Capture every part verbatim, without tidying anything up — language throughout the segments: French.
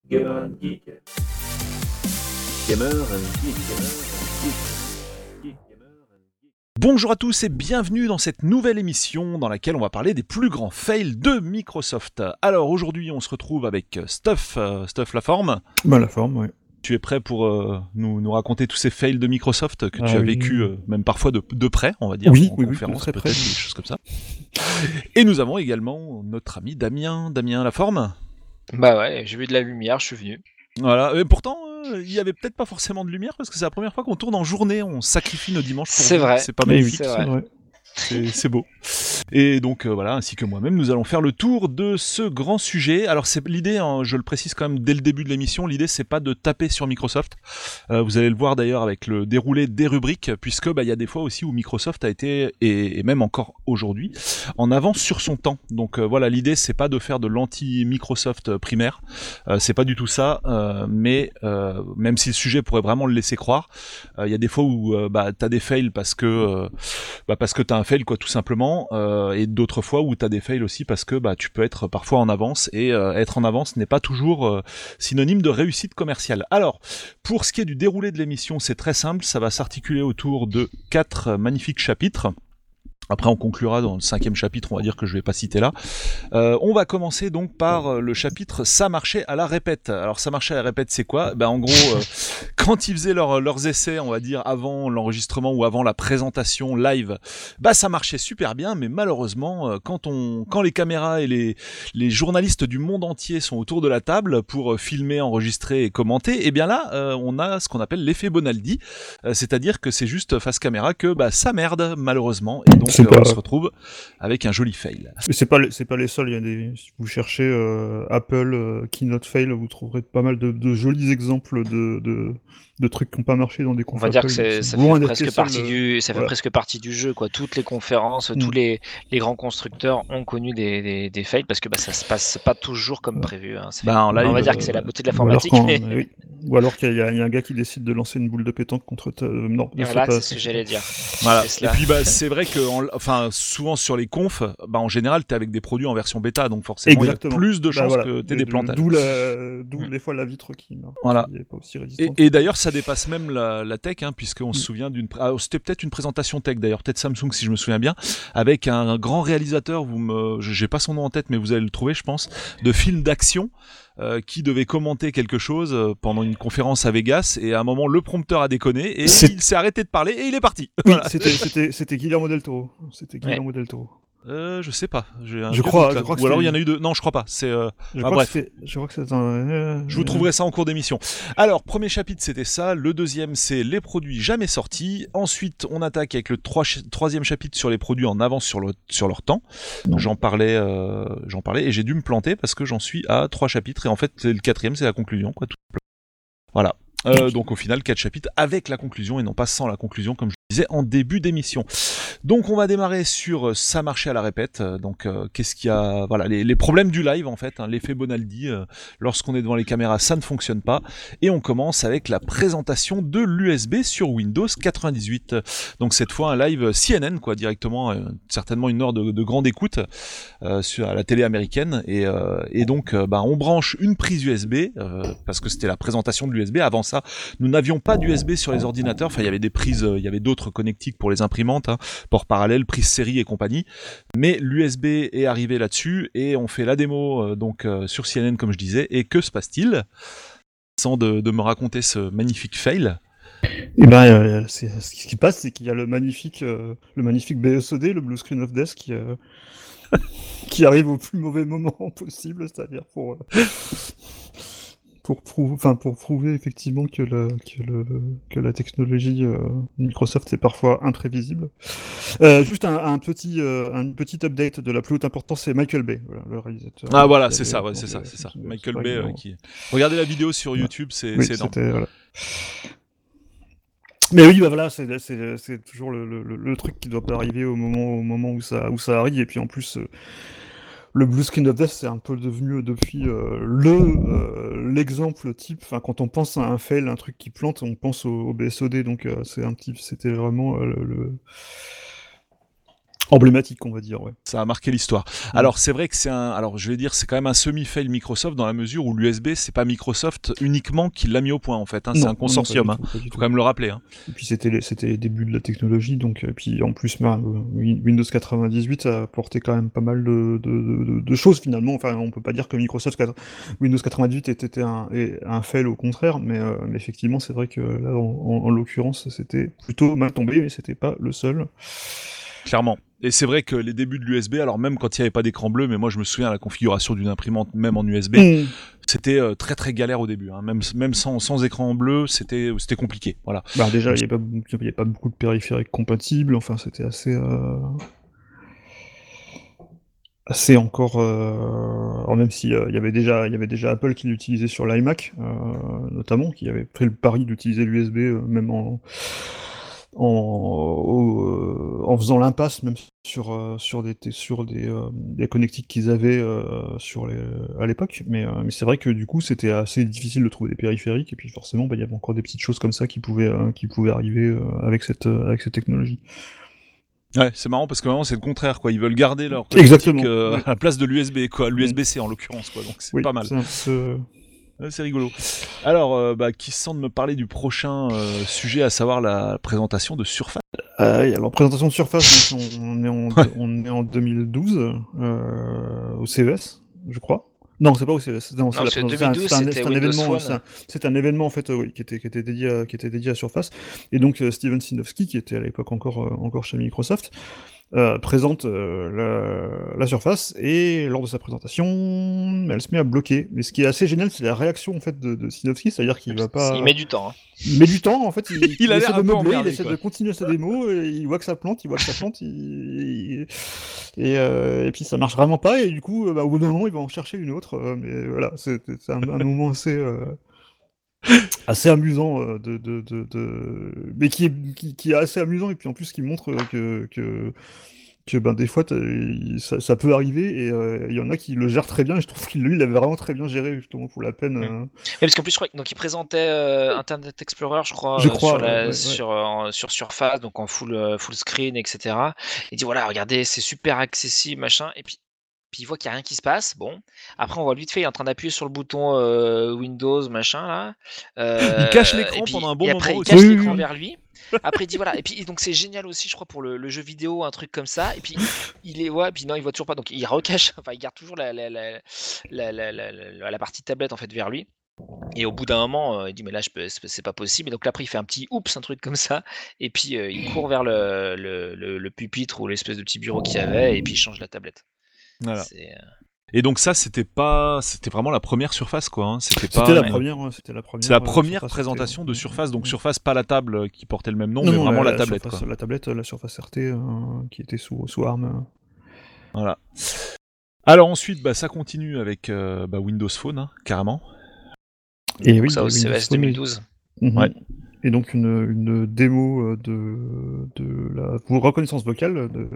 Gamer and Geek. Gamer and Geek. Gamer and Geek. Geek, Gamer and Geek. Bonjour à tous et bienvenue dans cette nouvelle émission dans laquelle on va parler des plus grands fails de Microsoft. Alors aujourd'hui on se retrouve avec Stuff, euh, Stuff Laforme. Bah la forme, oui. Tu es prêt pour euh, nous, nous raconter tous ces fails de Microsoft que Ah tu as oui. vécu euh, même parfois de, de près, on va dire, Oui, en oui, oui, conférence, de très peut-être, près. des choses comme ça. Et nous avons également notre ami Damien, Damien Laforme. Bah ouais, j'ai vu de la lumière, je suis venu. Voilà, et pourtant euh, il y avait peut-être pas forcément de lumière parce que c'est la première fois qu'on tourne en journée, on sacrifie nos dimanches pour C'est vous. vrai. C'est pas Eh oui, magnifique. c'est vrai. C'est, c'est beau. Et donc euh, voilà, ainsi que moi-même, nous allons faire le tour de ce grand sujet. Alors c'est l'idée, hein, je le précise quand même dès le début de l'émission, l'idée c'est pas de taper sur Microsoft. Euh, vous allez le voir d'ailleurs avec le déroulé des rubriques, puisque bah il y a des fois aussi où Microsoft a été et, et même encore aujourd'hui en avance sur son temps. Donc euh, voilà, l'idée c'est pas de faire de l'anti-Microsoft primaire, euh, c'est pas du tout ça. Euh, mais euh, même si le sujet pourrait vraiment le laisser croire, il euh, y a des fois où euh, bah t'as des fails parce que euh, bah parce que t'as un fail quoi tout simplement, euh, et d'autres fois où t'as des fails aussi parce que bah tu peux être parfois en avance et euh, être en avance n'est pas toujours euh, synonyme de réussite commerciale. Alors pour ce qui est du déroulé de l'émission, c'est très simple, ça va s'articuler autour de quatre magnifiques chapitres. Après, on conclura dans le cinquième chapitre, on va dire que je vais pas citer là. Euh, on va commencer donc par euh, le chapitre ça marchait à la répète. Alors ça marchait à la répète, c'est quoi ? Ben en gros, euh, quand ils faisaient leur, leurs essais, on va dire avant l'enregistrement ou avant la présentation live, bah ça marchait super bien, mais malheureusement, euh, quand on, quand les caméras et les les journalistes du monde entier sont autour de la table pour euh, filmer, enregistrer et commenter, et bien là, euh, on a ce qu'on appelle l'effet Bonaldi, euh, c'est-à-dire que c'est juste face caméra que bah ça merde malheureusement, et donc C'est euh, pas- on se retrouve avec un joli fail. Mais c'est pas, les- c'est pas les seuls. Il y a des, si vous cherchez euh, Apple euh, Keynote Fail, vous trouverez pas mal de, de jolis exemples de, de, de trucs qui n'ont pas marché dans des On confs va dire que Apple. c'est, C'est ça loin fait d'être presque les seuls, partie euh, du, ça fait voilà. presque partie du jeu quoi. Toutes les conférences, Mm. tous les, les grands constructeurs ont connu des, des, des fails parce que bah ça se passe pas toujours comme prévu. Hein. C'est- Bah, en live, on va dire euh, que c'est la beauté de Ou alors, l'informatique. quand- mais... oui. Ou alors qu'il y a, il y a un gars qui décide de lancer une boule de pétanque contre. Ta... euh, non, Et ne fais voilà, pas c'est ça. ce que j'allais dire. Voilà. C'est Et cela. puis bah c'est vrai que en- enfin souvent sur les confs, bah en général t'es avec des produits en version bêta, donc forcément il y a Exactement. plus de Bah, chances voilà. que t'aies Et des de- plantages. D'où, la... d'où Mm. des fois la vitre qui qui Voilà. est pas aussi Et, résistante. et d'ailleurs ça dépasse même la, la tech, hein, puisqu'on se Mm. souvient d'une, ah, c'était peut-être une présentation tech d'ailleurs, peut-être Samsung si je me souviens bien, avec un grand réalisateur, vous me, j'ai pas son nom en tête mais vous allez le trouver je pense, de films d'action. Euh, qui devait commenter quelque chose euh, pendant une conférence à Vegas, et à un moment le prompteur a déconné et C'est- il s'est arrêté de parler et il est parti. Oui, Voilà. c'était, c'était, c'était Guillermo del Toro. C'était Guillermo del Toro. Euh, je sais pas. J'ai un Je vieux crois- doute, là. je crois que Ou alors il y c'était- en a eu deux. Non, je crois pas. C'est. Euh... Je, Ah, crois bref. que c'était, je crois que c'était un. euh, Je vous trouverai ça en cours d'émission. Alors, premier chapitre, c'était ça. Le deuxième, c'est les produits jamais sortis. Ensuite, on attaque avec le trois- troisième chapitre sur les produits en avance sur, le, sur leur temps. Non. J'en parlais, euh, j'en parlais et j'ai dû me planter parce que j'en suis à trois chapitres. Et en fait, c'est le quatrième, c'est la conclusion. Quoi, tout simplement. Voilà. Euh, donc au final, quatre chapitres avec la conclusion et non pas sans la conclusion, comme je disais en début d'émission. Donc on va démarrer sur euh, ça marchait à la répète. Euh, Donc euh, qu'est-ce qu'il y a, voilà, les, les problèmes du live en fait, hein, l'effet Bonaldi. Euh, lorsqu'on est devant les caméras, ça ne fonctionne pas. Et on commence avec la présentation de l'U S B sur Windows quatre-vingt-dix-huit. Donc cette fois un live C N N quoi, directement, euh, certainement une heure de, de grande écoute euh, sur à la télé américaine. Et, euh, et donc euh, bah, on branche une prise U S B euh, parce que c'était la présentation de l'U S B. Avant ça, nous n'avions pas d'U S B sur les ordinateurs. Enfin, il y avait des prises, euh, il y avait d'autres connectiques pour les imprimantes, hein, port parallèle, prise série et compagnie. Mais l'U S B est arrivé là-dessus et on fait la démo euh, donc euh, sur C N N comme je disais. Et que se passe-t-il ? Sans de, de me raconter ce magnifique fail. Et ben, euh, c'est, ce qui se passe, c'est qu'il y a le magnifique, euh, le magnifique B S O D, le Blue Screen of Death, qui, euh, qui arrive au plus mauvais moment possible, c'est-à-dire pour, euh, pour, prou- enfin, pour prouver effectivement que, le, que, le, que la technologie euh, Microsoft est parfois imprévisible. Euh, juste un, un petit, euh, un petit update de la plus haute importance, c'est Michael Bay, voilà, le réalisateur. Ah voilà, qui c'est avait- ça, ouais, donc, c'est ça, euh, c'est ça. c'est- Michael c'est Bay euh, évident. qui. Regardez la vidéo sur YouTube, c'est, Oui, c'est énorme. c'était, voilà. Mais oui, bah voilà, c'est, c'est, c'est toujours le, le, le truc qui doit pas arriver au moment, au moment où ça, où ça arrive. Et puis en plus, euh, le Blue Screen of Death, c'est un peu devenu euh, depuis euh, le euh, l'exemple type. Enfin, quand on pense à un fail, un truc qui plante, on pense au, au B S O D. Donc euh, c'est un petit, c'était vraiment euh, le, le emblématique, on va dire, ouais. Ça a marqué l'histoire. Mm. Alors c'est vrai que c'est un, alors je vais dire c'est quand même un semi-fail Microsoft dans la mesure où l'U S B c'est pas Microsoft uniquement qui l'a mis au point en fait. Hein, c'est Non, un non, non, pas consortium. du Hein. tout, pas du Faut tout. quand même le rappeler. Hein. Et puis c'était les, c'était les débuts de la technologie, donc et puis en plus ben, euh, Win- Windows quatre-vingt-dix-huit a apporté quand même pas mal de, de, de- de choses finalement. Enfin, on peut pas dire que Microsoft quatre- Windows quatre-vingt-dix-huit était un, est un fail au contraire, mais, euh, mais effectivement c'est vrai que là en, en- en l'occurrence c'était plutôt mal tombé, mais c'était pas le seul. Clairement. Et c'est vrai que les débuts de l'U S B, alors même quand il n'y avait pas d'écran bleu, mais moi je me souviens la configuration d'une imprimante même en U S B, Mm. c'était euh, très très galère au début. Hein. Même, même sans, sans écran bleu, c'était, c'était compliqué. Voilà. Bah déjà Donc, il y avait pas, il y avait pas beaucoup de périphériques compatibles, enfin c'était assez... euh, assez encore, euh, alors même si euh, il y avait déjà, il y avait déjà Apple qui l'utilisait sur l'iMac, euh, notamment, qui avait pris le pari d'utiliser l'U S B euh, même en en, au- euh, en faisant l'impasse même sur euh, sur des sur des, euh, des connectiques qu'ils avaient euh, sur les à l'époque, mais euh, mais c'est vrai que du coup c'était assez difficile de trouver des périphériques et puis forcément bah, il y avait encore des petites choses comme ça qui pouvaient euh, qui pouvaient arriver euh, avec cette euh, avec cette technologie. ouais, c'est marrant parce que vraiment c'est le contraire quoi. Ils veulent garder leur connectique Exactement. euh, Oui. à la place de l'U S B quoi, Mm. l'U S B-C en l'occurrence quoi. Donc c'est Oui, pas mal. c'est un peu... Ouais, c'est rigolo. Alors, euh, bah, qui se sent de me parler du prochain euh, sujet, à savoir la présentation de Surface. Ah oui, alors présentation de Surface, donc, on, est en, Ouais. on est en deux mille douze, euh, au C E S, je crois. Non, c'est pas au C E S, non, c'est Non, la parce que présentation- c'est un, deux mille douze, c'est un- c'était c'est un Windows événement, c'est Phone. un, c'est un événement en fait, euh, oui, qui était, qui était dédié à, qui était dédié à Surface. Et donc euh, Steven Sinofsky, qui était à l'époque encore, euh, encore chez Microsoft, euh, présente euh, la, la Surface et lors de sa présentation, elle se met à bloquer. Mais ce qui est assez génial, c'est la réaction en fait de, de Sinofsky, c'est-à-dire qu'il va Il pas, met du temps. Hein. il met du temps, en fait, il, Il il a essaie l'air de un peu meubler, il emmerdé, essaie quoi. de continuer sa démo, et il voit que ça plante, il voit que ça plante, il, il- et, euh, et puis ça marche vraiment pas, et du coup, euh, bah, au bout d'un moment, il va en chercher une autre, euh, mais voilà, c'est c'est un, un moment assez, euh, assez amusant, euh, de, de, de, de- mais qui est, qui, qui est assez amusant, et puis en plus qui montre euh, que, que, que ben, des fois, t'as- il- ça, ça peut arriver, et euh, il y en a qui le gèrent très bien, et je trouve qu'il lui, il l'avait vraiment très bien géré, justement, pour la peine. Mm. euh, Oui, parce qu'en plus, je crois donc il présentait euh, Internet Explorer, je crois, Je euh, sur crois, ouais, la ouais, ouais. sur euh, sur Surface, donc en full euh, full screen, et cetera. Il dit voilà, regardez, c'est super accessible, machin. Et puis puis il voit qu'il y a rien qui se passe. Bon, après on voit vite fait, il est en train d'appuyer sur le bouton euh, Windows, machin là. Il cache Euh, et l'écran pendant puis un bon et moment après il aussi. cache Oui, oui, l'écran oui. vers lui. Après il dit voilà. Et puis donc c'est génial aussi, je crois, pour le, le jeu vidéo, un truc comme ça. Et puis il est ouais, puis non, il voit toujours pas. Donc il recache, enfin il garde toujours la la la la, la, la, la- la partie tablette en fait vers lui. Et au bout d'un moment, euh, il dit mais là je peux, c'est c'est pas possible. Et donc là après il fait un petit oups, un truc comme ça. Et puis euh, il court vers le, le, le- le pupitre ou l'espèce de petit bureau qu'il y avait et puis il change la tablette. Voilà. C'est euh, Et donc ça, c'était pas, c'était vraiment la première Surface, quoi. Hein. C'était C'était pas. la une- première, ouais, c'était la première. C'est la euh, première Surface présentation R T, de ouais. Surface, donc Ouais. Surface pas la table euh, qui portait le même nom, Non, mais non, vraiment la, la, tablette, Surface, quoi. la tablette, la Surface R T, euh, qui était sous, sous ARM. euh. Voilà. Alors ensuite, bah, ça continue avec euh, bah, Windows Phone, hein, carrément. Et donc oui, ça il y au a Windows C E S Phone, deux mille douze. Mhm. Ouais. Et donc une, une démo euh, de, de la pour reconnaissance vocale de,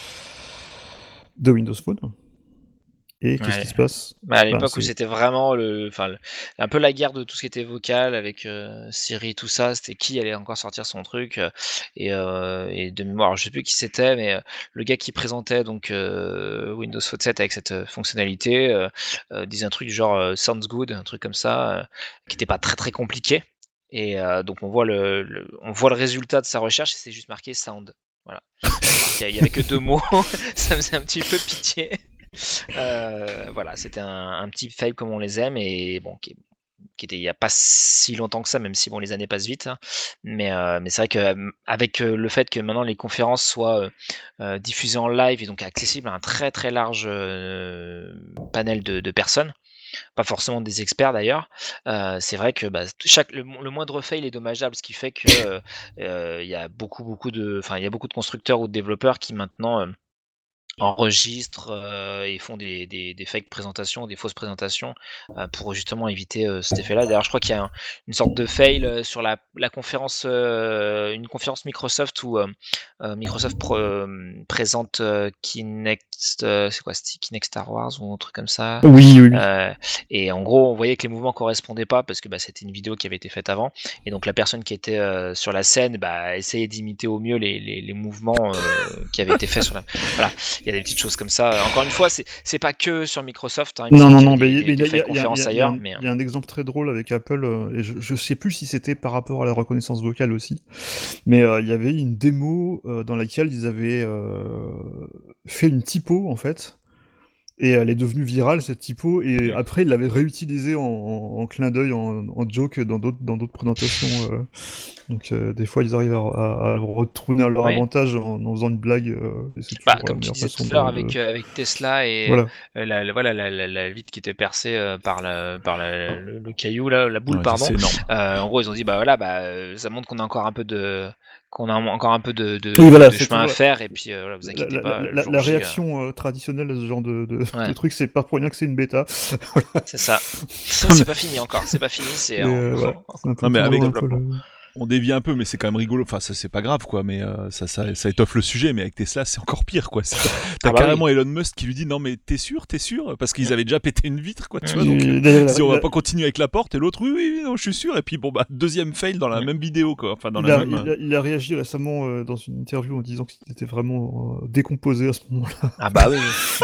de Windows Phone. Et qu'est-ce Ouais. qui se passe? Mais à Ben, l'époque où c'est c'était vraiment le, enfin, le- un peu la guerre de tout ce qui était vocal avec euh, Siri, tout ça, c'était qui allait encore sortir son truc. euh, et, euh, et de mémoire, je sais plus qui c'était, mais euh, le gars qui présentait donc euh, Windows Phone sept avec cette euh, fonctionnalité euh, euh, disait un truc du genre euh, sounds good, un truc comme ça, euh, qui n'était pas très très compliqué. Et euh, donc on voit le, le- on voit le résultat de sa recherche, et c'est juste marqué sound. Voilà. Alors qu'il y a- il y avait que deux mots, ça faisait un petit peu pitié. Euh, voilà, c'était un, un petit fail comme on les aime, et bon, qui, qui était il y a pas si longtemps que ça, même si bon, les années passent vite. Hein. Mais, euh, mais c'est vrai que euh, avec euh, le fait que maintenant les conférences soient euh, euh, diffusées en live et donc accessibles à un très très large euh, panel de, de personnes, pas forcément des experts d'ailleurs, euh, c'est vrai que bah, chaque le, le moindre fail est dommageable, ce qui fait que euh, euh, il y a beaucoup beaucoup de, enfin il y a beaucoup de constructeurs ou de développeurs qui maintenant euh, enregistrent euh, et font des, des, des fake présentations, des fausses présentations euh, pour justement éviter euh, cet effet-là. D'ailleurs, je crois qu'il y a un- une sorte de fail euh, sur la, la conférence, euh, une conférence Microsoft où euh, euh, Microsoft pro- euh, présente euh, Kinect, euh, c'est quoi, c'était Kinect Star Wars ou un truc comme ça. Oui, oui, oui. Euh, et en gros, on voyait que les mouvements correspondaient pas parce que bah, c'était une vidéo qui avait été faite avant. Et donc la personne qui était euh, sur la scène bah, essayait d'imiter au mieux les, les, les mouvements euh, qui avaient été faits sur la. Voilà. Il y a des petites choses comme ça. Encore une fois, c'est c'est pas que sur Microsoft. Hein. Il me Non, semble non, qu'il y non, avait mais des, il des, y, des a- il y, fake a- il y, a- conférences il y, a- ailleurs, un- mais il y a un exemple très drôle avec Apple, euh, et je, je sais plus si c'était par rapport à la reconnaissance vocale aussi, mais euh, il y avait une démo euh, dans laquelle ils avaient euh, fait une typo en fait, et elle est devenue virale cette typo, et Mm. après ils l'avaient réutilisée en, en, en clin d'œil, en, en joke dans d'autres dans d'autres présentations. euh. Donc euh, des fois ils arrivent à, à, à retourner à leur Oui. avantage en, en faisant une blague, euh, et c'est Bah, toujours la comme tu meilleure disais façon tout à l'heure de, avec, de- euh, avec Tesla et Voilà. euh, la, la- voilà, la, la, la vitre qui était percée euh, par, la, par la, le, le caillou, là, la boule, Ouais, pardon. c'est énorme. Euh, en gros, ils ont dit, bah voilà, bah, euh, ça montre qu'on a encore un peu de qu'on a encore un peu de, de, Oui, voilà, de c'est chemin à toujours- faire, et puis euh, voilà, vous La, inquiétez la- pas, la- le la- jour la J, euh, réaction euh, traditionnelle à ce genre de, de, ouais. de truc, c'est pas pour rien que c'est une bêta. c'est ça. C'est pas fini encore, c'est pas fini, c'est Mais, en- euh, voilà, c'est un peu Non, mais toujours avec- un peu le- On dévie un peu, mais c'est quand même rigolo. Enfin, ça c'est pas grave, quoi. Mais euh, ça, ça, ça étoffe le sujet. Mais avec Tesla, c'est encore pire, quoi. C'est- T'as Ah bah carrément Elon Musk qui lui dit non, mais t'es sûr, t'es sûr, parce qu'ils avaient déjà pété une vitre, quoi. Tu vois, Et donc euh, d'ailleurs, ils disent, on il va a- pas continuer avec la porte. Et l'autre, oui, oui, oui, non, je suis sûr. Et puis bon, bah deuxième fail dans la Mm. même vidéo, quoi. Enfin, dans il, la a, même. il a- il a réagi récemment euh, dans une interview en disant qu'il était vraiment euh, décomposé à ce moment-là. Ah bah oui. oui.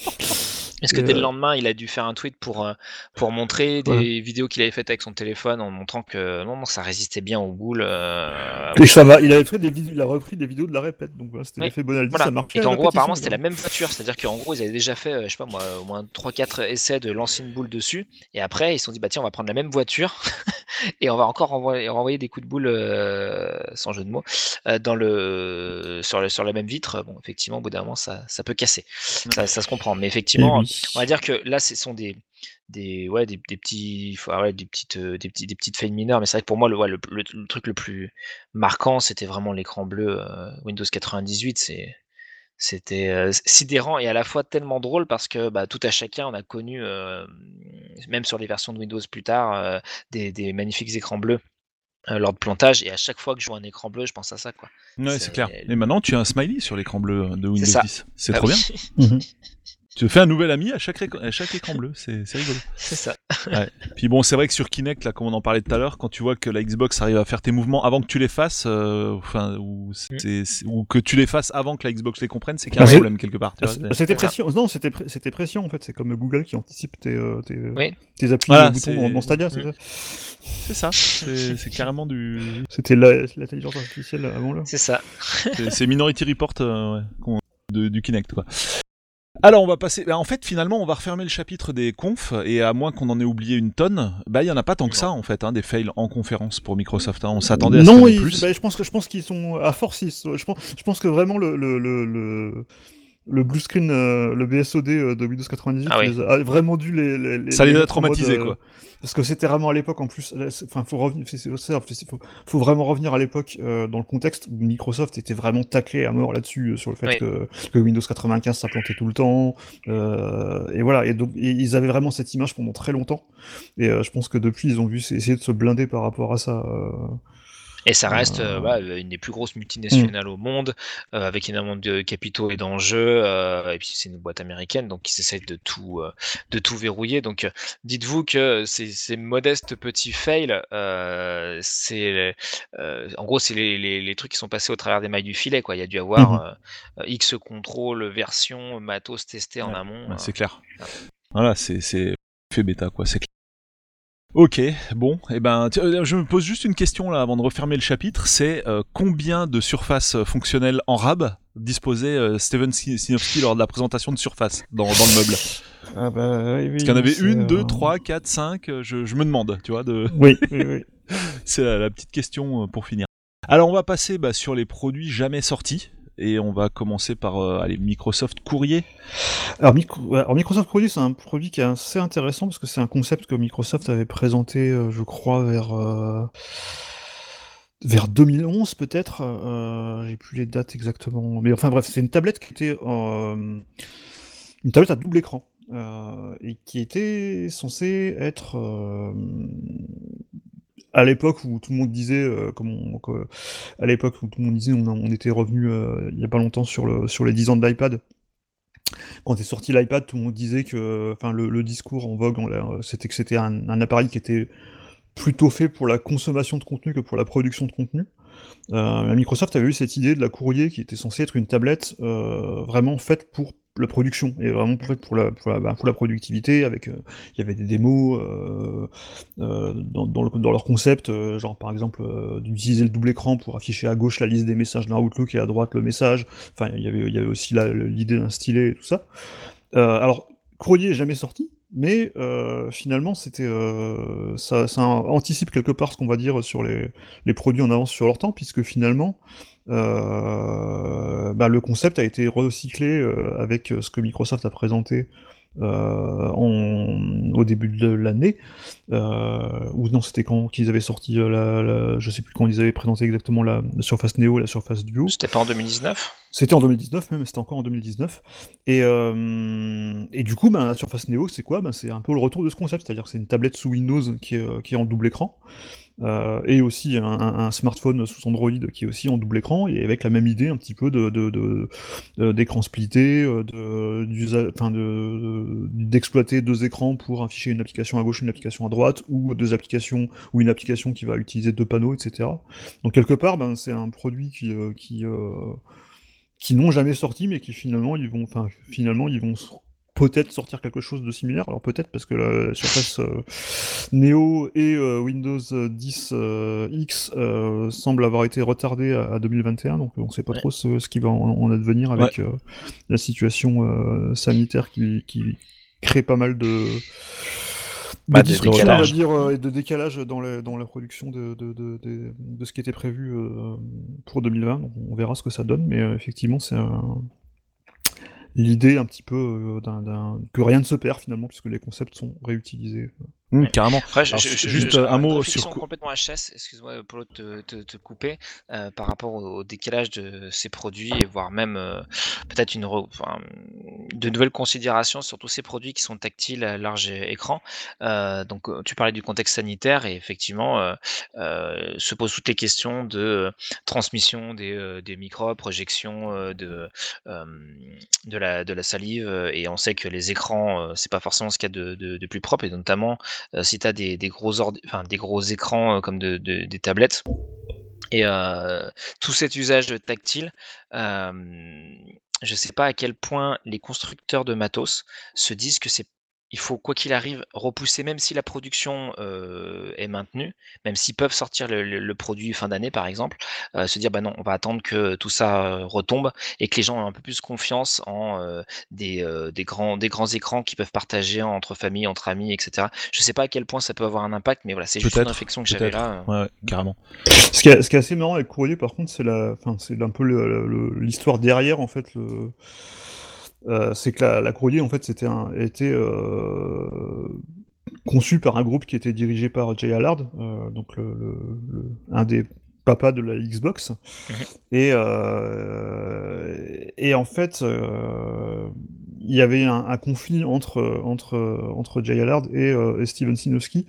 Est-ce que Et, dès le euh, lendemain, il a dû faire un tweet pour, euh, pour montrer des Ouais. vidéos qu'il avait faites avec son téléphone en montrant que non, non, ça résistait bien aux boules. euh, Et ça va, il avait fait des vidéos, il a repris des vidéos de la répète, donc voilà, c'était Oui. l'effet Bonaldi, Voilà. ça marchait. Et à qu'en la gros, apparemment, répétition, c'était la quoi. même voiture. C'est-à-dire qu'en gros, ils avaient déjà fait, euh, je sais pas moi, au moins trois quatre essais de lancer une boule dessus. Et après, ils se sont dit, bah tiens, on va prendre la même voiture et on va encore renvoyer, renvoyer des coups de boule, euh, sans jeu de mots, euh, dans le, sur, le, sur la même vitre. Bon, effectivement, au bout d'un moment, ça, ça peut casser. Ça, ça se comprend. Mais Et effectivement, oui. on va dire que là, ce sont des. Des, ouais, des, des petits ah ouais, des petites euh, des petits des petites failles mineures, mais c'est vrai que pour moi le, ouais, le, le, le truc le plus marquant c'était vraiment l'écran bleu euh, Windows quatre-vingt-dix-huit. C'est c'était euh, sidérant et à la fois tellement drôle parce que bah, tout à chacun on a connu euh, même sur les versions de Windows plus tard euh, des, des magnifiques écrans bleus euh, lors de plantage, et à chaque fois que je vois un écran bleu je pense à ça, quoi. Ouais, c'est clair. Et maintenant, tu as un smiley sur l'écran bleu de Windows ça. dix. C'est Bah trop oui. bien. Mhm. Tu te fais un nouvel ami à chaque, éc- à chaque écran bleu. C'est c'est rigolo. C'est ça. Ouais. Puis bon, c'est vrai que sur Kinect, là, comme on en parlait tout à l'heure, quand tu vois que la Xbox arrive à faire tes mouvements avant que tu les fasses, euh, enfin, ou, c'est- c'est- ou que tu les fasses avant que la Xbox les comprenne, c'est qu'il y a Ah, un c'est- problème quelque part. Tu vois, c'est- C'était C'est ça. pression. Non, c'était pré- c'était pression en fait. C'est comme Google qui anticipe tes, euh, tes, Oui. tes appuis Voilà, de boutons c'est- dans, dans Stadia. c'est Mm. ça c'est ça. C'est c'est carrément du. C'était la- l'intelligence artificielle avant l'heure. C'est ça. C'est c'est Minority Report euh, ouais, qu'on- de- du Kinect, quoi. Alors on va passer. Bah, en fait, finalement, on va refermer le chapitre des confs, et à moins qu'on en ait oublié une tonne, bah il y en a pas tant que ça en fait, hein, des fails en conférence pour Microsoft. Hein. On s'attendait à ce qu'il y en Non, ait ils- plus. bah, je pense que je pense qu'ils sont à force. ils sont- je pense, je pense que vraiment le le le, le... le blue screen, euh, le B S O D euh, de Windows quatre-vingt-dix-huit, Ah oui. les a, a vraiment dû les, les, les Ça les a mettre en mode, traumatisés, euh, quoi. Parce que c'était vraiment à l'époque en plus. là, c'est- Enfin, faut revenir. c'est- c'est- c'est- c'est- faut, faut vraiment revenir à l'époque euh, dans le contexte où Microsoft était vraiment taclé à mort là-dessus euh, sur le fait Oui. que, que Windows quatre-vingt-quinze ça plantait tout le temps. Euh, et voilà. Et donc et ils avaient vraiment cette image pendant très longtemps. Et euh, je pense que depuis ils ont vu essayer de se blinder par rapport à ça. euh, Et ça reste Euh, euh, bah, une des plus grosses multinationales au monde, euh, avec énormément de capitaux et d'enjeux, euh, et puis c'est une boîte américaine, donc ils essaient de tout, euh, de tout verrouiller. Donc euh, dites-vous que ces, ces modestes petits fails, euh, c'est, euh, en gros, c'est les, les, les trucs qui sont passés au travers des mailles du filet, quoi. Il y a dû avoir Mhm. euh, X contrôle, version, matos testé en Ouais. amont. Ouais, euh. c'est clair. ouais. Voilà, c'est c'est fait bêta, quoi. C'est clair. Ok, bon, et ben, tiens, euh, je me pose juste une question là avant de refermer le chapitre, c'est euh, combien de surfaces euh, fonctionnelles en R A B disposait euh, Steven Sinofsky lors de la présentation de Surface dans, dans le meuble? Ah bah oui, oui. Est-ce qu'il y en avait c'est, une, euh, deux, trois, quatre, cinq euh, je, je me demande, tu vois, de... Oui, oui, oui. c'est la, la petite question euh, pour finir. Alors on va passer bah, sur les produits jamais sortis, et on va commencer par euh, allez, Microsoft Courrier. Alors, micro... ouais, alors, Microsoft Courrier, c'est un produit qui est assez intéressant parce que c'est un concept que Microsoft avait présenté, euh, je crois, vers. Euh... vers deux mille onze peut-être, euh, j'ai plus les dates exactement, mais enfin bref, c'est une tablette qui était euh, une tablette à double écran euh, et qui était censée être euh, à l'époque où tout le monde disait, euh, comme on, que- à l'époque où tout le monde disait, on, on était revenu euh, il y a pas longtemps sur le sur les dix ans de l'iPad. Quand est sorti l'iPad, tout le monde disait que, enfin, le, le discours en vogue, on c'était que c'était un, un appareil qui était plutôt fait pour la consommation de contenu que pour la production de contenu. Euh, Microsoft avait eu cette idée de la Courrier qui était censée être une tablette euh, vraiment faite pour la production et vraiment faite pour la, pour la, bah, pour la productivité. Avec, euh, il y avait des démos euh, euh, dans, dans, le, dans leur concept, euh, genre par exemple euh, d'utiliser le double écran pour afficher à gauche la liste des messages d'un Outlook et à droite le message. Enfin, il y avait, il y avait aussi la- l'idée d'un stylet et tout ça. Euh, alors, Courrier est jamais sorti, mais euh, finalement, c'était, euh, ça, ça anticipe quelque part ce qu'on va dire sur les, les produits en avance sur leur temps, puisque finalement, euh, bah, le concept a été recyclé euh, avec ce que Microsoft a présenté euh, en, au début de l'année, euh, ou non, c'était quand qu'ils avaient sorti euh, la, la, je sais plus quand ils avaient présenté exactement la, la Surface Neo et la Surface Duo. C'était pas en deux mille dix-neuf? C'était en deux mille dix-neuf même, c'était encore en deux mille dix-neuf. Et, euh, et du coup, ben, la Surface Neo, c'est quoi? Ben, c'est un peu le retour de ce concept, c'est-à-dire que c'est une tablette sous Windows qui est, euh, qui est en double écran, euh, et aussi un, un- un smartphone sous Android qui est aussi en double écran, et avec la même idée un petit peu de, de, de- de- d'écran splitté, euh, de, d'usa- enfin de, de- d'exploiter deux écrans pour afficher une application à gauche, une application à droite, ou deux applications, ou une application qui va utiliser deux panneaux, et cetera. Donc quelque part, ben, c'est un produit qui, euh, qui, euh, qui n'ont jamais sorti, mais qui finalement ils vont, enfin finalement ils vont s- peut-être sortir quelque chose de similaire. Alors peut-être parce que la Surface euh, Neo et euh, Windows dix euh, X euh, semblent avoir été retardés à, à deux mille vingt et un, donc on ne sait pas Ouais. trop ce, ce qui va en, en advenir avec euh, la situation euh, sanitaire qui, qui crée pas mal de de Bah, de discussions, on va décalage. dire, euh, et de décalage dans, la- dans la production de, de, de, de- de ce qui était prévu euh, pour deux mille vingt. Donc on verra ce que ça donne, mais euh, effectivement, c'est un- l'idée un petit peu euh, d'un, d'un- que rien ne se perd finalement, puisque les concepts sont réutilisés. Mmh, Ouais. carrément. Après, je- Alors, je- c'est- je- juste je- euh, un une mot réflexion sur. complètement H S, excuse-moi Polo de te, te- te couper, euh, par rapport au, au décalage de ces produits, et voire même euh, peut-être une re- enfin, de nouvelles considérations sur tous ces produits qui sont tactiles à large é- écran. Euh, donc euh, tu parlais du contexte sanitaire, et effectivement euh, euh, se posent toutes les questions de euh, transmission des, euh, des microbes, projection euh, de, euh, de, la, de la salive, euh, et on sait que les écrans, euh, c'est pas forcément ce qu'il y a de, de- de plus propre, et notamment euh, si tu as des, des gros ordi- enfin, des gros écrans euh, comme de, de- des tablettes, et euh, tout cet usage tactile, euh, je sais pas à quel point les constructeurs de matos se disent que c'est il faut quoi qu'il arrive repousser, même si la production euh, est maintenue, même s'ils peuvent sortir le, le- le produit fin d'année par exemple, euh, se dire bah non, on va attendre que tout ça euh, retombe, et que les gens aient un peu plus confiance en euh, des, euh, des, grands, des grands écrans qu'ils peuvent partager entre familles, entre amis, et cetera. Je sais pas à quel point ça peut avoir un impact, mais voilà, c'est juste une Peut-être, réflexion que j'avais peut-être. là. Ouais, ouais, carrément. Ce qui est, ce qui est assez marrant avec Courrier, par contre, c'est la, enfin, c'est un peu le- le- l'histoire derrière, en fait. Le, euh, c'est que la, la Courrier, en fait, c'était un, était euh, conçu par un groupe qui était dirigé par Jay Allard, euh, donc le, le- le- un des papas de la Xbox. Mhm. Et, euh, et en fait, euh, il y avait un, un conflit entre, entre, entre Jay Allard et, euh, et Steven Sinofsky.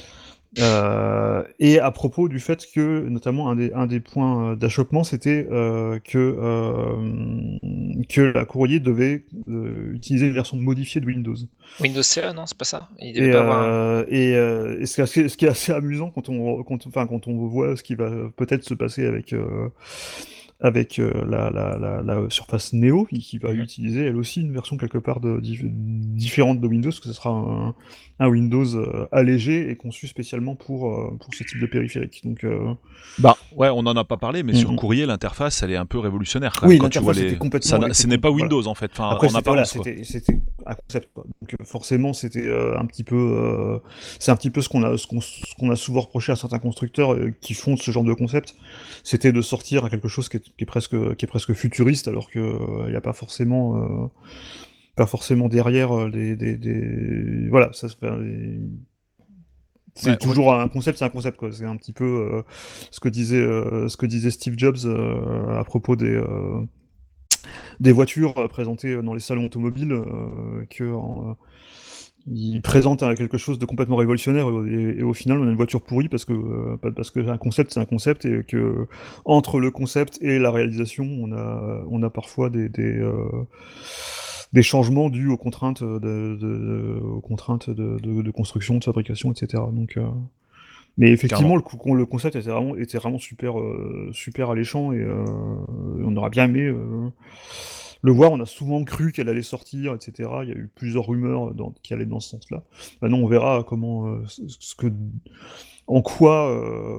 Euh, et à propos du fait que, notamment, un des, un des points euh, d'achoppement, c'était euh, que, euh, que la Courrier devait euh, utiliser une version modifiée de Windows. Windows C E, non, c'est pas ça? Il devait Et, pas avoir un... euh, et, euh, et ce, qui est assez, ce qui est assez amusant quand on, quand, enfin, quand on voit ce qui va peut-être se passer avec, euh, avec euh, la, la, la, la Surface Neo, qui, qui va Mhm. utiliser elle aussi une version quelque part de, dif- différente de Windows, parce que ce sera un, un Windows euh, allégé et conçu spécialement pour, euh, pour ce type de périphérique. Donc, euh, Bah ouais, on en a pas parlé, mais Mm, sur mm. Courrier, l'interface, elle est un peu révolutionnaire quand Oui, même. Quand tu vois l'interface les, était complètement- ça n'a- était ce n'est pas com- voilà. Windows en fait. Enfin, Après, en c'était voilà, apparence. quoi. c'était c'était un concept, quoi. Donc euh, forcément, c'était euh, un petit peu, euh, c'est un petit peu ce qu'on a, ce qu'on, ce qu'on a souvent reproché à certains constructeurs euh, qui font ce genre de concept, c'était de sortir à quelque chose qui est, qui est presque, qui est presque futuriste, alors que il n'y a pas forcément, euh, pas forcément derrière euh, des, des, des- voilà, ça se fait. des- c'est Ouais, toujours un concept, c'est un concept quoi. C'est un petit peu euh, ce que disait euh, ce que disait Steve Jobs euh, à propos des euh, des voitures euh, présentées dans les salons automobiles, euh, que en, euh, il présente euh, quelque chose de complètement révolutionnaire et, et au final on a une voiture pourrie parce que euh, pas- parce que un concept c'est un concept et que entre le concept et la réalisation on a on a parfois des des, euh, des changements dus aux contraintes de, de- de- aux contraintes de, de- de construction, de fabrication, et cetera. Donc euh, mais effectivement, Carrément. le, co- le concept était vraiment, était vraiment super, euh, super alléchant et euh, on aurait bien aimé euh, le voir. On a souvent cru qu'elle allait sortir, et cetera. Il y a eu plusieurs rumeurs dans- qui allaient dans ce sens-là. Maintenant, on verra comment, euh, ce ce que, en quoi,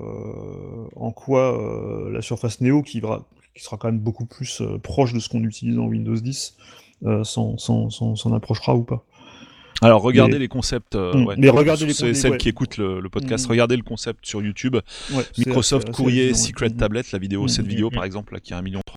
euh, en quoi euh, la Surface Neo, qui, va, qui sera quand même beaucoup plus euh, proche de ce qu'on utilise dans Windows dix, euh, s'en, s'en- s'en- s'en approchera ou pas. Alors regardez Mais, les concepts, euh, mm, ouais. mais Pour regardez les ceux et concepts, celles ouais. qui écoutent le, le podcast, Mm. regardez le concept sur YouTube. Ouais, c'est Microsoft assez- assez Courrier hallucinant, ouais. Secret Mm. Tablet, la vidéo, Mm, cette mm, vidéo mm. par exemple là, qui a un million.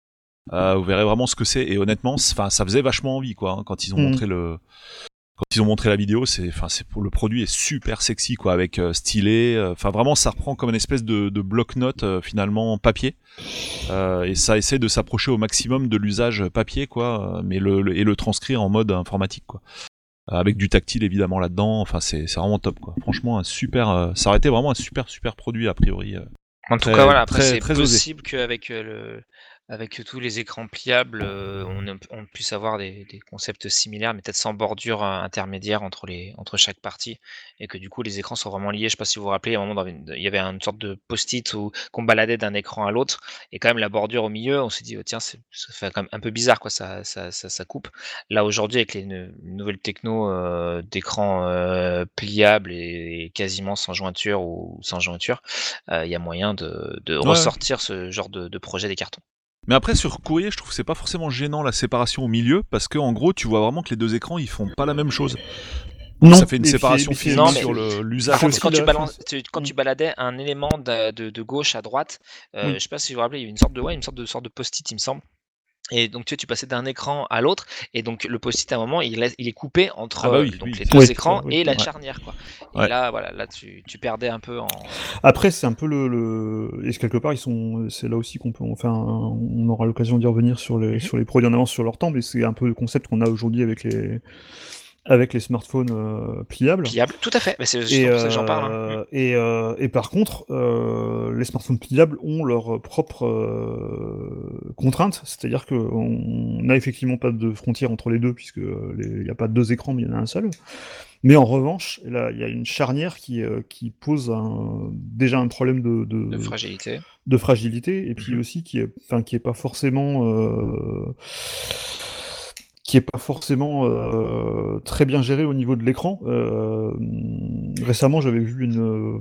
Euh, vous verrez vraiment ce que c'est et honnêtement, enfin ça faisait vachement envie quoi hein, quand ils ont Mm. montré le quand ils ont montré la vidéo, c'est enfin c'est pour le produit est super sexy quoi avec euh, stylé, enfin euh, vraiment ça reprend comme une espèce de, de bloc-notes euh, finalement papier euh, et ça essaie de s'approcher au maximum de l'usage papier quoi, euh, mais le, le et le transcrire en mode informatique quoi. Avec du tactile évidemment là-dedans, enfin c'est c'est vraiment top quoi. Franchement un super euh, ça aurait été vraiment un super super produit a priori. Euh, En tout très, cas, voilà, après, très, c'est très osé. possible qu'avec euh, le, avec tous les écrans pliables, euh, on, ait- on puisse avoir des, des concepts similaires, mais peut-être sans bordure euh, intermédiaire entre les, entre chaque partie, et que du coup les écrans sont vraiment liés. Je sais pas si vous vous rappelez, à un moment, dans une- il y avait une sorte de post-it où qu'on baladait d'un écran à l'autre, et quand même la bordure au milieu, on s'est dit, oh, tiens, c'est- ça fait quand même un peu bizarre, quoi, ça, ça, ça, ça coupe. Là aujourd'hui, avec les ne- nouvelles techno euh, d'écran euh, pliables et, et quasiment sans jointure ou sans jointure, euh, il y a moyen de, de Ouais. ressortir ce genre de, de projet des cartons. Mais après sur courrier, je trouve que c'est pas forcément gênant la séparation au milieu parce que en gros, tu vois vraiment que les deux écrans ils font pas la même chose. Non, ça fait une mais séparation c'est- mais c'est- physique Non, mais- sur le- Par l'usage. contre, aussi quand, tu, la- balances, enfin, tu- quand Mm. tu baladais un élément de, de- de gauche à droite, euh, Oui. je sais pas si vous vous rappelez, il y avait une sorte de, ouais, une sorte de, sorte de post-it, il me semble. Et donc tu sais, tu passais d'un écran à l'autre, et donc le post-it à un moment, il, laisse- il est coupé entre Ah bah oui, euh, donc oui. les deux Oui, c'est écrans ça, oui. et la Ouais. charnière, quoi. Et Ouais. là, voilà, là tu, tu perdais un peu en. Après, c'est un peu le, le... et quelque part, ils sont, c'est là aussi qu'on peut, enfin, on aura l'occasion d'y revenir sur les, Mhm. sur les produits en avance sur leur temps, mais c'est un peu le concept qu'on a aujourd'hui avec les, avec les smartphones euh, pliables. Pliable, tout à fait. Mais c'est Et, justement pour ça que j'en parle. hein. euh, et, euh, et par contre, euh, les smartphones pliables ont leurs propres euh, contraintes, c'est-à-dire qu'on n'a effectivement pas de frontière entre les deux, puisque il n'y a pas deux écrans, mais il y en a un seul. Mais en revanche, là, il y a une charnière qui, euh, qui pose un, déjà un problème de, de, De fragilité. de fragilité, et puis Mhm. aussi qui est, enfin, qui est pas forcément, euh, qui est pas forcément euh, très bien géré au niveau de l'écran. Euh, récemment, j'avais vu une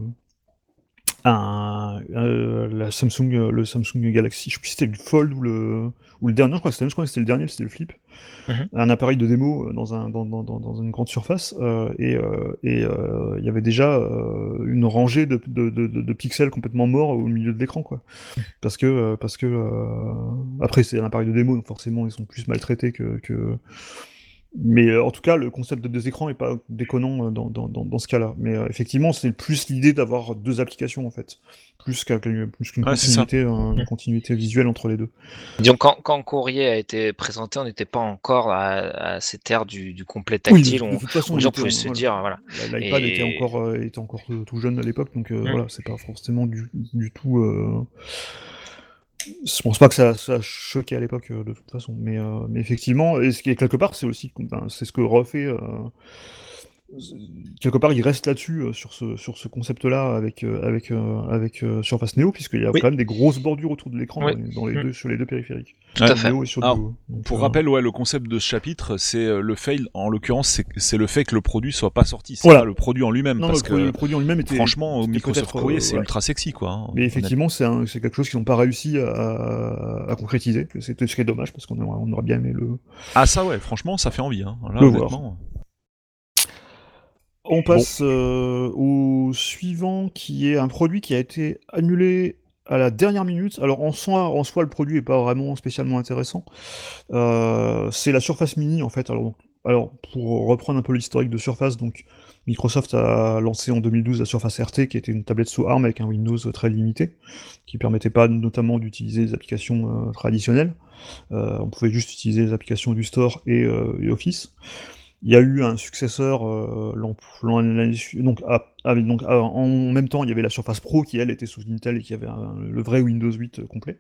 un, euh, la Samsung, euh, le Samsung Galaxy, je sais plus si c'était le Fold ou le ou le dernier, je crois que c'était, je crois que c'était le dernier, c'était le Flip. Mhm. Un appareil de démo euh, dans, un, dans, dans, dans, dans une grande surface, euh, et euh, et, euh, il y avait déjà euh, une rangée de, de, de, de, de pixels complètement morts au milieu de l'écran, quoi. Parce que, euh, parce que euh, après, c'est un appareil de démo, donc forcément, ils sont plus maltraités que. que... Mais euh, en tout cas, le concept de deux écrans est pas déconnant euh, dans, dans, dans, dans ce cas-là. Mais euh, effectivement, c'est plus l'idée d'avoir deux applications, en fait. Plus qu'un- plus qu'une Ouais, c'est ça. continuité, euh, une continuité visuelle entre les deux. Disons, quand, quand Courrier a été présenté, on n'était pas encore à, à cette ère du, du complet Oui, tactile. de, où de on, toute façon, où les il gens était pouvaient en- se voilà. dire, voilà. La- L'iPad Et- était encore, euh, était encore euh, tout jeune à l'époque, donc euh, Mm. voilà, c'est pas forcément du, du tout. Euh... Je pense pas que ça, ça choquait à l'époque euh, de toute façon, mais, euh, mais effectivement, et ce qui est quelque part, c'est aussi, ben, c'est ce que refait. Euh... Quelque part, il reste là-dessus euh, sur ce sur ce concept-là avec euh, avec euh, avec euh, Surface Neo, puisqu'il y a Oui. quand même des grosses bordures autour de l'écran Oui. dans les, dans les Mm. deux sur les deux périphériques. Tout à Ouais. fait. Neo et sur Alors, Duo. Donc, Pour euh, rappel, ouais, le concept de ce chapitre, c'est euh, le fail. En l'occurrence, c'est, c'est le fait que le produit soit pas sorti. C'est Voilà. pas le produit en lui-même, non, parce le, produit, que le produit en lui-même était. franchement, au était Microsoft peut-être, Courrier, euh, c'est voilà. ultra sexy, quoi. hein, Mais honnêtement. effectivement, c'est, un, c'est quelque chose qu'ils n'ont pas réussi à, à, à concrétiser. C'était ce qui est dommage parce qu'on aurait, on aurait bien aimé le. Ah ça, ouais, franchement, ça fait envie. Hein. Là, Le honnêtement. On passe euh, au suivant, qui est un produit qui a été annulé à la dernière minute. Alors en soi, en soi le produit est pas vraiment spécialement intéressant. Euh, c'est la Surface Mini en fait. Alors, donc, alors pour reprendre un peu l'historique de Surface, donc Microsoft a lancé en deux mille douze la Surface R T, qui était une tablette sous ARM avec un Windows très limité, qui permettait pas notamment d'utiliser les applications euh, traditionnelles. Euh, on pouvait juste utiliser les applications du store et, euh, et Office. Il y a eu un successeur euh, l'an, l'an, l'année su- donc, à- à- donc à- en même temps, il y avait la Surface Pro qui, elle, était sous Intel et qui avait un- le vrai Windows huit euh, complet.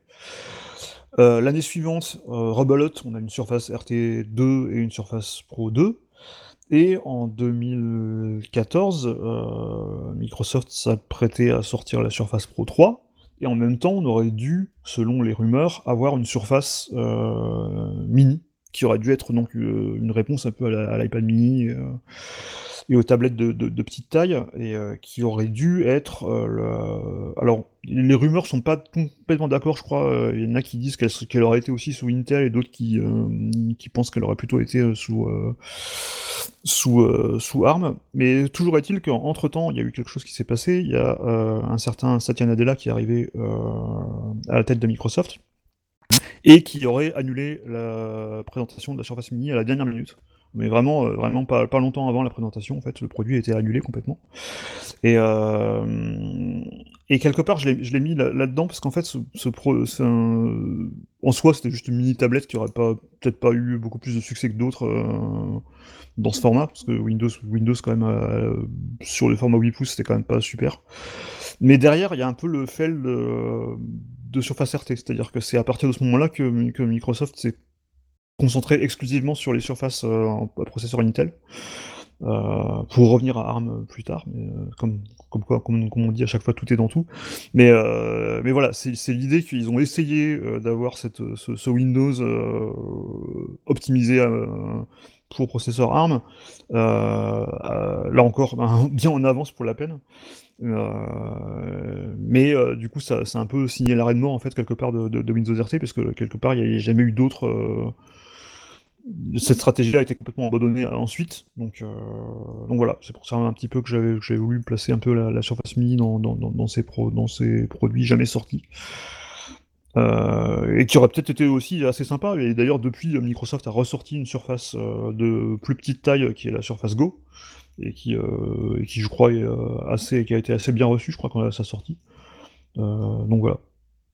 Euh, l'année suivante, euh, rebelote, on a une Surface R T deux et une Surface Pro deux. Et en deux mille quatorze, euh, Microsoft s'apprêtait à sortir la Surface Pro trois, et en même temps, on aurait dû, selon les rumeurs, avoir une Surface euh, Mini, qui aurait dû être donc euh, une réponse un peu à, la- à l'iPad Mini euh, et aux tablettes de, de- de petite taille, et euh, qui aurait dû être euh, le... Alors, les rumeurs sont pas complètement d'accord, je crois. euh, Il y en a qui disent qu'elle, qu'elle aurait été aussi sous Intel, et d'autres qui, euh, qui pensent qu'elle aurait plutôt été euh, sous, euh, sous, euh, sous ARM. Mais toujours est-il qu'entre-temps, il y a eu quelque chose qui s'est passé. Il y a euh, un certain Satya Nadella qui est arrivé euh, à la tête de Microsoft, et qui aurait annulé la présentation de la Surface Mini à la dernière minute. Mais vraiment, euh, vraiment pas, pas longtemps avant la présentation, en fait, le produit a été annulé complètement. Et, euh, et quelque part, je l'ai, je l'ai mis là, là-dedans parce qu'en fait, ce, ce pro, c'est un- en soi, c'était juste une mini tablette qui aurait pas, peut-être pas eu beaucoup plus de succès que d'autres euh, dans ce format, parce que Windows, Windows quand même, euh, sur le format huit pouces, c'était quand même pas super. Mais derrière, il y a un peu le fail de, de Surface R T, c'est-à-dire que c'est à partir de ce moment-là que, que Microsoft s'est concentré exclusivement sur les surfaces euh, en processeur Intel, euh, pour revenir à ARM plus tard, mais, euh, comme, comme, quoi, comme, comme on dit à chaque fois, tout est dans tout. Mais, euh, mais voilà, c'est, c'est l'idée qu'ils ont essayé euh, d'avoir cette, ce, ce Windows euh, optimisé euh, pour processeur ARM, euh, euh, là encore, ben, bien en avance pour la peine. Euh, mais euh, du coup, ça, ça a un peu signé l'arrêt de mort en fait quelque part de, de, de Windows R T, parce que quelque part, il n'y a jamais eu d'autres. Euh, cette stratégie-là a été complètement abandonnée ensuite, donc, euh, donc voilà, c'est pour ça un petit peu que j'avais, que j'avais voulu placer un peu la, la Surface Mini dans, dans, dans, dans, ces pro, dans ces produits jamais sortis. Euh, et qui aurait peut-être été aussi assez sympa, et d'ailleurs depuis Microsoft a ressorti une surface euh, de plus petite taille qui est la Surface Go, et qui, euh, et qui je crois est, euh, assez, qui a été assez bien reçue, je crois, quand elle a sa sortie. Euh, donc voilà.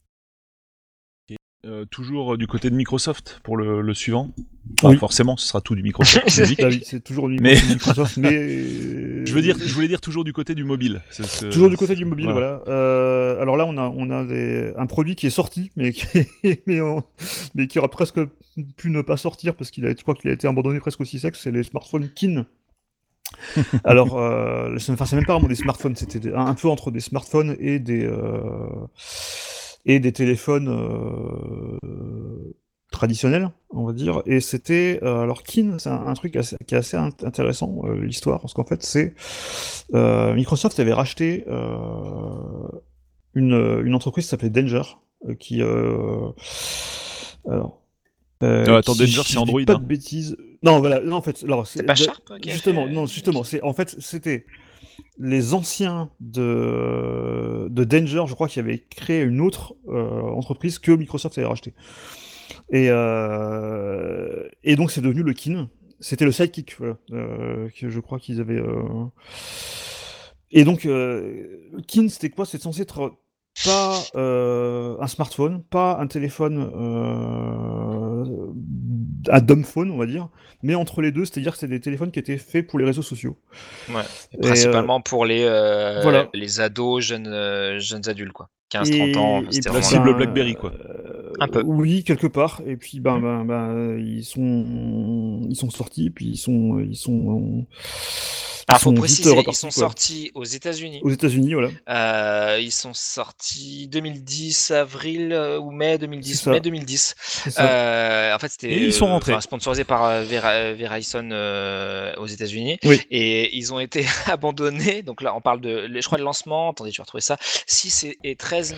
Euh, toujours euh, du côté de Microsoft pour le, le suivant. Enfin, Oui. forcément, ce sera tout du Microsoft. logique. Bah oui, c'est toujours du Mais- Microsoft, mais Je veux dire, je voulais dire toujours du côté du mobile. C'est ce que- toujours du côté du mobile, voilà. voilà. Euh, alors là, on a, on a des, un produit qui est sorti, mais qui, mais, on- mais qui aurait presque pu ne pas sortir parce qu'il a, je crois qu'il a été abandonné presque aussi sec. C'est les smartphones Kin. Alors, euh, c'est, enfin, c'est même pas vraiment des smartphones, c'était des- un, un peu entre des smartphones et des euh, et des téléphones euh, traditionnels, on va dire. Et c'était euh, alors Kin, c'est un, un truc assez, qui est assez int- intéressant, euh, l'histoire, parce qu'en fait, c'est euh, Microsoft avait racheté euh, une, une entreprise qui s'appelait Danger, euh, qui euh, alors euh, Euh, attends, qui, Danger, si c'est je dis Android, pas hein. de bêtises. Non, voilà, non, en fait, alors C'est pas de- Sharp qui a justement, fait- non, justement, c'est en fait c'était les anciens de, de Danger, je crois, qui avaient créé une autre euh, entreprise que Microsoft avait racheté. Et, euh, et donc c'est devenu le Kin. C'était le Sidekick, voilà, euh, que je crois qu'ils avaient. euh, Et donc, euh, Kin, c'était quoi? C'est censé être pas euh, un smartphone, pas un téléphone, euh, un dumb phone, on va dire, mais entre les deux, c'est-à-dire que c'était des téléphones qui étaient faits pour les réseaux sociaux. Ouais. Et Et, principalement pour les, euh, voilà. les ados, jeunes, euh, jeunes adultes, quoi. quinze Et, trente ans, et c'était puis, La vraiment. cible ben, BlackBerry, quoi. euh, Un peu. Oui, quelque part. Et puis, ben, ben, ben, ils sont, ils sont sortis, puis ils sont, ils sont, ils Ah, faut sont vite préciser, ils repartis, sont quoi. sortis aux États-Unis. Aux États-Unis, voilà. Euh, ils sont sortis deux mille dix, avril euh, ou mai deux mille dix. C'est ça. Mai deux mille dix. C'est ça. Euh, en fait, c'était Et ils sont euh, rentrés. enfin, sponsorisé par euh, Vera- Verizon euh, aux États-Unis. Oui. Et ils ont été abandonnés. Donc là, on parle de, je crois, de lancement. Attendez, je vais retrouver ça. six et et treize mai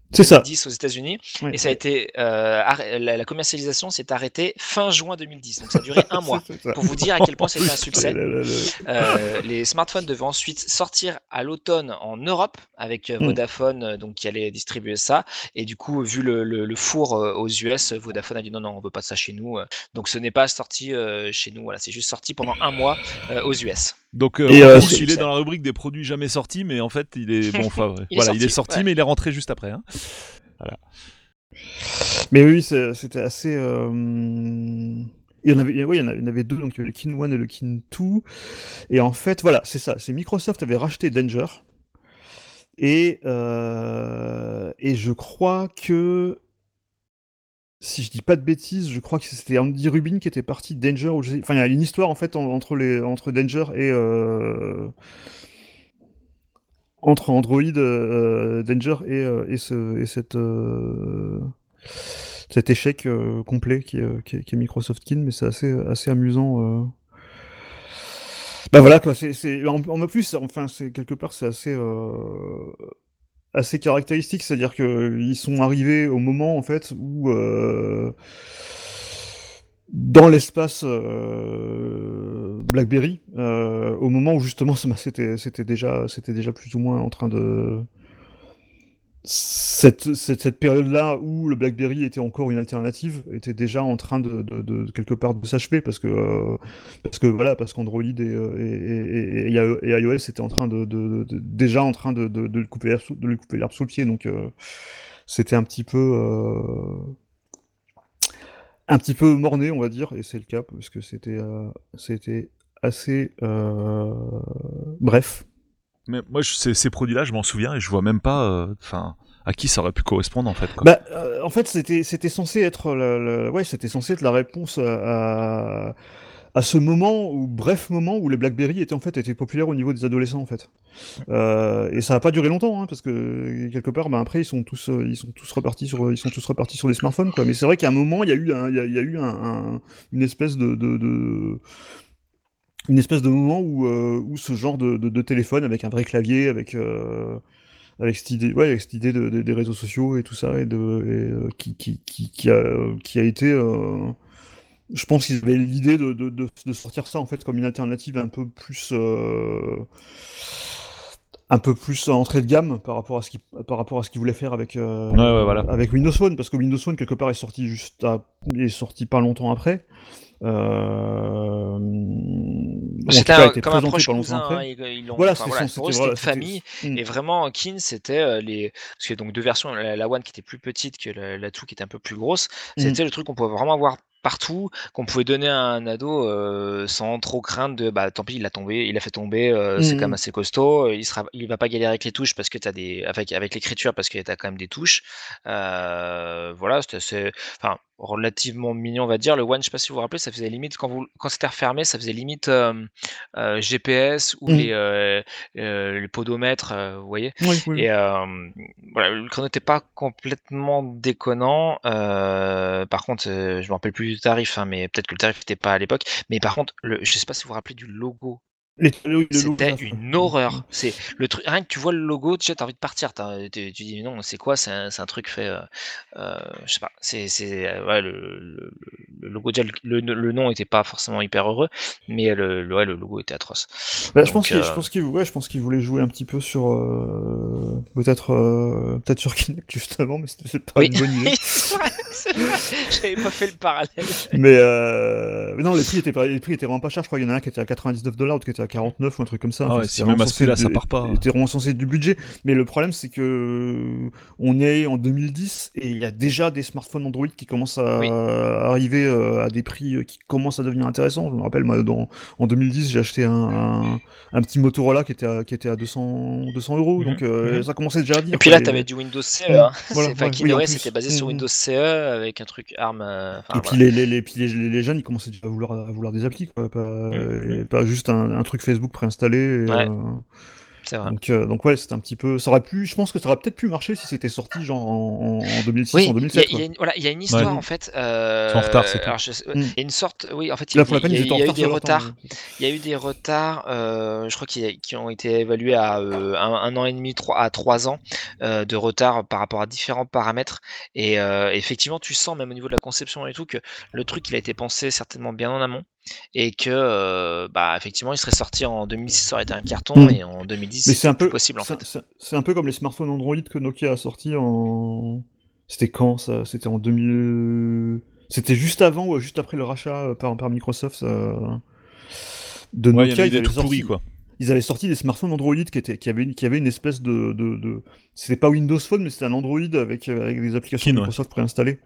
C'est ça. deux mille dix aux États-Unis, Ouais, et ça a ouais. été euh, arrê- la, la commercialisation s'est arrêtée fin juin deux mille dix, donc ça a duré un mois. C'est ça. Pour vous dire à quel point c'était un Le- succès. le- le- le- Euh, les smartphones devaient ensuite sortir à l'automne en Europe avec euh, Mm. Vodafone, euh, donc qui allait distribuer ça. Et du coup, vu le, le- le four euh, aux U S, Vodafone a dit non, non, on veut pas de ça chez nous. euh. Donc ce n'est pas sorti euh, chez nous. Voilà, c'est juste sorti pendant un mois euh, aux U S. Donc euh, Et, en euh, gros, c'est- il est dans la rubrique des produits jamais sortis, mais en fait, il est bon. Enfin, ouais. Il est voilà, sorti, il est sorti, ouais. mais il est rentré juste après. Hein. Mais oui, c'est- c'était assez. euh, Il y en avait, oui, il y en a- il y en avait deux, donc il y avait le Kin un et le Kin deux. Et en fait, voilà, c'est ça. C'est Microsoft avait racheté Danger. Et, euh, et je crois que. Si je dis pas de bêtises, je crois que c'était Andy Rubin qui était parti de Danger. Ou je sais- Enfin, il y a une histoire en fait en- entre, les, entre Danger et. euh, Entre Android, euh, Danger et, euh, et, ce, et cette. euh, cet échec euh, complet qui est, qui, est, qui est Microsoft Kin, mais c'est assez, assez amusant. Euh... Bah voilà quoi, c'est, c'est... En, en plus, enfin, c'est quelque part, c'est assez, euh... assez caractéristique, c'est-à-dire que ils sont arrivés au moment en fait où euh... dans l'espace euh... BlackBerry, euh... au moment où justement c'était, c'était déjà, c'était déjà plus ou moins en train de Cette, cette, cette période-là où le BlackBerry était encore une alternative était déjà en train de, de, de, de quelque part de s'achever parce que euh, parce que voilà parce qu'Android et, euh, et, et, et, et iOS étaient en train de, de, de déjà en train de, de, de le couper l'herbe sous, de lui couper l'herbe sous le pied, donc euh, c'était un petit peu euh, un petit peu morné, on va dire, et c'est le cas parce que c'était euh, c'était assez euh, bref. Mais moi, je, ces, ces produits-là, je m'en souviens et je vois même pas, enfin, à qui ça aurait pu correspondre en fait. Quoi. Bah, euh, en fait, c'était c'était censé être la, la- ouais, c'était censé être la réponse à, à, à ce moment ou bref moment où les BlackBerry étaient en fait étaient populaires au niveau des adolescents en fait. Euh, et ça n'a pas duré longtemps hein, parce que quelque part, bah, après ils sont tous euh, ils sont tous repartis sur ils sont tous repartis sur les smartphones quoi. Mais c'est vrai qu'à un moment il y a eu un, il y a, il y a eu un, un- une espèce de, de, de une espèce de moment où, euh, où ce genre de, de, de téléphone avec un vrai clavier, avec euh, avec cette idée, ouais, avec cette idée de, de- des réseaux sociaux et tout ça, et de, et, euh, qui, qui, qui, qui a, qui a été, euh, je pense qu'ils avaient l'idée de, de, de, de sortir ça en fait comme une alternative un peu plus, euh, un peu plus entrée de gamme par rapport à ce qu'ils, par rapport à ce qu'ils voulaient faire avec, euh, Ouais, ouais, voilà. avec Windows Phone, parce que Windows Phone quelque part est sorti juste, à, est sorti pas longtemps après. Euh... C'était en tout cas, un- a été comme un présenté proche pas longtemps cousin, après. hein, ils, ils l'ont, Voilà, enfin, c'est voilà, son- pour eux c'était c'était voilà, une c'était- famille, Mm. et vraiment Kin c'était euh, les, parce que donc deux versions, la, la One qui était plus petite que la, la Two qui était un peu plus grosse, Mm. c'était le truc qu'on pouvait vraiment avoir partout, qu'on pouvait donner à un ado euh, sans trop craindre de, bah tant pis il l'a tombé, il a fait tomber, euh, c'est Mm. quand même assez costaud, euh, il sera, il va pas galérer avec les touches parce que t'as des, avec avec l'écriture parce que t'as quand même des touches, euh, voilà, c'était assez, enfin relativement mignon on va dire. Le One, je sais pas si vous vous rappelez, ça faisait limite quand vous, quand c'était refermé, ça faisait limite euh, euh, G P S ou Mm. les, euh, euh, les podomètres, euh, vous voyez. Oui, oui. Et euh, voilà, le chrono n'était pas complètement déconnant. Euh, par contre, euh, je me rappelle plus du tarif, hein, mais peut-être que le tarif n'était pas à l'époque. Mais par contre, le, je sais pas si vous vous rappelez du logo. Les- le- le logo, C'était là, une Mm. horreur. C'est le truc. Rien que tu vois le logo, tu as envie de partir. t'as- Tu, tu dis non, c'est quoi? C'est un, c'est un truc fait. Euh, euh, je sais pas. C'est, c'est euh, ouais, le, le, le logo déjà, le, le, le nom était pas forcément hyper heureux, mais le, le, ouais, le logo était atroce. Bah, je Donc, pense qu'il, je euh, pense qu'il, ouais, je pense qu'il voulait jouer un petit peu sur, euh, peut-être, euh, peut-être sur Kinect justement, mais c'était peut-être pas oui, une bonne idée. c'est vrai, c'est vrai. J'avais pas fait le parallèle. Mais, euh, mais non, les prix étaient pas, les prix étaient vraiment pas chers. Je crois qu'il y en a un qui était à quatre-vingt-dix-neuf dollars, l'autre qui était à quarante-neuf ou un truc comme ça. Ah Enfin, ouais, c'était si vraiment même à ce censé prix-là, être- ça part pas. C'était vraiment censé être du budget. Mais le problème, c'est que on est en deux mille dix et il y a déjà des smartphones Android qui commencent à Oui. arriver euh, à des prix euh, qui commencent à devenir intéressants. Je me rappelle, moi, dans, en deux mille dix, j'ai acheté un, un, un petit Motorola qui était à, qui était à deux cents, deux cents euros. Mhm, Donc, euh, mhm. ça commençait déjà à dire. Et puis quoi, là, les- tu avais du Windows C E. Mm. Hein. Voilà, C'est- Enfin, ouais, Kin oui, en O S plus. était basé Mm, sur mm. Windows C E avec un truc ARM. euh, Enfin, Et puis voilà. les, les, les, puis les, les jeunes, ils commençaient déjà à vouloir, à vouloir des applis, quoi, pas, Mm, et pas juste un, un truc Facebook préinstallé. Et, Ouais. euh, C'est vrai. Donc, euh, donc ouais, c'était un petit peu. Ça aurait pu. Je pense que ça aurait peut-être pu marcher si c'était sorti genre en, en, en deux mille six, Oui, en il y, a- deux mille sept. il y Quoi. a une, voilà, il y a une histoire Ouais. en fait. Ils sont en retard, c'est euh, tout. alors je sais- Mm. il y a une sorte, oui, en fait, il Là, y, pour la il peine, y a, ils étaient en il y a eu retard des sur leur temps. retards. Il y a eu des retards. euh, je crois qu'il y a- qui ont été évalués à euh, un, un an et demi, trois à trois ans euh, de retard par rapport à différents paramètres. Et euh, effectivement, tu sens même au niveau de la conception et tout que le truc il a été pensé certainement bien en amont et que euh, bah effectivement il serait sorti en deux mille six, ça aurait été un carton Mm. et en deux mille dix Mais c'est c'était un plus peu. possible en C'est fait. c'est- c'est un peu comme les smartphones Android que Nokia a sorti en. C'était quand ça? C'était en deux mille. C'était juste avant ou juste après le rachat euh, par, par Microsoft euh, de Ouais, il y en Nokia. a eu Ils des avaient tout sorti. pourris, quoi. Ils avaient sorti des smartphones Android qui, étaient, qui, avaient, une, qui avaient une espèce de. de, de... C'était pas Windows Phone, mais c'était un Android avec, euh, avec des applications Kin, ouais. Microsoft préinstallées.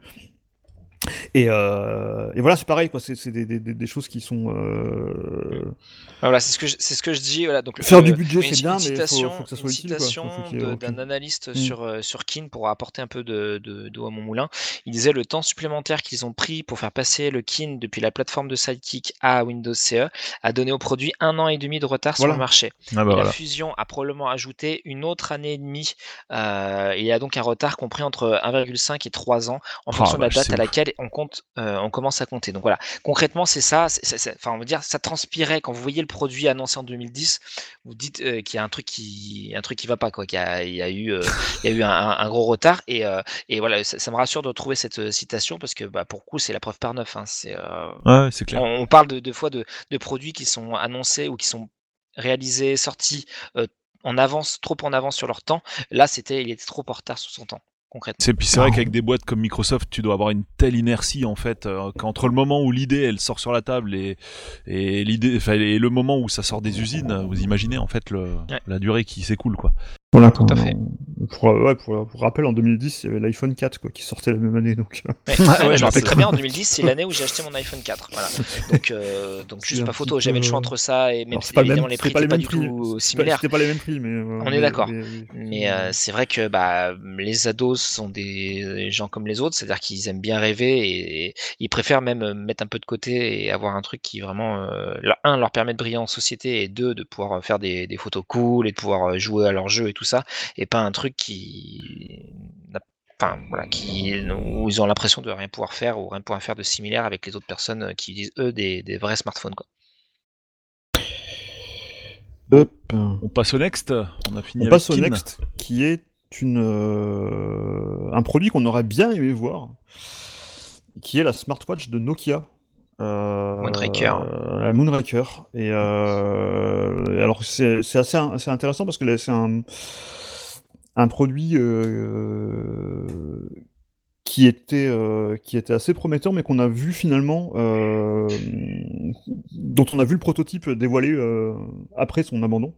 Et, euh, et voilà, c'est pareil, quoi. C'est, c'est des, des, des choses qui sont. Euh... Voilà, c'est ce que je, c'est ce que je dis. Voilà, donc Faire le- du budget, une, c'est bien, une mais faut, citation, faut que ça une soit utile, quoi. Faut, faut citation qu'il y ait de- aucun- d'un analyste Mm. sur euh, sur Kin pour apporter un peu de, de, d'eau à mon moulin. Il disait le temps supplémentaire qu'ils ont pris pour faire passer le Kin depuis la plateforme de Sidekick à Windows C E a donné au produit un an et demi de retard sur Voilà. le marché. Ah bah Et la voilà. fusion a probablement ajouté une autre année et demie. Euh, il y a donc un retard compris entre un virgule cinq et trois ans en Ah, fonction de la vache, date c'est à ouf. laquelle on compte, euh, on commence à compter. Donc voilà, concrètement c'est ça. c'est- c'est- c'est- Enfin on va dire, ça transpirait quand vous voyez le produit annoncé en deux mille dix. Vous dites euh, qu'il y a un truc qui, un truc qui va pas quoi. Qu'il y a, il y a eu, euh, il y a eu un, un- un gros retard. Et, euh, et voilà, ça, ça me rassure de retrouver cette euh, citation parce que bah, pour le coup c'est la preuve par neuf. Hein. C'est, euh, Ouais, c'est clair. on, on parle de, de fois de, de produits qui sont annoncés ou qui sont réalisés, sortis euh, en avance, trop en avance sur leur temps. Là, c'était, il était trop en retard sur son temps, concrètement. C'est, puis c'est vrai qu'avec des boîtes comme Microsoft, tu dois avoir une telle inertie en fait, euh, qu'entre le moment où l'idée elle sort sur la table et, et l'idée, enfin, et le moment où ça sort des usines, vous imaginez en fait le, Ouais. la durée qui s'écoule quoi. Voilà, Tout à fait. Pour, ouais, pour, pour rappel, en deux mille dix, il y avait l'iPhone quatre quoi, qui sortait la même année. Donc... Ouais, Ouais, ouais, ouais, je me c'est rappelle très cool. bien, en deux mille dix, c'est l'année où j'ai acheté mon iPhone quatre. Voilà. Donc, euh, donc C'est juste un pas petit photo, j'avais le choix peu- entre ça et même Alors, si c'est pas le évidemment même, les c'était prix pas les n'étaient pas mêmes du prix. tout C'était pas- similaires. C'était pas les mêmes prix, mais. euh, On est mais- d'accord. mais- mais- Mais euh, c'est vrai que bah, les ados sont des gens comme les autres, c'est-à-dire qu'ils aiment bien rêver et, et ils préfèrent même euh, mettre un peu de côté et avoir un truc qui vraiment, euh, leur- un, leur permet de briller en société et deux, de pouvoir euh, faire des, des photos cool et de pouvoir euh, jouer à leur jeu et tout ça, et pas un truc qui, n'a- enfin voilà, qui où ils ont l'impression de rien pouvoir faire ou rien pouvoir faire de similaire avec les autres personnes euh, qui utilisent eux des, des vrais smartphones quoi. Hop. On passe au next. On a fini On avec passe au Kin. next, qui est une, euh, un produit qu'on aurait bien aimé voir, qui est la smartwatch de Nokia. Euh, Moonraker. La Moonraker. Et euh, alors c'est c'est assez, assez intéressant parce que là, c'est un, un produit euh, qui était, euh, qui était assez prometteur, mais qu'on a vu finalement, euh, dont on a vu le prototype dévoilé euh, après son abandon.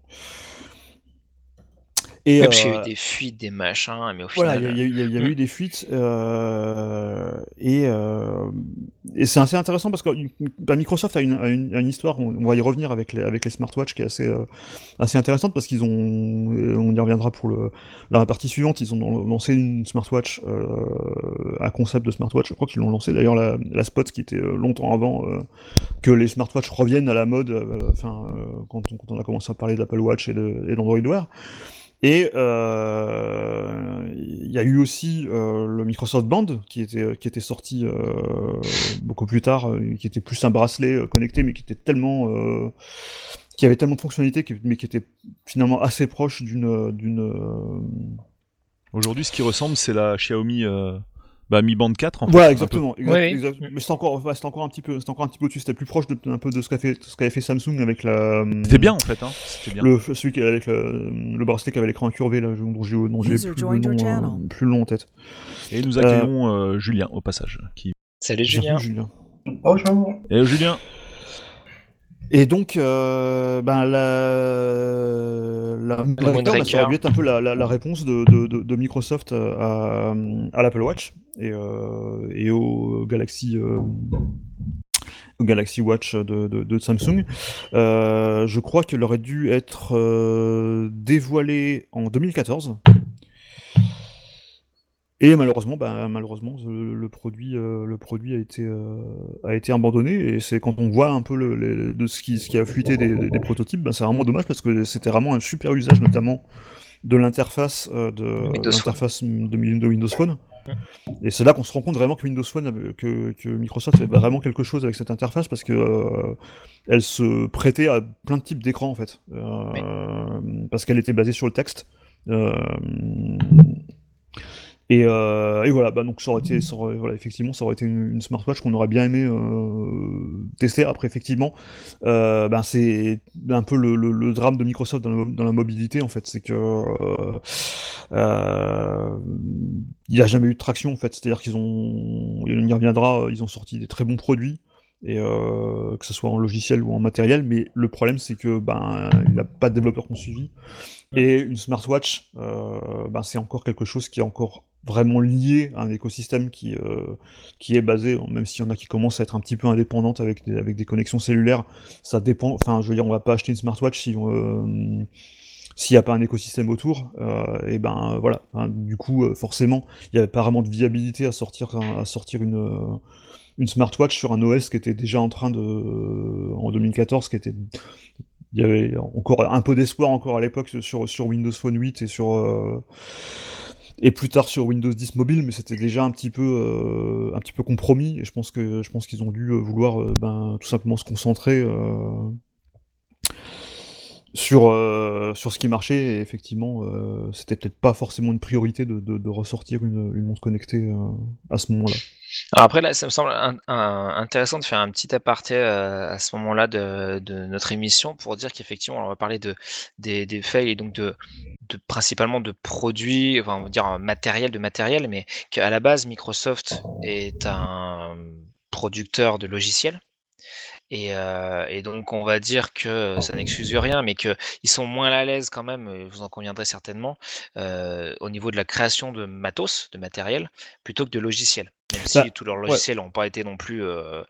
Et, Ouais, parce qu'il y a eu euh, des fuites, des machins, mais au Voilà, final. il y a, il y a- il y a Mm. eu des fuites euh, et, euh, et c'est assez intéressant parce que bah, Microsoft a une, a une, a une histoire, on, on va y revenir avec les, avec les smartwatches qui est assez, euh, assez intéressante parce qu'ils ont, on y reviendra pour le, la partie suivante, ils ont lancé une smartwatch, euh, un concept de smartwatch, je crois qu'ils l'ont lancé d'ailleurs la, la Spot qui était euh, longtemps avant euh, que les smartwatches reviennent à la mode, euh, enfin euh, quand, on, quand on a commencé à parler d'Apple Watch et, de, et d'Android Wear. Et euh, il y a eu aussi euh, le Microsoft Band qui était, qui était sorti euh, beaucoup plus tard, euh, qui était plus un bracelet euh, connecté, mais qui était tellement, euh, qui avait tellement de fonctionnalités, qui- mais qui était finalement assez proche d'une, d'une. euh, Aujourd'hui, ce qui ressemble, c'est la Xiaomi euh, bah, Mi Band quatre en fait. Voilà, un peu. exactement. exact- Oui, oui. exact- Mais c'était encore, ouais, c'était encore un petit peu, c'était encore un petit peu au-dessus. C'était plus proche de, un peu de ce qu'a fait, ce qu'avait fait Samsung avec la. C'était bien en fait, hein. C'était bien. Le, celui qui avec le, le bracelet qui avait l'écran incurvé là, dont j'ai, dont j'ai User plus le joined your nom, channel. euh, plus le nom en tête. Et nous accueillons euh, Julien au passage. Qui... Salut Julien. Bienvenue, Julien. Bonjour. Et euh, Julien, Et donc, euh, ben la, la Moonraker, ben, ça aurait dû être un peu la, la, la réponse de, de, de, de Microsoft à, à l'Apple Watch et, euh, et au Galaxy, euh, au Galaxy Watch de, de, de Samsung. Euh, je crois qu'elle aurait dû être euh, dévoilée en deux mille quatorze. Et malheureusement, bah, malheureusement, le, le produit, euh, le produit a été, euh, a été abandonné. Et c'est quand on voit un peu le, les- de ce qui, ce qui a fuité des, des- des prototypes, bah, c'est vraiment dommage parce que c'était vraiment un super usage, notamment de l'interface euh, de Windows Phone. l'interface de, de Windows Phone. Mm. Et c'est là qu'on se rend compte vraiment que Windows Phone, avait- que, que Microsoft fait vraiment quelque chose avec cette interface parce que euh, elle se prêtait à plein de types d'écrans en fait, Oui. Euh, parce qu'elle était basée sur le texte. Euh, et, euh, et voilà, bah donc ça aurait été, ça aurait- voilà, effectivement, ça aurait été une, une smartwatch qu'on aurait bien aimé euh, tester. Après, effectivement, euh, ben c'est un peu le, le- le drame de Microsoft dans la, dans la mobilité, en fait, c'est que euh, euh, il n'y a jamais eu de traction, en fait. C'est-à-dire qu'ils ont, on y reviendra, ils ont sorti des très bons produits. Et euh, que ce soit en logiciel ou en matériel, mais le problème c'est que ben il n'y a pas de développeurs qui ont suivi. Et une smartwatch, euh, ben, c'est encore quelque chose qui est encore vraiment lié à un écosystème qui, euh, qui est basé, même s'il y en a qui commencent à être un petit peu indépendantes avec des, avec des connexions cellulaires, ça dépend, enfin je veux dire, on va pas acheter une smartwatch si, euh, s'il n'y a pas un écosystème autour, euh, et ben voilà, enfin, du coup euh, forcément, il n'y avait pas vraiment de viabilité à sortir, à sortir une... euh, une smartwatch sur un O S qui était déjà en train de, en deux mille quatorze, qui était, il y avait encore un peu d'espoir encore à l'époque sur, sur Windows Phone huit et sur euh, et plus tard sur Windows dix mobile, mais c'était déjà un petit peu euh, un petit peu compromis. Et je pense que je pense qu'ils ont dû euh, vouloir euh, ben, tout simplement se concentrer euh, sur euh, sur ce qui marchait. Et effectivement, euh, c'était peut-être pas forcément une priorité de, de, de ressortir une, une montre connectée euh, à ce moment-là. Alors après là, ça me semble in in intéressant de faire un petit aparté, heu, à ce moment-là de de notre émission pour dire qu'effectivement on va parler de des des fails et donc de de principalement de produits, enfin on va dire, heu, matériel de matériel, mais qu'à la base Microsoft est un producteur de logiciels et heu et donc on va dire que ça n'excuse rien, mais qu'ils sont moins à l'aise quand même, heu, vous en conviendrez certainement, heu, au niveau de la création de matos, de matériel, plutôt que de logiciels. Même si Bah, tous leurs ouais. logiciels n'ont pas été non plus, heu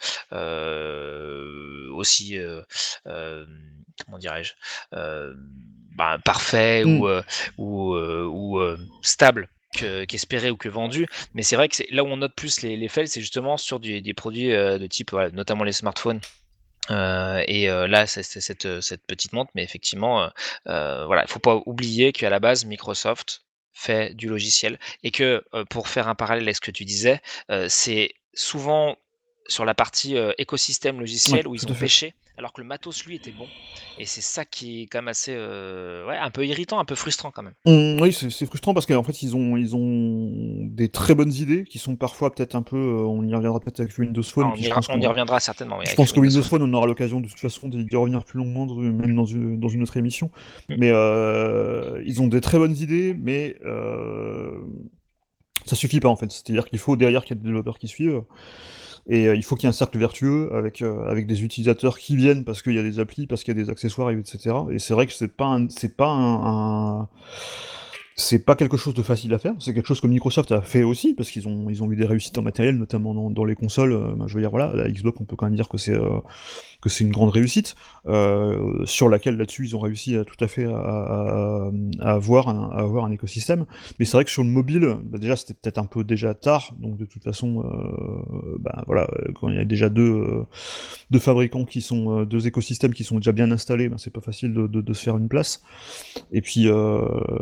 heu, aussi, heu, hem, comment dirais-je? Hem, bah, parfaits Mm. ou, heu ou, heu ou, heu, stables que qu'espérés ou que vendus. Mais c'est vrai que c'est là où on note plus les les fails, c'est justement sur du des produits, heu, de type, voilà, notamment les smartphones. Heu et heu, là, c'est c'est cette, heu, cette petite montre, mais effectivement, heu heu, voilà, il faut pas oublier qu'à la base, Microsoft fait du logiciel et que, heu, pour faire un parallèle avec ce que tu disais, heu, c'est souvent sur la partie, heu, écosystème Ouais, logiciel où tout ils à ont fait. pêché, alors que le matos, lui, était bon et c'est ça qui est quand même assez, heu, ouais, un peu irritant, un peu frustrant quand même. Mmh, oui, c'est c'est frustrant parce qu'en fait, ils ont ils ont des très bonnes idées qui sont parfois peut-être un peu, heu, on y reviendra peut-être avec Windows Ah, Phone, et on puis y je ra pense on y qu'on reviendra certainement, oui, je avec pense le que Windows Windows Phone. Phone, on aura l'occasion de toute façon d'y d'y revenir plus longuement, de même dans une dans une autre émission. Mmh. Mais, heu, ils ont des très bonnes idées, mais, heu, ça suffit pas en fait. C'est-à-dire qu'il faut derrière qu'il y ait des développeurs qui suivent. Et euh, il faut qu'il y ait un cercle vertueux avec, euh, avec des utilisateurs qui viennent parce qu'il y a des applis, parce qu'il y a des accessoires, et cetera. Et c'est vrai que c'est pas un, c'est pas un, un- c'est pas quelque chose de facile à faire. C'est quelque chose que Microsoft a fait aussi parce qu'ils ont, ils ont eu des réussites en matériel, notamment dans, dans les consoles. Euh, ben, je veux dire, voilà, la Xbox, on peut quand même dire que c'est euh, que c'est une grande réussite, euh, sur laquelle là-dessus ils ont réussi à, tout à fait à, à- à avoir un, à avoir un écosystème. Mais c'est vrai que sur le mobile, bah, déjà c'était peut-être un peu déjà tard, donc de toute façon, euh, bah, voilà, euh, quand il y a déjà deux, euh, deux fabricants qui sont, euh, deux écosystèmes qui sont déjà bien installés, bah, c'est pas facile de, de- de se faire une place. Et puis, euh,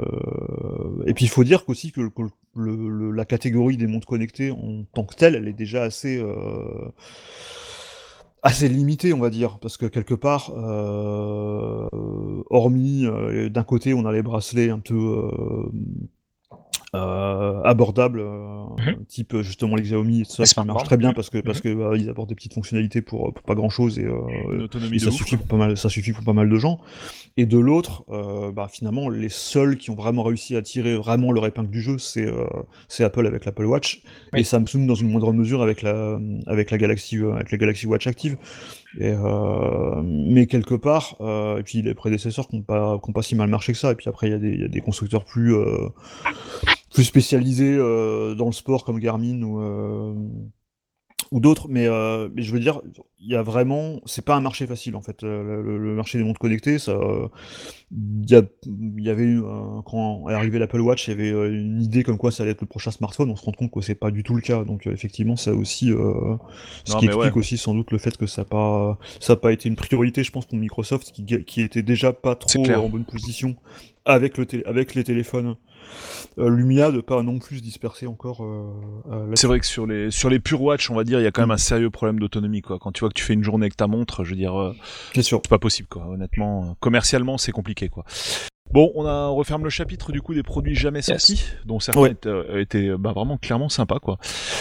et puis il faut dire qu'aussi que, que le- le- la catégorie des montres connectées en tant que telle, elle est déjà assez euh, assez limité, on va dire, parce que quelque part, euh, hormis euh, d'un côté, on a les bracelets un peu euh, euh, abordables, euh, Mmh. type justement les Xiaomi et tout ça, Les qui marchent smartbands. très bien Mmh. parce que Mmh. parce que bah, ils apportent des petites fonctionnalités pour, pour pas grand chose et, Une euh, et autonomie de ça ouf, suffit quoi. pour pas mal, ça suffit pour pas mal de gens. Et de l'autre, euh, bah, finalement, les seuls qui ont vraiment réussi à tirer vraiment leur épingle du jeu, c'est euh, c'est Apple avec l'Apple Watch et Oui. Samsung dans une moindre mesure avec la avec la Galaxy euh, avec la Galaxy Watch Active. Et, euh, mais quelque part, euh, et puis les prédécesseurs qui n'ont pas, qui ont pas si mal marché que ça, et puis après il y, a des- il y a des constructeurs plus, euh, plus spécialisés euh, dans le sport comme Garmin ou, euh, ou d'autres, mais, euh, mais je veux dire, il y a vraiment, c'est pas un marché facile en fait. Le, le- le marché des montres connectées, ça, euh, il y, a- il y avait eu euh, quand est arrivé l'Apple Watch, il y avait euh, une idée comme quoi ça allait être le prochain smartphone. On se rend compte que c'est pas du tout le cas. Donc euh, effectivement, ça aussi, euh, ce Non, qui mais ouais, explique aussi sans doute le fait que ça n'a pas, ça a pas été une priorité, je pense, pour Microsoft, qui, qui était déjà pas c'est trop clair. en bonne position avec le télé- avec les téléphones euh, Lumia, de pas non plus se disperser encore euh, euh, C'est là-dessus. vrai que sur les sur les pure watch, on va dire, il y a quand même Mm. un sérieux problème d'autonomie, quoi. Quand tu vois que tu fais une journée avec ta montre, je veux dire, euh, C'est sûr. c'est pas possible, quoi. Honnêtement, euh, commercialement, c'est compliqué, quoi. Bon, on, a, on referme le chapitre du coup des produits jamais sortis, dont certains Ouais. étaient, euh, étaient, bah, vraiment clairement sympas, quoi.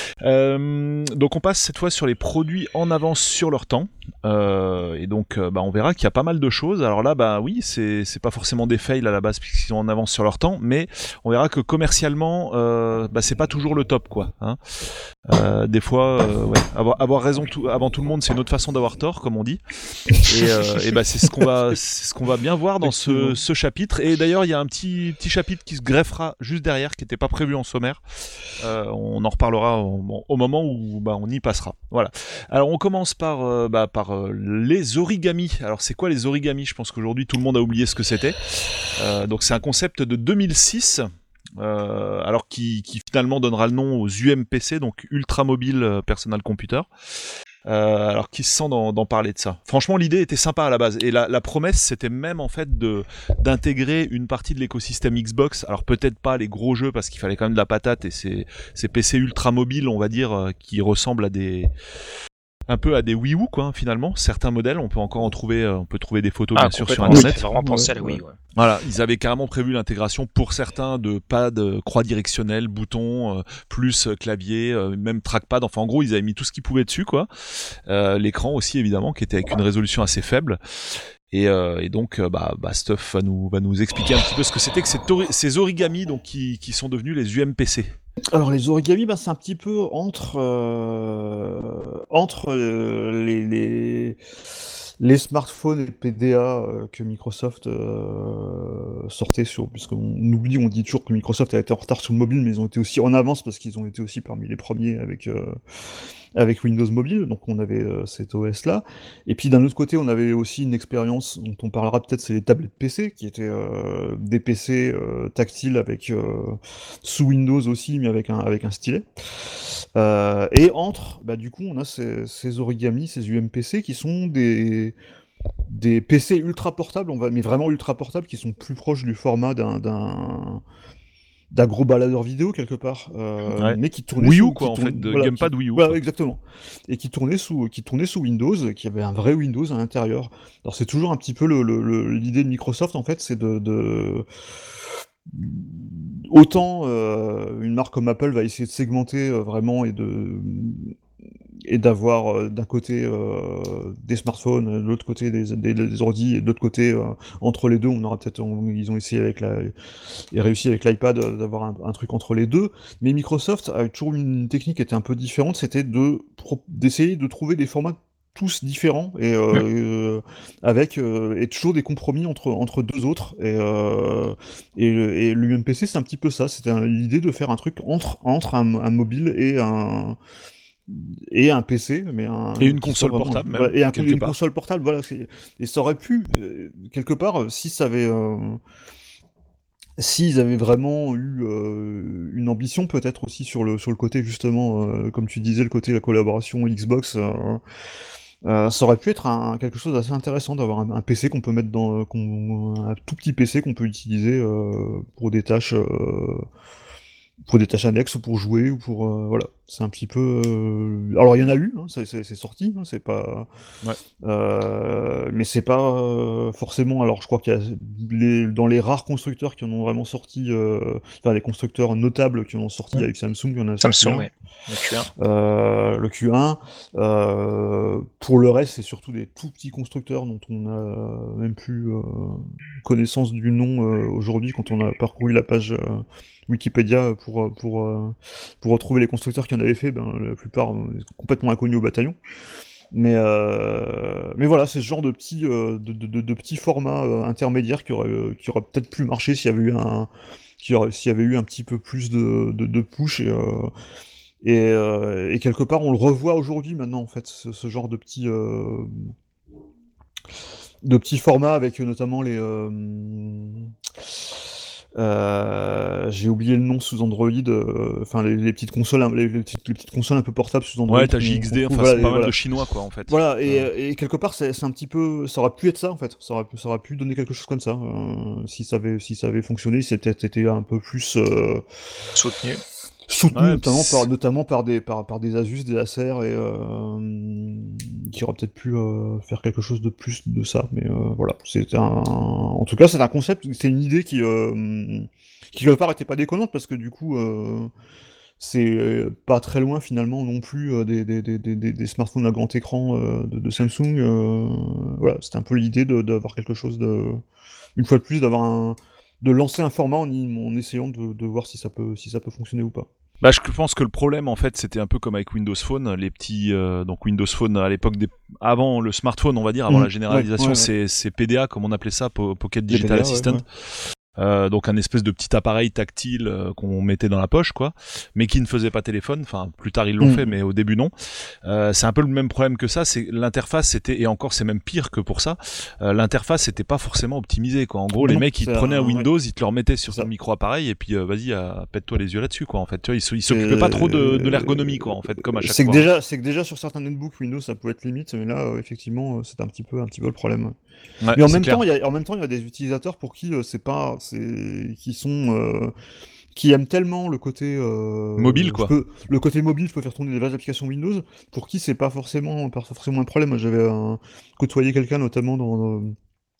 Euh, donc on passe cette fois sur les produits en avance sur leur temps. Euh, et donc euh, bah, on verra qu'il y a pas mal de choses. Alors là, bah oui, c'est c'est pas forcément des fails à la base puisqu'ils sont en avance sur leur temps, mais on verra que commercialement, euh, bah, c'est pas toujours le top, quoi. Hein. Euh, des fois, euh, ouais, avoir, avoir raison tout, avant tout le monde, c'est une autre façon d'avoir tort, comme on dit. Et, euh, et bah c'est ce qu'on va, c'est ce qu'on va bien voir dans ce, ce chapitre. Et d'ailleurs, il y a un petit petit chapitre qui se greffera juste derrière, qui n'était pas prévu en sommaire. Euh, on en reparlera au, au moment où bah, on y passera. Voilà. Alors on commence par euh, bah, par euh, les origamis. Alors c'est quoi les origamis ? Je pense qu'aujourd'hui tout le monde a oublié ce que c'était. Euh, donc c'est un concept de deux mille six. Euh, alors qui, qui finalement donnera le nom aux U M P C, donc Ultra Mobile Personal Computer. Euh, alors qui se sent d'en, d'en parler de ça. Franchement, l'idée était sympa à la base, et la, la promesse c'était même en fait de d'intégrer une partie de l'écosystème Xbox. Alors peut-être pas les gros jeux parce qu'il fallait quand même de la patate, et ces, ces P C ultra mobiles, on va dire, euh, qui ressemblent à des un peu à des Wii U, quoi, finalement. Certains modèles, on peut encore en trouver, euh, on peut trouver des photos Ah, bien sûr sur complètement, internet. c'était vraiment pensé à la Ouais, Wii, ouais. Voilà, ils avaient carrément prévu l'intégration pour certains de pads, euh, croix directionnelle, boutons, euh, plus euh, clavier, euh, même trackpad. Enfin, en gros, ils avaient mis tout ce qu'ils pouvaient dessus, quoi. Euh, l'écran aussi, évidemment, qui était avec une résolution assez faible. Et, euh, et donc, euh, bah, bah, Stuff va nous, va nous expliquer un petit peu ce que c'était que ces, tori- ces origamis, donc qui, qui sont devenus les U M P C. Alors les origamis, bah, c'est un petit peu entre euh, entre euh, les, les les smartphones et P D A euh, que Microsoft euh, sortait sur, puisqu'on oublie, on dit toujours que Microsoft a été en retard sur le mobile, mais ils ont été aussi en avance parce qu'ils ont été aussi parmi les premiers avec euh, avec Windows Mobile, donc on avait euh, cet O S-là. Et puis d'un autre côté, on avait aussi une expérience dont on parlera peut-être, c'est les tablettes P C, qui étaient euh, des P C euh, tactiles avec euh, sous Windows aussi, mais avec un, avec un stylet. Euh, et entre, bah, du coup, on a ces, ces origamis, ces U M P C, qui sont des, des P C ultra portables, on va, mais vraiment ultra portables, qui sont plus proches du format d'un, d'un, d'un gros baladeur vidéo quelque part, euh, Ouais. mais qui tournait Wii U, sous, quoi, qui en tourne- fait, de voilà, gamepad qui- Wii U, voilà, quoi. exactement, et qui tournait sous, qui tournait sous Windows, qui avait un vrai Windows à l'intérieur. Alors c'est toujours un petit peu le- le- le- l'idée de Microsoft en fait, c'est de, de... autant euh, une marque comme Apple va essayer de segmenter euh, vraiment et de et d'avoir euh, d'un côté euh, des smartphones, de l'autre côté des, des, des ordi, et de l'autre côté euh, entre les deux, on aura peut-être, on- ils ont essayé avec la, et réussi avec l'iPad euh, d'avoir un, un truc entre les deux. Mais Microsoft a toujours une technique qui était un peu différente, c'était de pro- d'essayer de trouver des formats tous différents et euh, euh, avec euh, et toujours des compromis entre entre deux autres et euh, et, le- et l'U M P C c'est un petit peu ça, c'était un- l'idée de faire un truc entre entre un, un mobile et un et un P C, mais un Et une qui soit console vraiment portable, même, voilà, et un, quelque une part. console portable, voilà. c'est- Et ça aurait pu euh, quelque part, euh, si ça avait euh, s'ils avaient vraiment eu euh, une ambition, peut-être aussi sur le, sur le côté, justement, euh, comme tu disais, le côté de la collaboration Xbox, euh, euh, ça aurait pu être un, quelque chose d'assez intéressant d'avoir un, un P C qu'on peut mettre dans, qu'on- un tout petit P C qu'on peut utiliser euh, pour des tâches, euh, pour des tâches annexes ou pour jouer ou pour euh, voilà. C'est un petit peu. euh, Alors il y en a eu, hein, c'est c'est- c'est sorti, hein, c'est pas. Ouais. Euh, mais c'est pas euh, forcément. Alors je crois qu'il y a les... dans les rares constructeurs qui en ont vraiment sorti, euh... enfin les constructeurs notables qui en ont sorti Mm. avec Samsung, il y en a sorti Samsung, un. ouais. Le Q un. Euh, le Q un. Euh, pour le reste, c'est surtout des tout petits constructeurs dont on a même plus euh, connaissance du nom euh, aujourd'hui quand on a parcouru la page euh, Wikipédia pour, pour, euh, pour retrouver les constructeurs qui en avaient fait. Ben, la plupart euh, sont complètement inconnus au bataillon. Mais, euh, mais voilà, c'est ce genre de petits, euh, de, de, de, de petits formats euh, intermédiaires qui auraient, euh, qui auraient peut-être pu marcher s'il y avait eu un, qui aurait- s'il y avait eu un petit peu plus de, de, de push et, euh, Et, euh, et quelque part, on le revoit aujourd'hui maintenant, en fait, ce, ce genre de petits, euh, de petits formats avec euh, notamment les. euh, euh, j'ai oublié le nom sous Android, euh, enfin les, les petites consoles, hein, les, les petites, les petites consoles un peu portables sous Android Ouais, t'as qu'on qu'on J X D, trouve, enfin voilà, c'est et pas mal de voilà. chinois quoi en fait. Voilà, et, Euh, euh, et quelque part, c'est c'est un petit peu, ça aurait pu être ça en fait, ça aurait, pu- ça aurait pu donner quelque chose comme ça, euh, si ça avait, si ça avait fonctionné, si c'était peut-être été un peu plus euh, Soutenu. soutenu, ouais, notamment par, pss, notamment par des, par, par des Asus, des Acer, et euh, qui aurait peut-être pu euh, faire quelque chose de plus de ça, mais euh, voilà, c'était un, en tout cas, c'est un concept, c'est une idée qui, euh, qui quelque part était pas déconnante parce que du coup. euh, c'est euh, pas très loin finalement non plus euh, des, des, des, des, des- des smartphones à grand écran euh, de, de Samsung. euh, voilà, c'était un peu l'idée de- d'avoir quelque chose de, une fois de plus, d'avoir un, de lancer un format en, y- en essayant de, de voir si ça peut, si ça peut fonctionner ou pas. bah, je pense que le problème en fait c'était un peu comme avec Windows Phone, les petits euh, donc Windows Phone à l'époque des avant le smartphone on va dire, avant la Mhm. Ouais, généralisation, ouais, ouais. c'est c'est P D A comme on appelait ça, Po- Pocket Les Digital P D A, ouais, Assistant. ouais. Euh, donc un espèce de petit appareil tactile euh, qu'on mettait dans la poche quoi, mais qui ne faisait pas téléphone. Enfin plus tard ils l'ont fait, Mhm. mais au début non. Euh, c'est un peu le même problème que ça, c'est l'interface c'était, et encore c'est même pire que pour ça, euh, l'interface c'était pas forcément optimisée quoi. En gros Non, les non, mecs ils c'est te prenaient un un... ouais, Windows, ils te le remettaient c'est sur ton ça. micro appareil et puis euh, vas-y euh, pète-toi les yeux là-dessus quoi en fait. Tu vois, ils se- ils s'occupaient pas trop de, de l'ergonomie quoi en Euh, fait, comme à chaque C'est que fois, hein. déjà, c'est que déjà sur certains netbooks Windows ça pouvait être limite, mais là euh, effectivement euh, c'est un petit peu, un petit peu le problème. Ouais, Mais en c'est même clair. temps, il y a, en même temps, il y a des utilisateurs pour qui euh, c'est pas, c'est, qui sont, euh, qui aiment tellement le côté, Mobile euh, je quoi. peux, le côté mobile, je peux faire tourner des vraies applications Windows, pour qui c'est pas forcément, pas forcément un problème. Moi, j'avais un- côtoyé quelqu'un notamment dans, dans,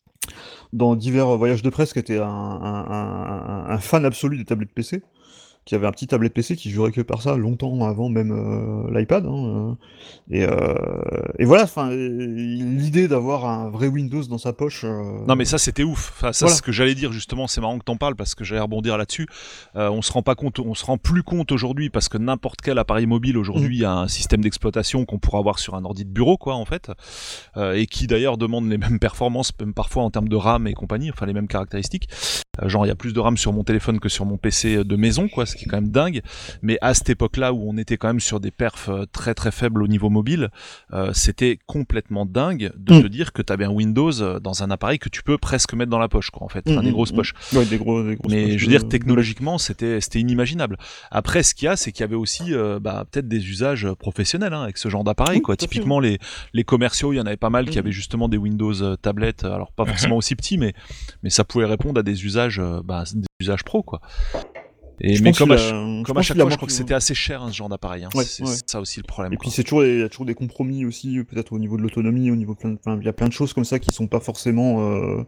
dans divers voyages de presse qui était un, un, un- un fan absolu des tablettes P C, qui avait un petit tablette P C qui jurait que par ça longtemps avant même euh, l'iPad. Hein, euh. et, euh, et voilà, enfin, euh, l'idée d'avoir un vrai Windows dans sa poche, euh, Non mais ça c'était ouf. Enfin, ça c'est ce voilà. que j'allais dire justement. C'est marrant que t'en parles parce que j'allais rebondir là-dessus. Euh, on se rend pas compte, on se rend plus compte aujourd'hui parce que n'importe quel appareil mobile Mhm. aujourd'hui a un système d'exploitation qu'on pourra avoir sur un ordi de bureau quoi en fait, euh, et qui d'ailleurs demande les mêmes performances même parfois en termes de RAM et compagnie, enfin les mêmes caractéristiques. Euh, genre il y a plus de RAM sur mon téléphone que sur mon P C de maison quoi, ce qui est quand même dingue. Mais à cette époque-là où on était quand même sur des perfs euh, très très faibles au niveau mobile, euh, c'était complètement dingue de te Mhm. dire que tu avais un Windows euh, dans un appareil que tu peux presque mettre dans la poche quoi en fait, Mhm, enfin des mhm, grosses mhm. poches. Ouais, des gros, des grosses Mais poches je veux de, dire de batterie. technologiquement c'était c'était inimaginable. Après ce qu'il y a c'est qu'il y avait aussi euh, bah, peut-être des usages professionnels hein, avec ce genre d'appareil Oui, quoi. tout à fait. Oui. Typiquement les les commerciaux, il y en avait pas mal qui avaient Mhm. justement des Windows euh, tablettes, alors pas forcément aussi petits, mais mais ça pouvait répondre à des usages euh, bah, des usages pro quoi. Et Je mais pense comme qu'il à, a, ch- je comme à pense chaque qu'il a fois je crois que manqué. c'était assez cher hein, ce genre d'appareil, hein. Ouais, C'est ouais. c'est ça aussi le problème Et puis quoi. c'est toujours, il y a toujours des compromis aussi, euh, peut-être au niveau de l'autonomie, au niveau plein de, enfin, il y a plein de choses comme ça qui sont pas forcément euh,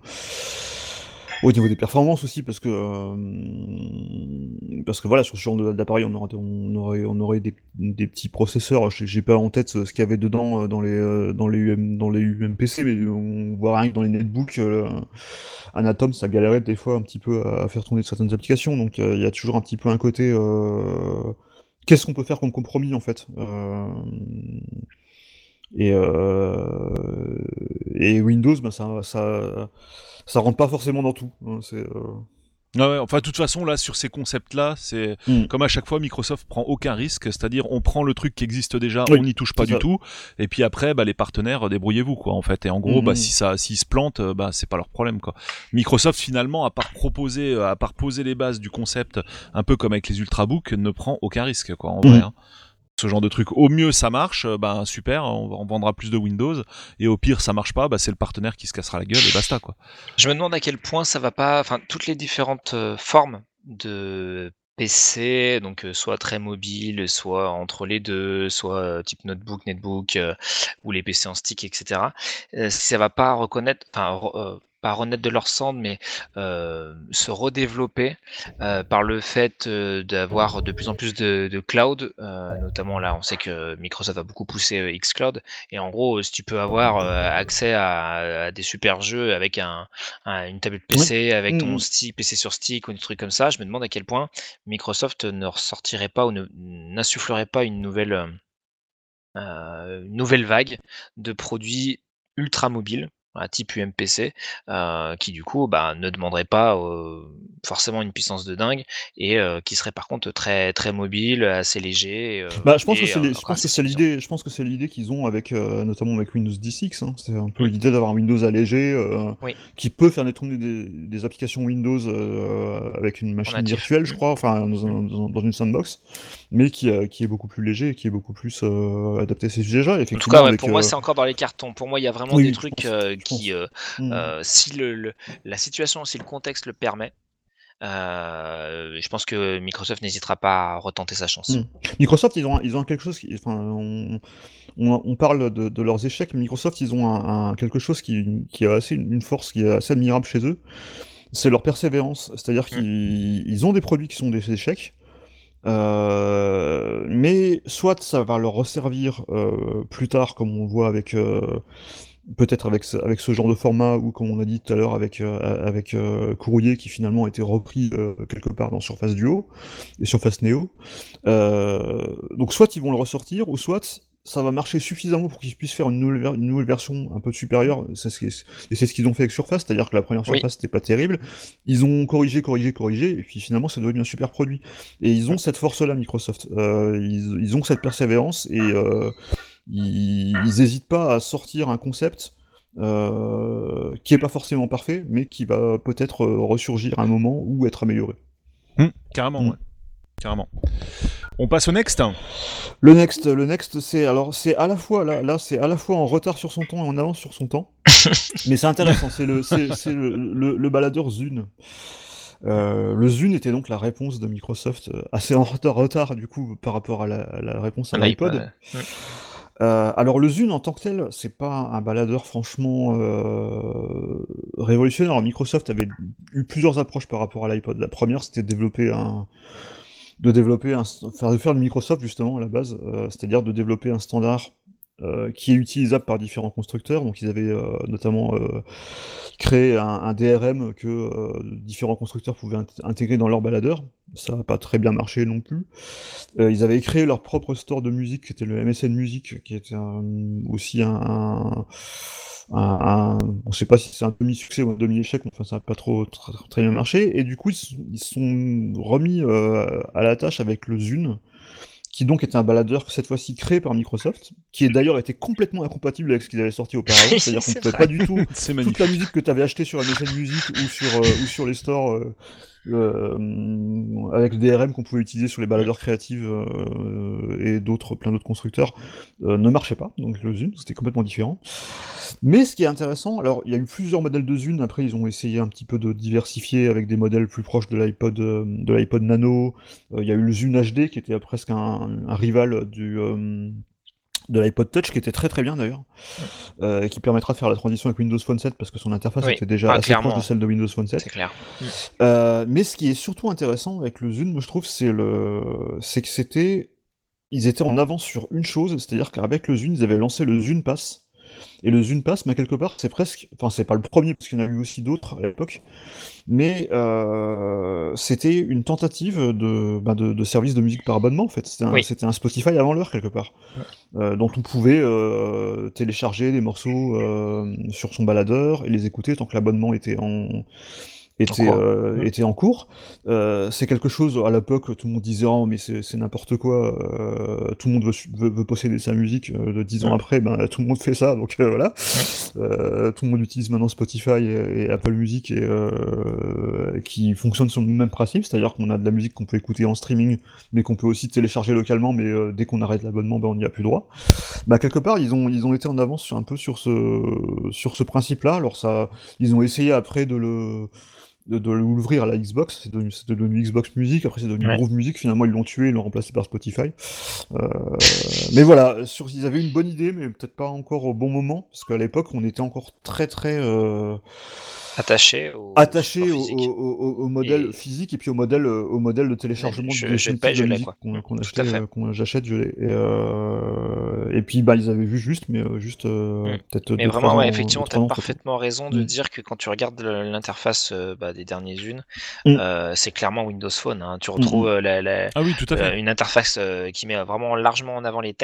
au niveau des performances aussi, parce que euh, parce que voilà, sur ce genre de- d'appareil, on aurait, on aurait, on aurait des, des petits processeurs. J'ai j'ai pas en tête ce qu'il y avait dedans euh, dans les euh, dans les U M, dans les U M P C, mais on voit rien que dans les netbooks, euh, un Atom, ça galérait des fois un petit peu à, à faire tourner certaines applications. Donc euh, il y a toujours un petit peu un côté. euh, Qu'est-ce qu'on peut faire comme compromis en fait? Euh, et, euh, et Windows, bah, ça, ça, ça rentre pas forcément dans tout. Hein, c'est, euh, Ouais, ouais, enfin, de toute façon, là, sur ces concepts-là, c'est hmm. comme à chaque fois, Microsoft prend aucun risque, c'est-à-dire on prend le truc qui existe déjà, on Oui, n'y touche c'est pas du ça. tout, et puis après, bah, les partenaires, euh, débrouillez-vous, quoi, en fait. Et en Hmm, gros, bah, hmm. si ça, s'ils se plantent, euh, bah, c'est pas leur problème, quoi. Microsoft, finalement, à part proposer, euh, à part poser les bases du concept, un peu comme avec les Ultrabooks, ne prend aucun risque, quoi, en vrai, Hmm. hein. Ce genre de truc, au mieux ça marche, euh, bah super, on, on vendra plus de Windows, et au pire ça marche pas, bah c'est le partenaire qui se cassera la gueule et basta quoi. Je me demande à quel point ça va pas, enfin, toutes les différentes, heu, formes de P C, donc heu, soit très mobile, soit entre les deux, soit, heu, type notebook, netbook, heu, ou les P C en stick et cetera. Heu, si ça va pas reconnaître, enfin, re heu, pas renaître de leur cendre, mais heu, se redévelopper, heu, par le fait, heu, d'avoir de plus en plus de de cloud, heu, notamment là, on sait que Microsoft a beaucoup poussé, heu, xCloud, et en gros, si tu peux avoir, heu, accès à à des super jeux avec un un une tablette Ouais. P C, avec Hmm, ton hmm. stick P C sur stick ou des trucs comme ça, je me demande à quel point Microsoft ne ressortirait pas ou ne n'insufflerait pas une nouvelle, hem, heu, une nouvelle vague de produits ultra mobiles. voilà, type U M P C, euh, qui du coup bah, ne demanderait pas euh, forcément une puissance de dingue et euh, qui serait par contre très très mobile, assez léger euh, Bah, je pense que et c'est euh, les- je encore pense que assez c'est suffisant. l'idée, je pense que c'est l'idée qu'ils ont avec, euh, notamment avec Windows dix X, hein. C'est un peu Mm. l'idée d'avoir un Windows allégé, euh, Oui, qui peut faire tourner des, des applications Windows euh, avec une en machine natif. virtuelle, je Mm. crois, enfin dans, un- dans- dans une sandbox, mais qui, euh, qui est beaucoup plus léger et qui est beaucoup plus euh, adapté à ces sujets-là. En tout cas, Effectivement, ouais, avec pour moi, euh, c'est encore dans les cartons. Pour moi, il y a vraiment oui, des oui, je trucs pense, euh, je qui, pense. euh, Mm. euh, si le, le- la situation, si le contexte le permet, euh, je pense que Microsoft n'hésitera pas à retenter sa chance. Mm. Microsoft, ils ont, un- ils ont quelque chose qui, enfin, on, on, on parle de, de leurs échecs, mais Microsoft, ils ont un, un- quelque chose qui, qui a assez une force qui est assez admirable chez eux, c'est leur persévérance. C'est-à-dire Mm. qu'ils ils ont des produits qui sont des échecs, euh, mais soit ça va leur resservir euh, plus tard, comme on voit avec euh, peut-être avec ce, avec ce genre de format, ou comme on a dit tout à l'heure avec, euh, avec euh, Courrier, qui finalement a été repris euh, quelque part dans Surface Duo et Surface Neo. Euh, donc soit ils vont le ressortir, ou soit ça va marcher suffisamment pour qu'ils puissent faire une nouvelle, ver- une nouvelle version un peu supérieure. C'est ce qui- et c'est ce qu'ils ont fait avec Surface, c'est-à-dire que la première Oui, Surface c'était pas terrible. Ils ont corrigé, corrigé, corrigé, et puis finalement c'est devenu un super produit. Et ils ont cette force-là, Microsoft. Euh, ils, ils ont cette persévérance, et euh, ils n'hésitent pas à sortir un concept euh, qui est pas forcément parfait, mais qui va peut-être euh, ressurgir à un moment ou être amélioré. Hmm, carrément, Mm. ouais. Carrément. On passe au next. Le next, le next, c'est alors c'est à la fois là, là c'est à la fois en retard sur son temps et en avance sur son temps, mais c'est intéressant. C'est le, c'est, c'est le, le, le baladeur Zune. Euh, le Zune était donc la réponse de Microsoft, euh, assez en retard, retard du coup par rapport à la, à la réponse à l'iPod. l'iPod. Mm. Euh, alors le Zune en tant que tel, c'est pas un baladeur franchement euh, révolutionnaire. Alors, Microsoft avait eu plusieurs approches par rapport à l'iPod. La première, c'était de développer un, de développer un, faire, de faire de Microsoft justement à la base, euh, c'est-à-dire de développer un standard euh, qui est utilisable par différents constructeurs. Donc ils avaient euh, notamment euh, créé un, un D R M que euh, différents constructeurs pouvaient int- intégrer dans leur baladeur. Ça n'a pas très bien marché non plus. Euh, ils avaient créé leur propre store de musique, qui était le M S N Music, qui était un- aussi un, un, un- un- on sait pas si c'est un demi-succès ou un demi-échec, mais enfin ça n'a pas trop très, très bien marché. Et du coup ils se ils se sont remis euh, à la tâche avec le Zune, qui donc était un baladeur cette fois-ci créé par Microsoft, qui est d'ailleurs été complètement incompatible avec ce qu'ils avaient sorti auparavant, c'est-à-dire qu'on C'est pouvait vrai. pas du tout C'est toute magnifique. la musique que tu avais achetée sur M S N Music ou sur, euh, ou sur les stores euh, euh, avec le D R M qu'on pouvait utiliser sur les baladeurs créatives euh, et d'autres, plein d'autres constructeurs, euh, ne marchait pas, donc le Zune, c'était complètement différent. Mais ce qui est intéressant, alors il y a eu plusieurs modèles de Zune, après ils ont essayé un petit peu de diversifier avec des modèles plus proches de l'iPod, euh, de l'iPod Nano. Euh, il y a eu le Zune H D qui était presque un, un rival du, euh, de l'iPod Touch, qui était très très bien d'ailleurs, euh, qui permettra de faire la transition avec Windows Phone sept parce que son interface Oui, était déjà ah, assez proche de clairement, celle de Windows Phone sept. c'est clair. Mm. Euh, mais ce qui est surtout intéressant avec le Zune, moi je trouve, c'est le, c'est que c'était, ils étaient en avance sur une chose, c'est-à-dire qu'avec le Zune, ils avaient lancé le Zune Pass. Et le Zune Pass, mais quelque part, c'est presque, enfin c'est pas le premier parce qu'il y en a eu aussi d'autres à l'époque, mais euh, c'était une tentative de, bah, de, de service de musique par abonnement en fait. C'était un, Oui. c'était un Spotify avant l'heure quelque part, euh, dont on pouvait euh, télécharger des morceaux euh, sur son baladeur et les écouter tant que l'abonnement était en était, En cours. euh, Mm. était en cours. Euh, c'est quelque chose, à l'époque, tout le monde disait oh, mais c'est c'est n'importe quoi, euh, tout le monde veut, su- veut, veut posséder sa musique. Euh, de dix ans Mm. après, ben, tout le monde fait ça, donc euh, voilà. Mm. Euh, tout le monde utilise maintenant Spotify et, et Apple Music, et, euh, qui fonctionnent sur le même principe, c'est-à-dire qu'on a de la musique qu'on peut écouter en streaming, mais qu'on peut aussi télécharger localement, mais euh, dès qu'on arrête l'abonnement, ben, on n'y a plus droit. Bah, quelque part, ils ont, ils ont été en avance sur, un peu sur ce, sur ce principe-là. Alors ça, ils ont essayé après de le de, de l'ouvrir à la Xbox, c'est devenu, c'est devenu Xbox Music, après c'est devenu Ouais. Groove Music, finalement ils l'ont tué, ils l'ont remplacé par Spotify. Euh, mais voilà, sur, ils avaient une bonne idée, mais peut-être pas encore au bon moment, parce qu'à l'époque on était encore très très euh, Attaché au attaché support au, physique. au, au- au modèle Et physique et puis au modèle, euh, au modèle de téléchargement je, je définitif paye, de je l'ai musique quoi. qu'on Mm. qu'on Tout achetait, à fait. euh, qu'on j'achète, je l'ai. Et, euh, et puis bah ils avaient vu juste, mais euh, juste euh, Mm. peut-être Mais deux trois vraiment, ouais, ans, effectivement, deux tu as trois ans trop tôt. parfaitement raison de Mm. dire que quand tu regardes le- l'interface euh, bah, des derniers Zune, Mm. euh, c'est clairement Windows Phone. Hein. Tu Mm, retrouves mm. euh, la- la- Ah oui, tout à euh, fait. une interface euh, qui met vraiment largement en avant les textes.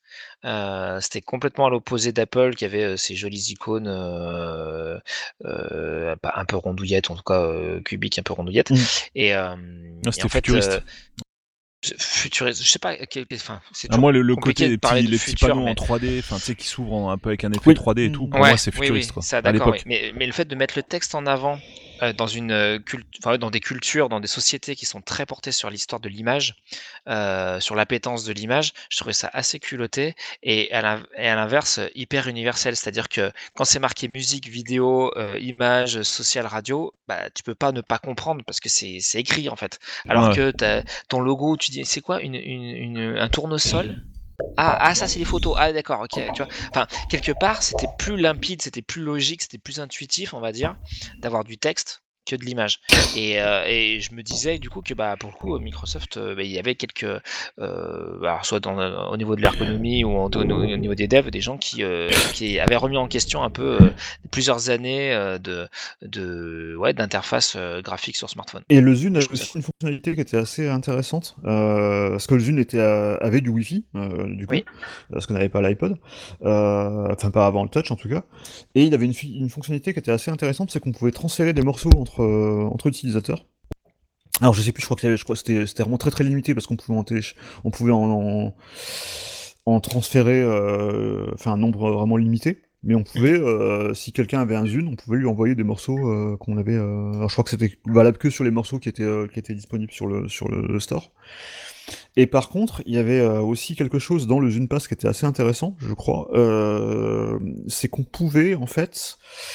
Heu, c'était complètement à l'opposé d'Apple qui avait, heu, ces jolies icônes, heu heu, pas un peu rondouillettes, en tout cas, heu, cubiques, un peu rondouillettes Mmh. et hem Ah, et en c'était fait, heu, futuriste. futuriste, je sais pas quel enfin, c'est Ah, toujours moi, le, le compliqué côté de les parler petits, de les petits futur, panneaux en mais trois D, enfin, tu sais, qui s'ouvrent en- un peu avec un effet Oui. trois D et tout, Mmh. pour ouais, moi, c'est oui, oui, futuriste, quoi. ça À d'accord, oui. l'époque. Mais mais le fait de mettre le texte en avant, heu, dans une, heu, cult enfin, ouais, dans des cultures, dans des sociétés qui sont très portées sur l'histoire de l'image, heu, sur l'appétence de l'image, je trouvais ça assez culotté et à l'in et à l'inverse, heu, hyper universel. C'est-à-dire que quand c'est marqué musique, vidéo, heu, images, social, radio, bah, tu peux pas ne pas comprendre parce que c'est c'est écrit, en fait. Alors Ouais. que tu ton logo, tu dis: «C'est quoi une une une, un tournesol?» Ah, ah ça c'est les photos. Ah d'accord, OK, tu vois? Enfin, quelque part, c'était plus limpide, c'était plus logique, c'était plus intuitif, on va dire, d'avoir du texte que de l'image et heu et je me disais du coup que, bah, pour le coup, heu, Microsoft, heu, bah, il y avait quelques, heu, alors soit dans, heu, au niveau de l'ergonomie ou en au au niveau des devs, des gens qui, heu, qui avaient remis en question un peu, heu, plusieurs années, heu, de de ouais, d'interface, heu, graphique sur smartphone. Et le Zune Je avait trouve ça aussi cool. une fonctionnalité qui était assez intéressante, euh, parce que le Zune était, à- avait du Wi-Fi, euh, du coup, Oui. parce qu'on n'avait pas l'iPod, euh, enfin pas avant le touch en tout cas, et il avait une, fi- une fonctionnalité qui était assez intéressante, c'est qu'on pouvait transférer des morceaux entre, euh, entre utilisateurs. Alors je sais plus, je crois que, je crois que c'était c'était vraiment très très limité, parce qu'on pouvait en, télé- on pouvait en, en, en transférer euh, enfin, un nombre vraiment limité. Mais on pouvait, euh, si quelqu'un avait un Zune, on pouvait lui envoyer des morceaux euh, qu'on avait. Euh, alors je crois que c'était valable que sur les morceaux qui étaient, euh, qui étaient disponibles sur le, sur le, le store. Et par contre, il y avait euh, aussi quelque chose dans le Zune Pass qui était assez intéressant, je crois. Euh, c'est qu'on pouvait, en fait,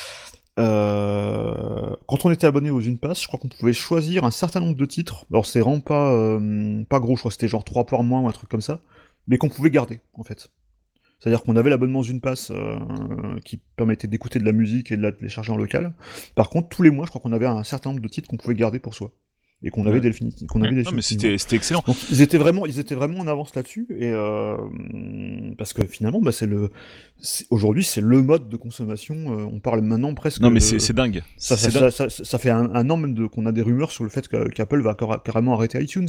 euh, quand on était abonné au Zune Pass, je crois qu'on pouvait choisir un certain nombre de titres. Alors c'est vraiment pas, euh, pas gros, je crois que c'était genre trois par mois ou un truc comme ça, mais qu'on pouvait garder, en fait. C'est-à-dire qu'on avait l'abonnement Zunepass euh, qui permettait d'écouter de la musique et de la télécharger en local. Par contre, tous les mois, je crois qu'on avait un certain nombre de titres qu'on pouvait garder pour soi. Et qu'on avait, Ouais. défini- qu'on Mmh. avait Non, mais définitivement. c'était, c'était excellent. Donc ils étaient vraiment, ils étaient vraiment en avance là-dessus. Et euh, parce que finalement, bah, c'est le, c'est- aujourd'hui, c'est le mode de consommation. Euh, on parle maintenant presque Non, mais c'est, de. c'est dingue. Ça, ça, C'est dingue. ça, ça, ça fait un, un an même de, qu'on a des rumeurs sur le fait que- qu'Apple va car- carrément arrêter iTunes.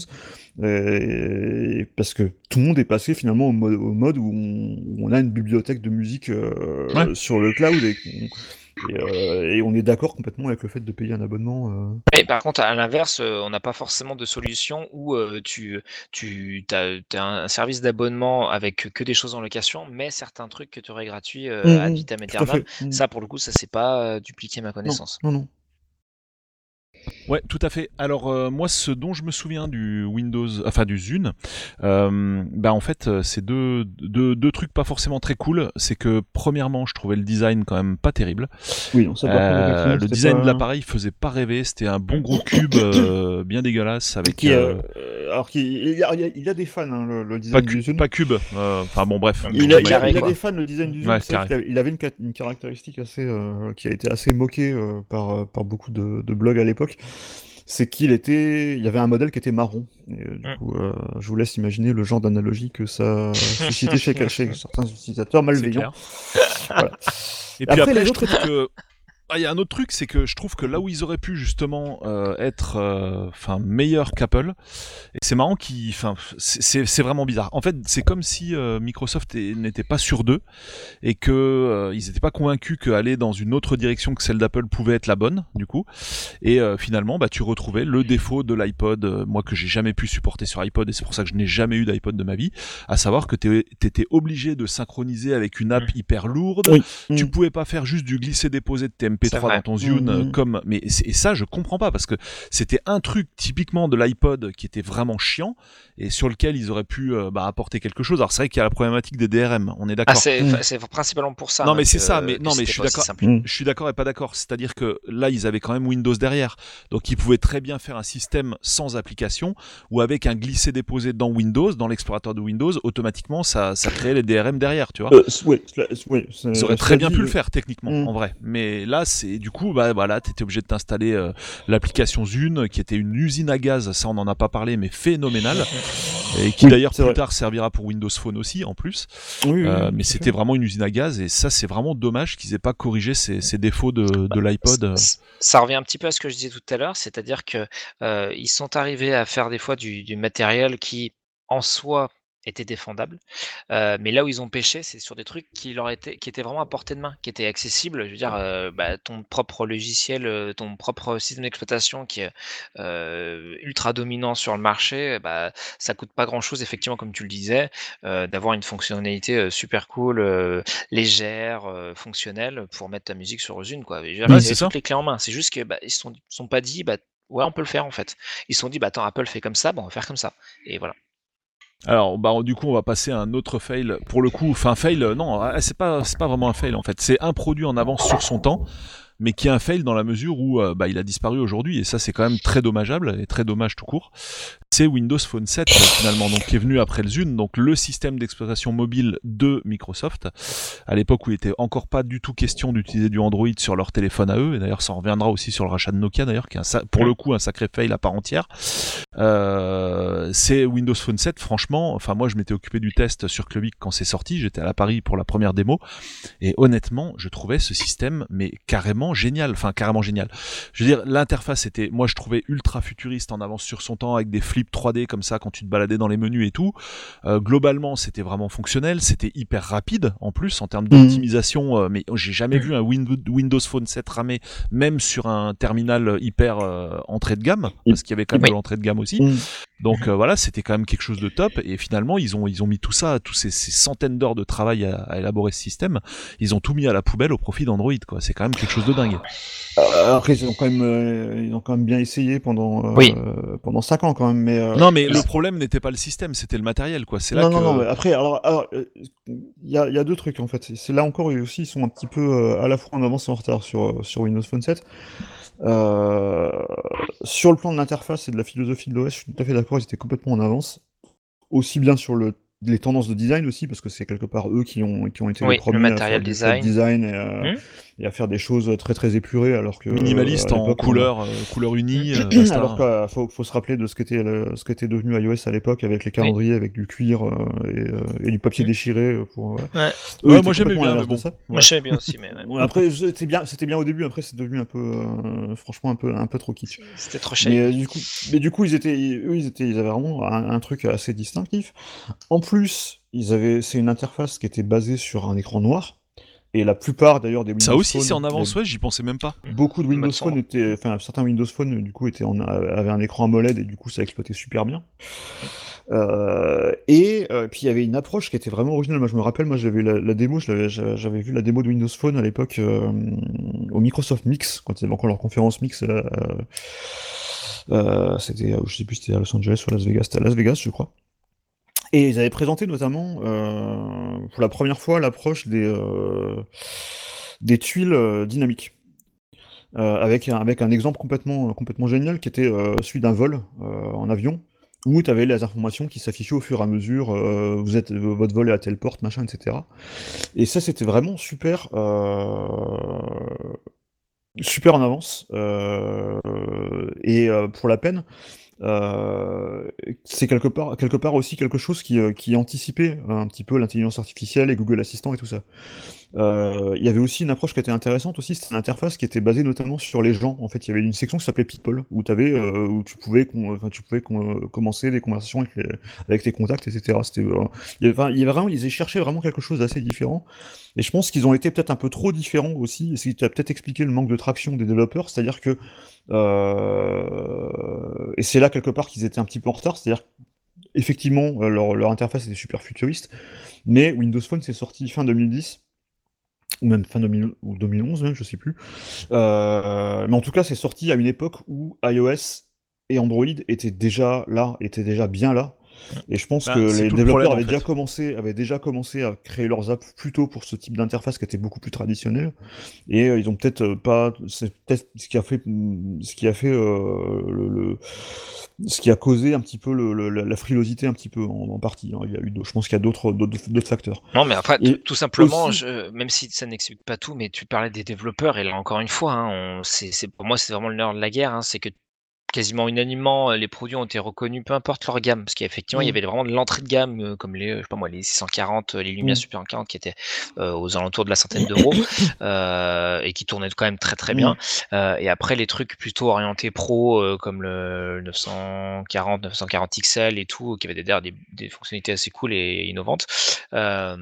Et parce que tout le monde est passé finalement au mode, au mode où, on, où on a une bibliothèque de musique Ouais. euh, sur le cloud et, qu'on- et, euh, et on est d'accord complètement avec le fait de payer un abonnement. euh. Et par contre, à l'inverse, heu, on n'a pas forcément de solution où, heu, tu tu tu as un service d'abonnement avec que des choses en location, mais certains trucs que tu aurais gratuits, heu, Hum, ad hum, vitam tout à aeternam. fait. Hum. Ça, pour le coup, ça s'est pas, heu, dupliqué à ma Non, connaissance. non, non. Ouais, tout à fait. Alors euh, moi, ce dont je me souviens du Windows, enfin du Zune, euh, bah en fait, euh, c'est deux, deux, deux trucs pas forcément très cool. C'est que premièrement, je trouvais le design quand même pas terrible. Oui, non, ça par contre, Euh, effectivement, le c'était design de pas. l'appareil faisait pas rêver. C'était un bon gros cube euh, bien dégueulasse avec Qui, euh, euh, euh, alors, qui, il, y a, il y a- il y a des fans, hein, le, le pas, design cu- du Zune. pas cube. euh, Enfin bon, bref. Un Il vous a, petit il, a, m'avez carré, il a compris. des quoi. fans, le design du Zune. Ouais, C'est vrai carré. qu'il avait, il avait une, ca- une caractéristique assez, euh, qui a été assez moquée euh, par, euh, par beaucoup de, de blogs à l'époque. C'est qu'il était, il y avait un modèle qui était marron. Et, euh, du Mmh. coup, euh, je vous laisse imaginer le genre d'analogie que ça suscitait chez, chez certains utilisateurs C'est malveillants. clair. Voilà. Et puis Après, après, les je autres trouve étaient. que ah, il y a un autre truc, c'est que je trouve que là où ils auraient pu justement euh, être, euh, enfin, meilleurs qu'Apple, et c'est marrant qu'ils, enfin, c'est, c'est c'est vraiment bizarre. En fait, c'est comme si euh, Microsoft est- n'était pas sûr d'eux et que euh, ils n'étaient pas convaincus qu'aller dans une autre direction que celle d'Apple pouvait être la bonne, du coup. Et euh, finalement, bah, tu retrouvais le défaut de l'iPod, euh, moi que j'ai jamais pu supporter sur iPod, et c'est pour ça que je n'ai jamais eu d'iPod de ma vie, à savoir que tu étais obligé de synchroniser avec une app Mmh. hyper lourde. Oui. Tu Mm. pouvais pas faire juste du glisser-déposer de tes M P C'est trois dans vrai. ton Zune euh, Mm. comme, mais et ça je comprends pas parce que c'était un truc typiquement de l'iPod qui était vraiment chiant et sur lequel ils auraient pu euh, bah, apporter quelque chose. Alors c'est vrai qu'il y a la problématique des D R M, on est Ah, d'accord. c'est Mm. enfin, c'est principalement pour ça, Non hein, mais c'est ça, mais que que non mais je c'était suis pas aussi d'accord. simple. Mm. Je suis d'accord et pas d'accord. C'est-à-dire que là, ils avaient quand même Windows derrière. Donc, ils pouvaient très bien faire un système sans application ou avec un glisser-déposer dans Windows, dans l'explorateur de Windows, automatiquement, ça, ça créait les D R M derrière, tu vois. Euh, c- ouais, cela- ouais, c'est- Ils auraient cela très bien dit, pu le euh, faire techniquement, mm. en vrai. Mais là, c'est du coup, bah voilà, t'étais obligé de t'installer euh, l'application Zune, qui était une usine à gaz. Ça, on n'en a pas parlé, mais phénoménale, et qui Oui, d'ailleurs c'est plus vrai. tard servira pour Windows Phone aussi, en plus. Oui, oui, Euh, oui, mais tout à c'était fait. vraiment une usine à gaz, et ça, c'est vraiment dommage qu'ils aient pas corrigé ces, ces défauts de, de l'iPod. euh. C- Ça revient un petit peu à ce que je disais tout à l'heure, c'est-à-dire que euh, ils sont arrivés à faire des fois du, du matériel qui, en soi, était défendable. Heu, mais là où ils ont péché, c'est sur des trucs qui leur étaient qui étaient vraiment à portée de main, qui étaient accessibles. Je veux dire, heu, bah, ton propre logiciel, heu, ton propre système d'exploitation qui est, heu, ultra dominant sur le marché, bah, ça coûte pas grand chose effectivement comme tu le disais, heu, d'avoir une fonctionnalité, heu, super cool, heu, légère, heu, fonctionnelle pour mettre ta musique sur Zune quoi. Je veux dire, Ouais, ils c'est avaient ça. toutes les clés en main. C'est juste que, bah, ils se sont se sont pas dit: «Bah, ouais, on peut le faire en fait». Ils se sont dit: «Bah, attends, Apple fait comme ça, bah, on va faire comme ça» et voilà. Alors, bah, du coup, on va passer à un autre fail. Pour le coup, enfin, fail, euh, non, ah, c'est pas, c'est pas vraiment un fail en fait. C'est un produit en avance sur son temps, mais qui est un fail dans la mesure où euh, bah, il a disparu aujourd'hui, et ça, c'est quand même très dommageable, et très dommage tout court. C'est Windows Phone sept, euh, finalement, donc, qui est venu après le Zune, donc le système d'exploitation mobile de Microsoft, à l'époque où il était encore pas du tout question d'utiliser du Android sur leur téléphone à eux, et d'ailleurs, ça en reviendra aussi sur le rachat de Nokia, d'ailleurs, qui est un, pour le coup un sacré fail à part entière. Euh, c'est Windows Phone sept, franchement, enfin moi je m'étais occupé du test sur Clubic quand c'est sorti, j'étais à la Paris pour la première démo, et honnêtement je trouvais ce système mais carrément génial, enfin carrément génial. Je veux dire, l'interface était, moi je trouvais ultra futuriste, en avance sur son temps, avec des flips trois D comme ça quand tu te baladais dans les menus et tout. Euh, globalement c'était vraiment fonctionnel, c'était hyper rapide en plus en termes d'optimisation, euh, mais j'ai jamais vu un Win- Windows Phone sept ramé, même sur un terminal hyper euh, entrée de gamme, parce qu'il y avait quand même Oui. de l'entrée de gamme aussi. Mm. Donc euh, voilà, c'était quand même quelque chose de top, et finalement ils ont ils ont mis tout ça, tous ces, ces centaines d'heures de travail à, à élaborer ce système, ils ont tout mis à la poubelle au profit d'Android quoi. C'est quand même quelque chose de dingue. Euh, après, ils ont quand même, euh, ils ont quand même bien essayé pendant, euh, Oui. pendant cinq ans quand même, mais. Euh, Non mais mais le problème n'était pas le système, c'était le matériel quoi. C'est là non, que non, non, mais après, alors, alors, euh, il y a, il y a deux trucs en fait. C'est là encore, eux aussi, ils sont un petit peu euh, à la fois en avance et en retard sur, euh, sur Windows Phone sept. Euh, sur le plan de l'interface et de la philosophie de l'O S, je suis tout à fait d'accord, ils étaient complètement en avance. Aussi bien sur le, les tendances de design aussi, parce que c'est quelque part eux qui ont, qui ont été Oui, les le premiers à faire matériel du flat design. design et, euh, Mmh. et à faire des choses très très épurées, alors que minimaliste euh, à en l'époque, on a- couleur, euh, couleur unie, euh, basta. alors qu'il faut, faut se rappeler de ce qu'était le- ce qu'était devenu iOS à l'époque, avec les Oui. calendriers, avec du cuir euh, et, euh, et du papier Mmh. déchiré. euh, Pour, ouais. Ouais. Eux Ouais, étaient moi j'aimais complètement à bien, mais l'inverse de bon. ça. Moi, Ouais. j'aimais bien aussi, mais ouais. Bon, après, c'était bien, c'était bien au début. Après, c'est devenu un peu, euh, franchement, un peu, un peu trop kitsch. C'était trop Mais euh, shiny. du coup, mais du coup, ils étaient, eux, ils étaient, ils avaient vraiment un, un truc assez distinctif. En plus, ils avaient, c'est une interface qui était basée sur un écran noir. Et la plupart d'ailleurs des Ça Windows aussi c'est Phone, en les- avance, ouais, j'y pensais même pas. beaucoup de Le Windows mode Phone sombre. étaient, enfin certains Windows Phone du coup étaient en, avaient un écran AMOLED et du coup ça exploitait super bien. Euh, et euh, puis il y avait une approche qui était vraiment originale. Moi je me rappelle, moi j'avais la, la démo, je l'avais- j'a- j'avais vu la démo de Windows Phone à l'époque euh, au Microsoft Mix quand ils avaient encore leur conférence Mix. Euh, euh, c'était, euh, je sais plus, si c'était à Los Angeles ou à Las Vegas, c'était à Las Vegas je crois. Et ils avaient présenté notamment euh, pour la première fois l'approche des euh, des tuiles euh, dynamiques. Euh, avec, un, avec un exemple complètement, complètement génial qui était euh, celui d'un vol euh, en avion, où tu avais les informations qui s'affichaient au fur et à mesure, euh, vous êtes, votre vol est à telle porte, machin, et cetera. Et ça, c'était vraiment super, euh, super en avance. Euh, et euh, pour la peine, euh, c'est quelque part, quelque part aussi quelque chose qui, euh, qui anticipait un petit peu l'intelligence artificielle et Google Assistant et tout ça. Euh, il y avait aussi une approche qui était intéressante aussi, c'était une interface qui était basée notamment sur les gens. En fait, il y avait une section qui s'appelait People, où, t'avais, euh, où tu pouvais, con- enfin, tu pouvais con- commencer des conversations avec, les- avec tes contacts, et cetera. C'était, euh, il y avait, enfin, il y avait vraiment, ils cherchaient vraiment quelque chose d'assez différent. Et je pense qu'ils ont été peut-être un peu trop différents aussi, et ce qui a peut-être expliqué le manque de traction des développeurs, c'est-à-dire que, euh, et c'est là quelque part qu'ils étaient un petit peu en retard, c'est-à-dire effectivement, euh, leur, leur interface était super futuriste, mais Windows Phone s'est sorti fin deux mille dix, ou même fin deux mille, ou deux mille onze même, je sais plus. Euh, mais en tout cas, c'est sorti à une époque où iOS et Android étaient déjà là, étaient déjà bien là. Et je pense Bah, que c'est les tout le développeurs problème, en avaient déjà fait. commencé, avaient déjà commencé à créer leurs apps plutôt pour ce type d'interface qui était beaucoup plus traditionnel. Et euh, ils ont peut-être euh, pas, c'est peut-être ce qui a fait, ce qui a fait euh, le, le- ce qui a causé un petit peu le- le- la la frilosité un petit peu en, en partie. Hein. Il y a eu, d'autres- je pense qu'il y a d'autres, d'autres, d'autres facteurs. Non, mais après, tout Et tout simplement, aussi, je même si ça n'explique pas tout, mais tu parlais des développeurs et là, encore une fois, hein, on c'est c'est pour moi, c'est vraiment le nerf de la guerre, hein, c'est que quasiment unanimement, les produits ont été reconnus, peu importe leur gamme, parce qu'effectivement, il y Mmh. avait vraiment de l'entrée de gamme, euh, comme les, euh, je sais pas moi, les six cent quarante, les Lumia Mmh. Super cent quarante qui étaient euh, aux alentours de la centaine d'euros euh, et qui tournaient quand même très très Mmh. bien. Euh, et après, les trucs plutôt orientés pro, euh, comme le neuf cent quarante, neuf cent quarante X L et tout, qui avaient d'ailleurs des, des fonctionnalités assez cool et innovantes. Euh,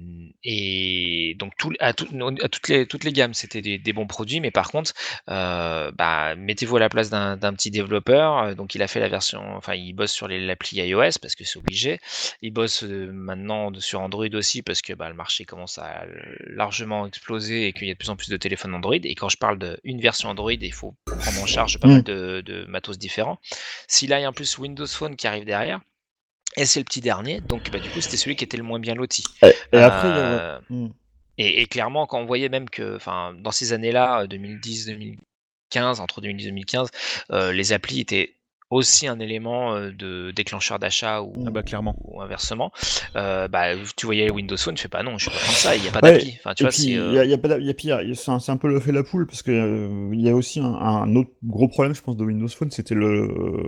et donc, tout, à, tout- à toutes, les, toutes les gammes, c'était des, des bons produits, mais par contre, euh, bah, mettez-vous à la place d'un d'un petit développeur. euh, Donc, il a fait la version, enfin, il bosse sur les- l'appli iOS parce que c'est obligé. Il bosse euh, maintenant de- sur Android aussi parce que bah, le marché commence à euh, largement exploser et qu'il y a de plus en plus de téléphones Android. Et quand je parle d'une version Android, il faut prendre en charge pas Mmh. mal de, de matos différents. S'il a en plus Windows Phone qui arrive derrière, et c'est le petit dernier, donc bah, du coup, c'était celui qui était le moins bien loti. Et, et après, il y a... ouais. Euh, Mmh. et, et clairement, quand on voyait même que, enfin, dans ces années-là, deux mille dix, deux mille quinze, entre deux mille dix et deux mille quinze, euh, les applis étaient aussi un élément euh, de déclencheur d'achat ou, Ah bah clairement. ou inversement. Euh, bah, tu voyais Windows Phone, tu fais pas non, je suis pas prendre ça, il n'y a pas Ouais, d'appli. Enfin, tu et vois, puis c'est. il euh, y a, il y a pas d'a- il y a pire, il y a- c'est un, c'est un peu le fait la poule, parce que euh, il y a aussi un, un autre gros problème, je pense, de Windows Phone, c'était le...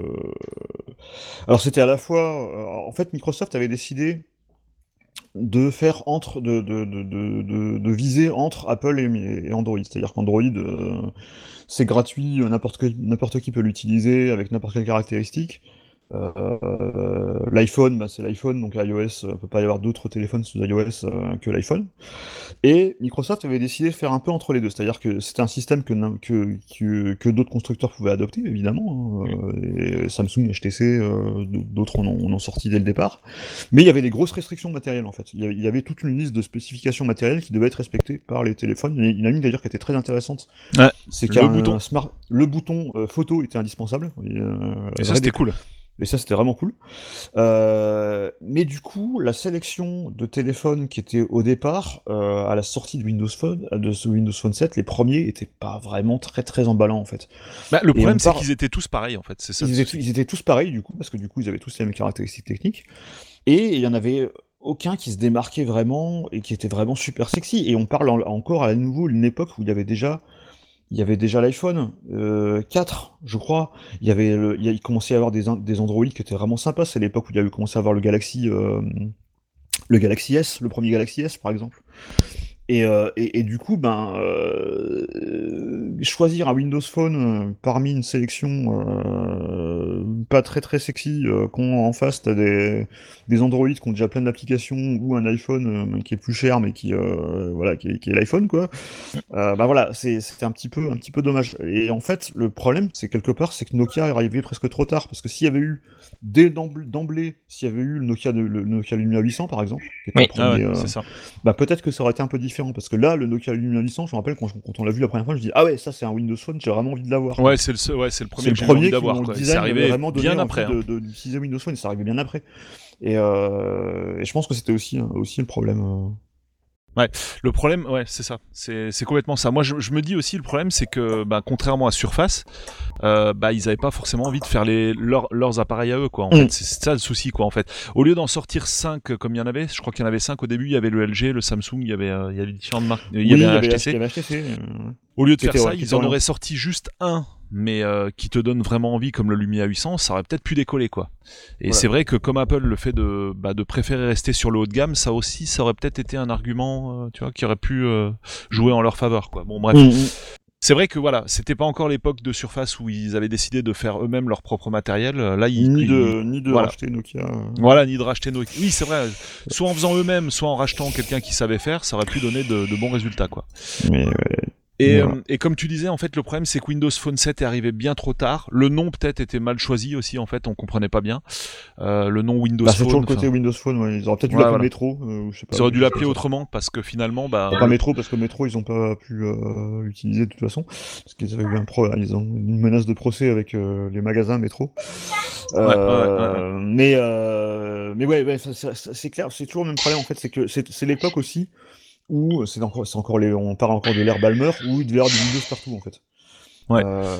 Alors c'était à la fois... euh, en fait, Microsoft avait décidé de faire entre... de, de, de, de, de- de viser entre Apple et, et Android. C'est-à-dire qu'Android, euh, c'est gratuit, euh, n'importe que- n'importe qui peut l'utiliser, avec n'importe quelle caractéristique. Euh, L'iPhone, bah, c'est l'iPhone, donc iOS, euh, peut pas y avoir d'autres téléphones sous iOS euh, que l'iPhone. Et Microsoft avait décidé de faire un peu entre les deux, c'est-à-dire que c'était un système que, n'im- que, que, que d'autres constructeurs pouvaient adopter, évidemment, hein, euh, et Samsung, H T C, euh, d'autres en ont, en ont sorti dès le départ, mais il y avait des grosses restrictions matérielles en fait. Il y avait, il y avait toute une liste de spécifications matérielles qui devaient être respectées par les téléphones. Il y en a une d'ailleurs qui était très intéressante, Ouais, c'est le qu'un bouton. smart, le bouton euh, photo était indispensable. Et, euh, Et ça, vrai c'était déco- cool. et ça, c'était vraiment cool. Euh, mais du coup, la sélection de téléphones qui était au départ, euh, à la sortie de Windows Phone, de ce Windows Phone sept, les premiers étaient pas vraiment très très emballants en fait. Bah, le Et problème, on c'est part... qu'ils étaient tous pareils, en fait. C'est ça ils, le étaient, souci. ils étaient tous pareils du coup, parce que du coup, ils avaient tous les mêmes caractéristiques techniques. Et il y en avait aucun qui se démarquait vraiment et qui était vraiment super sexy. Et on parle en- encore à nouveau d'une époque où il y avait déjà il y avait déjà l'iPhone euh, quatre, je crois. Il y avait le, il, y a- il commençait à y avoir des, an- des Android qui étaient vraiment sympas. C'est l'époque où il y a eu commencé à avoir le Galaxy, euh, le Galaxy S, le premier Galaxy S par exemple. Et, euh, et, et du coup, ben, euh, choisir un Windows Phone euh, parmi une sélection euh, pas très très sexy, euh, quand en face t'as des, des Android qui ont déjà plein d'applications, ou un iPhone euh, qui est plus cher mais qui, euh, voilà, qui est, qui est l'iPhone quoi. Euh, bah voilà, c'est- c'était un petit peu, un petit peu dommage. Et en fait, le problème, c'est quelque part, c'est que Nokia est arrivé presque trop tard, parce que s'il y avait eu dès d'emblée, d'emblée, s'il y avait eu le Nokia, de- le Nokia Lumia huit cents par exemple, qui était Oui. le Ah ouais, premier, euh, c'est ça. bah peut-être que ça aurait été un peu différent, parce que là, le Nokia Lumia huit cents, je me rappelle quand, je- quand on l'a vu la première fois, je me dis ah ouais, ça c'est un Windows Phone, j'ai vraiment envie de l'avoir. quoi. Ouais, c'est le, seul- ouais, c'est le premier C'est le que j'ai eu envie premier qui, d'avoir, dont le quoi. Et c'est design m'avait arrivé vraiment donné bien envie après. hein. de- de- d'utiliser Windows Phone, et ça arrivait bien après. Et, euh, et je pense que c'était aussi, aussi le problème. euh. Le problème, ouais, c'est ça. C'est c'est complètement ça. Moi, je, je me dis aussi, le problème, c'est que, bah, contrairement à Surface, euh, bah, ils avaient pas forcément envie de faire les, leurs, leurs appareils à eux, quoi. En Mm. fait, c'est c'est ça le souci, quoi. En fait, au lieu d'en sortir cinq comme il y en avait, je crois qu'il y en avait cinq au début. Il y avait le L G, le Samsung, il y avait, euh, il y avait différentes marques, il y Oui, avait un il y avait H T C. il y avait H T C. euh, Au lieu de qui faire était- ça, ouais, qui ils était en orienté. auraient sorti juste un, mais euh, qui te donne vraiment envie, comme le Lumia huit cents, ça aurait peut-être pu décoller, quoi. Et Voilà. c'est vrai que comme Apple le fait de, bah, de préférer rester sur le haut de gamme, ça aussi, ça aurait peut-être été un argument, euh, tu vois, qui aurait pu euh, jouer en leur faveur, quoi. Bon, bref. Mm, mm. C'est vrai que voilà, c'était pas encore l'époque de Surface où ils avaient décidé de faire eux-mêmes leur propre matériel. Là, ils, Ni ils- de, ni de voilà. racheter Nokia. euh. Voilà, ni de racheter nos. Oui, c'est vrai. Soit en faisant eux-mêmes, soit en rachetant quelqu'un qui savait faire, ça aurait pu donner de, de bons résultats, quoi. Mais ouais. Et, Voilà. euh, et comme tu disais, en fait, le problème, c'est que Windows Phone sept est arrivé bien trop tard. Le nom, peut-être, était mal choisi aussi, en fait, on comprenait pas bien. Euh, le nom Windows Bah, c'est Phone. toujours le côté enfin, Windows Phone, ouais. Ils auraient peut-être dû Ouais, l'appeler voilà. Metro, euh, ou je sais pas. Ils auraient dû quelque chose l'appeler comme ça. autrement, parce que finalement, bah. Enfin, pas le- Metro, parce que Metro, ils ont pas pu euh, l'utiliser de toute façon. Parce qu'ils avaient eu un pro, ils ont une menace de procès avec euh, les magasins Metro. Ouais, ouais, ouais, Euh, mais, euh, mais ouais, ouais, ça- ça- ça- c'est clair, c'est toujours le même problème en fait, c'est que c'est c'est l'époque aussi où c'est encore, c'est encore les, on parle encore de l'ère Balmer, où il devait y avoir du Windows partout en fait. Ouais.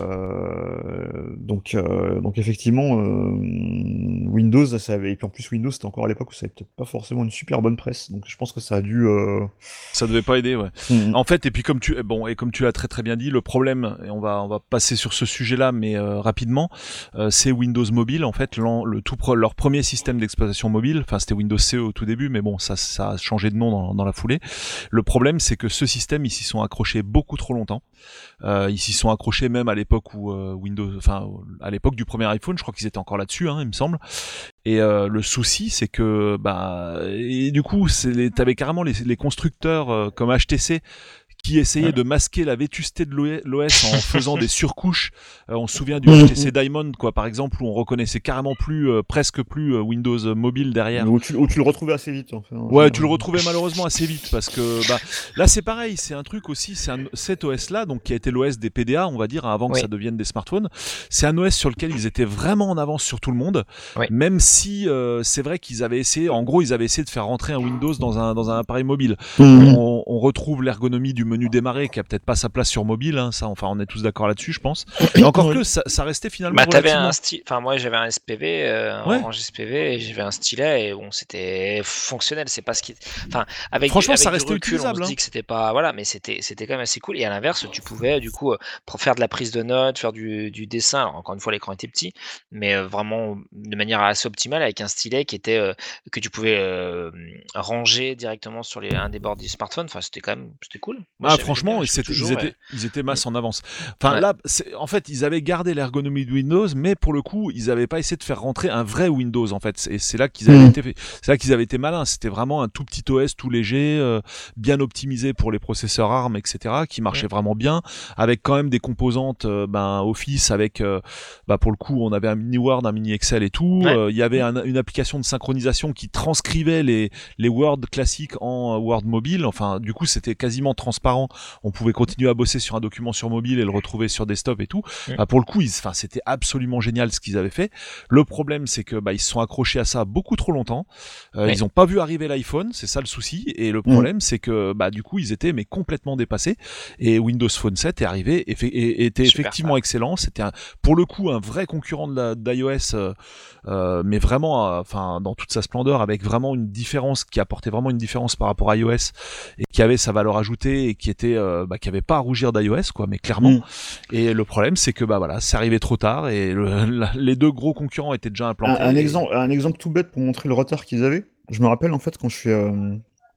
Euh, donc, euh, donc effectivement, euh, Windows, ça avait, et puis en plus Windows, c'était encore à l'époque où ça avait peut-être pas forcément une super bonne presse. Donc je pense que ça a dû. Euh... Ça devait pas aider, ouais. Mm. En fait, et puis comme tu, bon, et comme tu l'as très très bien dit, le problème, et on va on va passer sur ce sujet-là, mais euh, rapidement, euh, c'est Windows Mobile. En fait, l'an- le tout pro- leur premier système d'exploitation mobile, enfin c'était Windows C E au tout début, mais bon, ça ça a changé de nom dans, dans la foulée. Le problème, c'est que ce système, ils s'y sont accrochés beaucoup trop longtemps. Euh, ils s'y sont accrochés même à l'époque où euh, Windows, enfin à l'époque du premier iPhone, je crois qu'ils étaient encore là-dessus, hein, il me semble. Et euh, le souci, c'est que bah et du coup, c'est les, t'avais carrément les, les constructeurs euh, comme H T C qui essayait de masquer la vétusté de l'O S en faisant des surcouches. Euh, on se souvient du H T C Diamond, quoi, par exemple, où on reconnaissait carrément plus, euh, presque plus euh, Windows Mobile derrière. Où tu, où tu le retrouvais assez vite. Enfin, Ouais, tu le retrouvais malheureusement assez vite parce que bah là c'est pareil, c'est un truc aussi, c'est un, cet O S là, donc qui a été l'O S des P D A, on va dire, avant que Oui. ça devienne des smartphones. C'est un O S sur lequel ils étaient vraiment en avance sur tout le monde, Oui. même si euh, c'est vrai qu'ils avaient essayé, en gros, ils avaient essayé de faire rentrer un Windows dans un dans un appareil mobile. Mhm. On, on retrouve l'ergonomie du menu démarrer qui a peut-être pas sa place sur mobile, hein, ça, enfin, on est tous d'accord là-dessus, je pense. Et encore Oui. que ça, ça restait finalement Bah, t'avais relativement. un style, enfin moi j'avais un S P V, euh, Ouais. en G S P V, et j'avais un stylet et bon c'était fonctionnel, c'est pas ce qui, enfin avec Franchement, du, ça avec du restait recul on utilisable, se hein. dit que c'était pas, voilà, mais c'était c'était quand même assez cool. Et à l'inverse, tu pouvais du coup euh, pour faire de la prise de notes, faire du, du dessin. Alors, encore une fois, l'écran était petit, mais euh, vraiment de manière assez optimale avec un stylet qui était euh, que tu pouvais euh, ranger directement sur les, un des bords du smartphone. Enfin, c'était quand même c'était cool. Moi, Ah, j'avais- j'aime franchement, bien, ils je fais étaient, ils toujours. étaient, Et... ils étaient masse en avance. Enfin, Ouais. là, c'est, en fait, ils avaient gardé l'ergonomie de Windows, mais pour le coup, ils avaient pas essayé de faire rentrer un vrai Windows, en fait. Et c'est là qu'ils avaient Mhm. été, c'est là qu'ils avaient été malins. C'était vraiment un tout petit O S, tout léger, euh, bien optimisé pour les processeurs ARM, et cetera, qui marchait vraiment bien, avec quand même des composantes, euh, ben, Office, avec, euh, bah, pour le coup, on avait un mini Word, un mini Excel et tout. Ouais. Euh, Il y avait un- une application de synchronisation qui transcrivait les, les Word classiques en euh, Word mobile. Enfin, du coup, c'était quasiment transparent. On pouvait continuer à bosser sur un document sur mobile et le retrouver sur desktop et tout. Mm. Bah, pour le coup, ils, enfin, c'était absolument génial ce qu'ils avaient fait. Le problème, c'est que bah, ils se sont accrochés à ça beaucoup trop longtemps. Euh, Oui. Ils ont pas vu arriver l'iPhone, c'est ça le souci. Et le problème, c'est que bah, du coup, ils étaient mais complètement dépassés. Et Windows Phone sept est arrivé et, fait, et était Super effectivement excellent. C'était un, pour le coup un vrai concurrent de la, d'iOS, euh, euh, mais vraiment, euh, enfin, dans toute sa splendeur, avec vraiment une différence qui apportait vraiment une différence par rapport à iOS et qui avait sa valeur ajoutée et qui était, euh, bah, qui avait pas à rougir d'iOS, quoi, mais clairement. Mm. Et le problème, c'est que bah voilà, c'est arrivé trop tard et le, la, les deux gros concurrents étaient déjà Un, implantés. un et- exemple, un exemple tout bête pour montrer le retard qu'ils avaient. Je me rappelle en fait quand je suis, euh,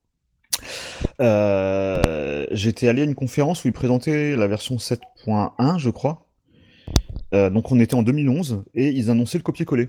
euh, j'étais allé à une conférence où ils présentaient la version sept point un, je crois. Euh, donc on était en deux mille onze et ils annonçaient le copier-coller.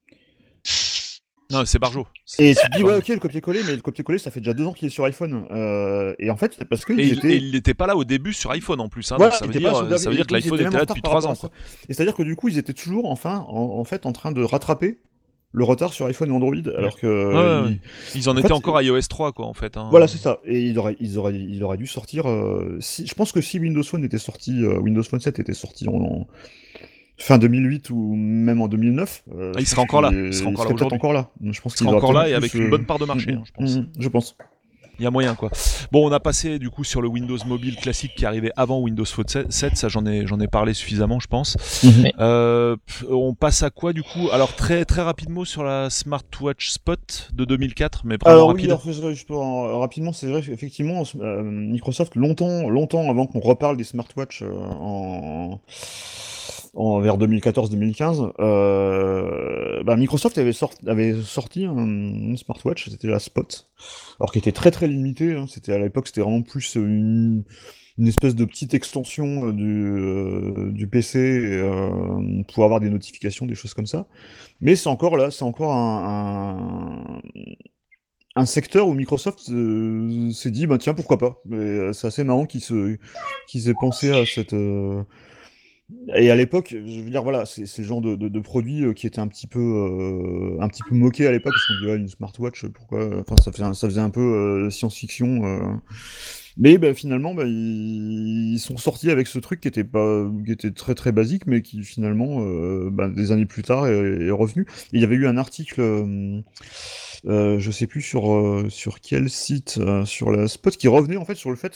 Non, c'est Barjo. Et tu te dis, ouais, ok, le copier-coller, mais le copier-coller, ça fait déjà deux ans qu'il est sur iPhone. Euh, et en fait, c'est parce Et qu'ils il, étaient. et il n'était pas là au début sur iPhone en plus. Hein, Voilà, donc ça ils veut étaient dire, pas sur- ça veut dire que ils l'iPhone étaient était même là en depuis retard par trois ans. rapport à ça. Et c'est-à-dire que du coup, ils étaient toujours, enfin, en, en fait, en train de rattraper le retard sur iPhone et Android, alors que. Ouais, euh, ouais, ils- ouais. Ils en, en étaient fait, encore à iOS trois, quoi, en fait. Hein. Voilà, c'est ça. Et il aurait, ils auraient, il aurait dû sortir. euh, si, je pense que si Windows Phone était sorti, euh, Windows Phone sept était sorti en, en fin deux mille huit ou même en deux mille neuf, euh, Ah, il je serait pense encore là. qu'il- Il serait il encore là serait peut-être aujourd'hui. encore là. Je pense Il qu'il serait aurait encore là peut-être et plus, avec une euh, bonne part de marché, mm, hein, je pense. mm, je pense. Il y a moyen, quoi. Bon, on a passé du coup sur le Windows Mobile classique qui arrivait avant Windows Phone sept, ça j'en ai, j'en ai parlé suffisamment, je pense. Mhm. Euh, on passe à quoi du coup? Alors très très rapidement sur la Smartwatch Spot de deux mille quatre, mais vraiment Alors oui, rapide. alors, je- je peux en- rapidement, c'est vrai qu'effectivement, euh, Microsoft, longtemps, longtemps avant qu'on reparle des smartwatches euh, en, en vers deux mille quatorze deux mille quinze, euh, bah, Microsoft avait, sort- avait sorti un, une smartwatch, c'était la Spot, alors qui était très très limitée, hein, c'était à l'époque c'était vraiment plus une, une espèce de petite extension euh, du, euh, du P C euh, pour avoir des notifications, des choses comme ça. Mais c'est encore là, c'est encore un, un, un secteur où Microsoft euh, s'est dit, bah tiens, pourquoi pas. Mais, euh, c'est assez marrant qu'ils se, qu'ils aient pensé à cette. euh, Et à l'époque, je veux dire, voilà, c'est c'est le genre de, de, de produit euh, qui était un petit peu, euh, un petit peu moqué à l'époque, parce qu'on dit, ouais, une smartwatch, pourquoi? Enfin, ça faisait un, ça faisait un peu euh, science-fiction. euh. Mais bah, finalement, bah, ils, ils sont sortis avec ce truc qui était pas, qui était très très basique, mais qui finalement, euh, bah, des années plus tard, est, est revenu. Et il y avait eu un article, euh, euh, je sais plus sur euh, sur quel site, euh, sur la Spot, qui revenait en fait sur le fait que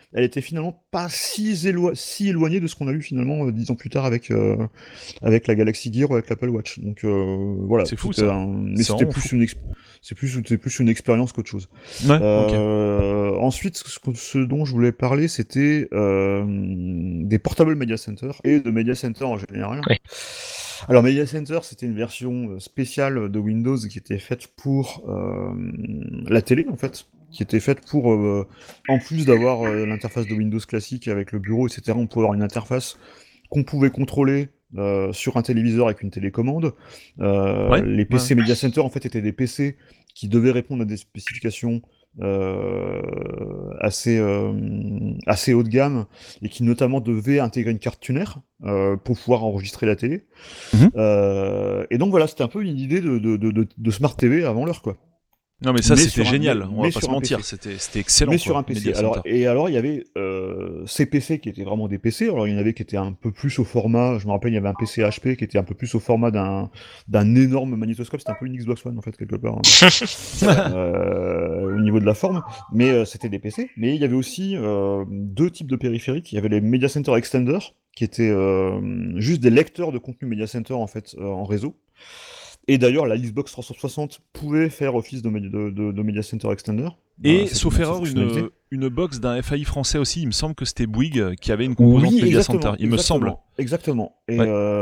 elle était finalement pas si, élo- si éloignée de ce qu'on a eu finalement euh, dix ans plus tard avec, euh, avec la Galaxy Gear ou avec l'Apple Watch. Donc euh, voilà. C'est fou, c'était ça. un- Mais C'est c'était vraiment plus, fou. une exp- c'est plus, c'était plus une expérience qu'autre chose. Ouais, ok. Euh, Ensuite, ce, que- ce dont je voulais parler, c'était euh, des portable media center et de media center en général. Oui. Alors, Media Center, c'était une version spéciale de Windows qui était faite pour euh, la télé, en fait, qui était faite pour, euh, en plus d'avoir euh, l'interface de Windows classique avec le bureau, et cetera, on pouvait avoir une interface qu'on pouvait contrôler euh, sur un téléviseur avec une télécommande. Euh, Ouais, les P C ouais. Media Center, en fait, étaient des P C qui devaient répondre à des spécifications euh, assez, euh, assez haut de gamme, et qui notamment devaient intégrer une carte tuner euh, pour pouvoir enregistrer la télé. Mhm. Euh, et donc voilà, c'était un peu une idée de, de, de, de, de Smart T V avant l'heure, quoi. Non, mais ça, Mais c'était sur un- génial. mais- On va mais pas sur se un mentir. P C. C'était, c'était excellent. Mais quoi, sur un P C. Media Alors, Center. et alors, il y avait euh, ces P C qui étaient vraiment des P C. Alors, il y en avait qui étaient un peu plus au format. Je me rappelle, il y avait un P C H P qui était un peu plus au format d'un d'un énorme magnétoscope. C'était un peu une Xbox One, en fait, quelque part. hein. euh, au niveau de la forme. Mais euh, c'était des P C. Mais il y avait aussi euh, deux types de périphériques. Il y avait les Media Center Extender, qui étaient euh, juste des lecteurs de contenu Media Center, en fait, euh, en réseau. Et d'ailleurs, la Xbox trois cent soixante pouvait faire office de, de, de, de Media Center Extender. Et Voilà, sauf cette erreur, fonctionnalité. une, une box d'un F A I français aussi. Il me semble que c'était Bouygues qui avait une composante Oui, Media exactement, Center. Il me exactement, semble. Exactement. Et, Ouais.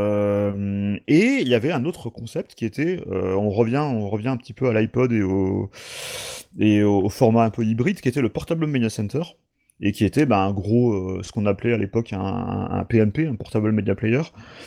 euh, et il y avait un autre concept qui était, euh, on revient, on revient un petit peu à l'iPod et au, et au, au format un peu hybride, qui était le Portable Media Center, et qui était bah, un gros, euh, ce qu'on appelait à l'époque un, un P M P, un Portable Media Player,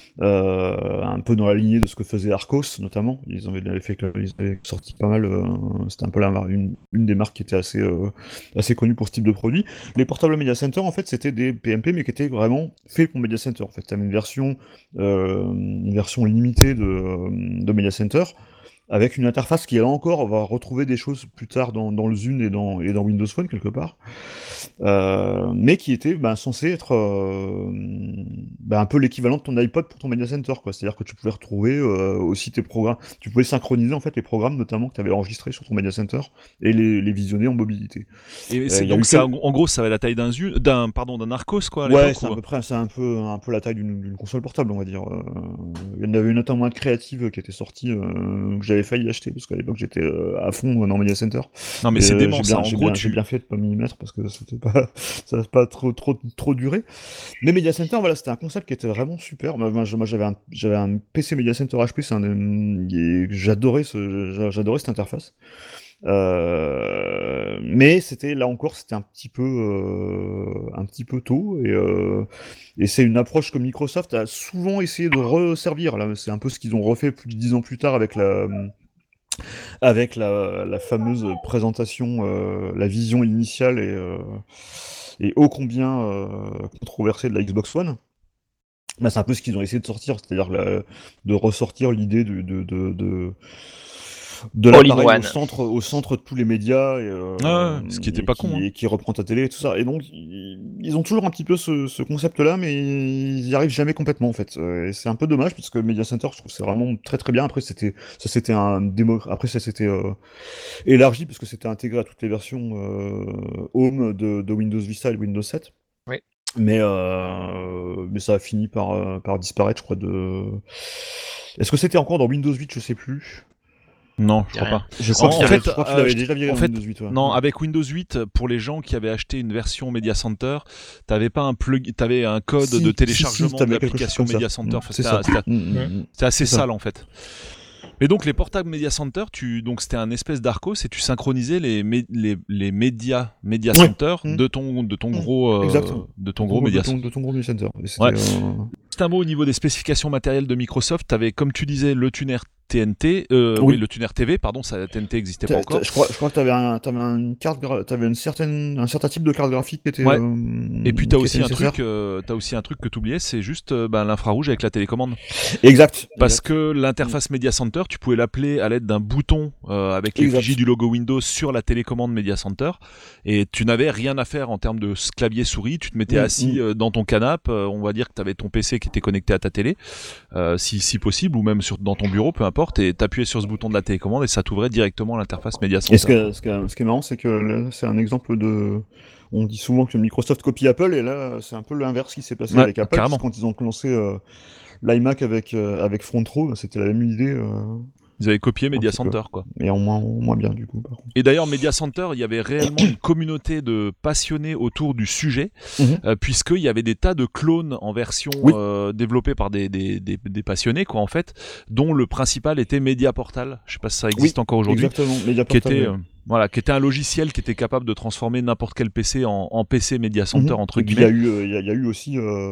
euh, un peu dans la lignée de ce que faisait Arcos notamment. Ils avaient, fait, ils avaient sorti pas mal, euh, c'était un peu la, une, une des marques qui était assez, euh, assez connue pour ce type de produit. Les Portable Media Center, en fait, c'était des P M P, mais qui étaient vraiment faits pour Media Center. En fait, tu avais une version, euh, une version limitée de, de Media Center, avec une interface qui, là encore, va retrouver des choses plus tard dans, dans le Zune et dans, et dans Windows Phone, quelque part, euh, mais qui était ben, censé être euh, ben, un peu l'équivalent de ton iPod pour ton Media Center, quoi. C'est-à-dire que tu pouvais retrouver euh, aussi tes programmes, tu pouvais synchroniser en fait les programmes notamment que tu avais enregistrés sur ton Media Center et les, les visionner en mobilité. Et c'est, Euh, il y a donc, eu ça, quel- en gros, ça avait la taille d'un, Zune- d'un, pardon, d'un Arcos, quoi, à Ouais, l'époque. c'est à ou- peu près, c'est un peu, un peu la taille d'une d'une console portable, on va dire. Euh, il y en avait notamment une créative qui était sortie, euh, que j'avais failli acheter, parce qu'à l'époque j'étais euh, à fond dans Media Center. Non, mais Et, c'est euh, dément, j'ai ça. bien, En j'ai gros, bien, tu. j'ai bien fait de pas m'y mettre, parce que c'était pas, ça n'a pas trop, trop, trop duré. Mais Media Center, voilà, c'était un concept qui était vraiment super. Moi, moi, moi, j'avais un, j'avais un P C Media Center H P, c'est un, et j'adorais ce, j'adorais cette interface. Euh, mais c'était là encore, c'était un petit peu, euh, un petit peu tôt, et, euh, et c'est une approche que Microsoft a souvent essayé de resservir. Là, c'est un peu ce qu'ils ont refait plus de dix ans plus tard avec la, avec la, la fameuse présentation, euh, la vision initiale et, euh, et ô combien euh, controversée de la Xbox One. Bah, c'est un peu ce qu'ils ont essayé de sortir, c'est-à-dire la- de ressortir l'idée de, de, de, de, de All in l'appareil au one. centre, au centre de tous les médias, et, euh, Ah ouais, ce qui était et pas qui, con, hein. et qui reprend ta télé et tout ça. Et donc, ils, ils ont toujours un petit peu ce, ce concept-là, mais ils y arrivent jamais complètement, en fait. Euh, Et c'est un peu dommage, parce que Media Center, je trouve que c'est vraiment très très bien. Après, c'était, ça c'était un démo, après ça s'était euh, élargi, parce que c'était intégré à toutes les versions euh, Home de, de Windows Vista et de Windows sept. Oui. Mais, euh, mais ça a fini par, euh, par disparaître, je crois, de... Est-ce que c'était encore dans Windows huit? Je sais plus. Non, je Y a crois rien. pas. Je crois En que tu fait, l'avais- je crois que tu euh, l'avais je- déjà viré en dans fait, Windows huit. Ouais. Non, Ouais. avec Windows huit, pour les gens qui avaient acheté une version Media Center, t'avais pas un plug, t'avais un code Si, de si, si, téléchargement t'avais de quelque chose l'application comme ça. Media Center. Mm, Enfin, c'est c'était, ça. c'était- Mm, mm, mm. c'était assez C'est ça. sale en fait. Mais donc les portables Media Center, tu, donc c'était un espèce d'Arcos et tu synchronisais les, mé- les, les médias Media Ouais. Center Mm. de ton, de ton Mm. gros, euh, Exactement. de ton De gros ton- Media de ton, de ton gros Media Center. Et c'était, Ouais. euh, Juste un mot au niveau des spécifications matérielles de Microsoft. T'avais, comme tu disais, le tuner T N T, euh, oui. Oui. oui, le tuner T V, pardon, ça, T N T n'existait pas t'as- encore. t'as- Je crois, je crois que t'avais un, t'avais une carte, gra- t'avais une certaine, un certain type de carte graphique qui était. Ouais. euh, Et puis t'as qui aussi était un nécessaire. truc, euh, t'as aussi un truc que t'oubliais, c'est juste euh, ben, l'infrarouge avec la télécommande. Exact. Parce exact. que l'interface Media Center, tu pouvais l'appeler à l'aide d'un bouton euh, avec Exact. l'effigie du logo Windows sur la télécommande Media Center, et tu n'avais rien à faire en termes de clavier souris. Tu te mettais Mm, assis mm. euh, dans ton canapé, euh, on va dire que tu avais ton P C qui était connecté à ta télé, euh, si, si possible, ou même sur, dans ton bureau, peu importe. n'importe, et t'appuyais sur ce bouton de la télécommande et ça t'ouvrait directement l'interface Media Center. Et ce, que, ce, que, ce qui est marrant, c'est que là, c'est un exemple de... On dit souvent que Microsoft copie Apple, et là, c'est un peu l'inverse qui s'est passé Ouais, avec Apple, carrément. quand ils ont lancé euh, l'iMac avec, euh, avec Front Row, c'était la même idée. Euh... Ils avaient copié Media Un petit peu. Center, quoi. Et en moins, en moins bien, du coup, par contre. Et d'ailleurs, Media Center, il y avait réellement une communauté de passionnés autour du sujet, Mhm. euh, puisqu'il y avait des tas de clones en version Oui. euh, développés par des, des, des, des passionnés, quoi, en fait, dont le principal était Media Portal. Je sais pas si ça existe Oui, encore aujourd'hui. Exactement, Media Qui Portal, était, ouais. euh, voilà, qui était un logiciel qui était capable de transformer n'importe quel P C en, en P C Media Center, Mhm. entre Et puis il y a guillemets. eu, euh, il y, a- il y a eu aussi euh,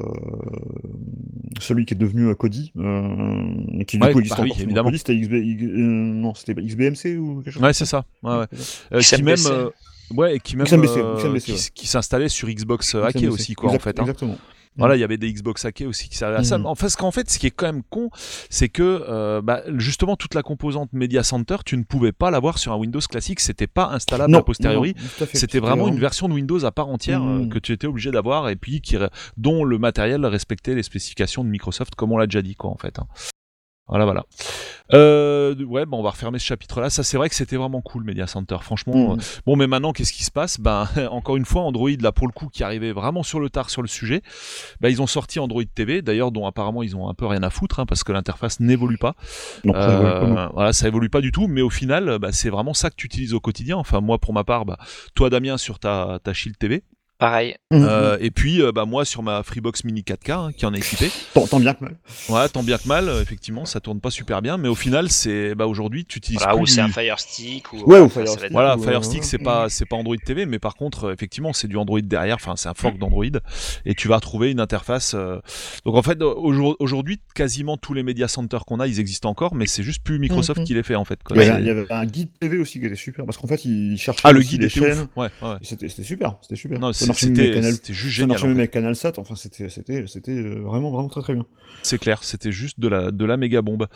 celui qui est devenu euh, Kodi, euh, et qui du Ouais, coup existe bah oui, encore. évidemment. Kodi, c'était X B, I- euh, non, c'était pas X B M C ou quelque chose Ouais, comme c'est ça. ça. Ouais, ouais. c'est Euh, qui même, X M B C. euh, ouais, et qui même, X M B C, euh, X M B C, qui, ouais. s- qui s'installait sur Xbox euh, X M B hacké C. aussi, quoi, Exact- en fait. Hein. Exactement. Voilà, il y avait des Xbox hackés aussi qui servaient à ça. Mhm. En fait, ce qu'en fait, ce qui est quand même con, c'est que euh, bah, justement toute la composante Media Center, tu ne pouvais pas l'avoir sur un Windows classique. C'était pas installable Non, a posteriori. non, non, tout à fait. C'était vraiment euh, une version de Windows à part entière euh, Mhm. que tu étais obligé d'avoir et puis qui, dont le matériel respectait les spécifications de Microsoft, comme on l'a déjà dit, quoi, en fait. Hein. Voilà, voilà. Euh, ouais, bon, on va refermer ce chapitre-là. Ça, c'est vrai que c'était vraiment cool, Media Center. Franchement, Mhm. euh, bon, mais maintenant, qu'est-ce qui se passe? Ben, encore une fois, Android, là, pour le coup, qui arrivait vraiment sur le tard sur le sujet. Ben, ils ont sorti Android T V, d'ailleurs, dont apparemment ils ont un peu rien à foutre, hein, parce que l'interface n'évolue pas. Non, ça évolue pas beaucoup. Euh, voilà, ça évolue pas du tout, mais au final, bah, c'est vraiment ça que tu utilises au quotidien. Enfin, moi, pour ma part, bah, toi, Damien, sur ta, ta Shield T V. Pareil. Mhm. Euh, et puis, euh, bah, moi, sur ma Freebox Mini quatre K, hein, qui en est équipée. Tant, tant bien que mal. Ouais, tant bien que mal, euh, effectivement, ça tourne pas super bien, mais au final, c'est, bah, aujourd'hui, tu utilises Voilà, plus ou du- c'est un Fire Stick. Ou, Ouais, ou enfin, Fire ça va Stick. être- Voilà, ou, Fire euh, Stick, c'est ouais. pas, c'est pas Android T V, mais par contre, euh, effectivement, c'est du Android derrière, enfin, c'est un fork d'Android, et tu vas retrouver une interface. euh, Donc, en fait, aujourd- aujourd'hui, quasiment tous les media centers qu'on a, ils existent encore, mais c'est juste plus Microsoft Mhm. qui les fait, en fait. Quoi. Il y, C'est- avait, il y avait un guide T V aussi qui était super, parce qu'en fait, il cherchait Ah, le aussi guide les était chaînes. ouf. Ouais, ouais. Et C'était c'était super, c'était super. Non, Ça c'est- marchait même avec c'était, Canal, c'était juste ça génial. marchait en même fait. avec CanalSat, enfin, c'était c'était- c'était euh, vraiment, vraiment très très bien. C'est clair, c'était juste de la, de la méga bombe.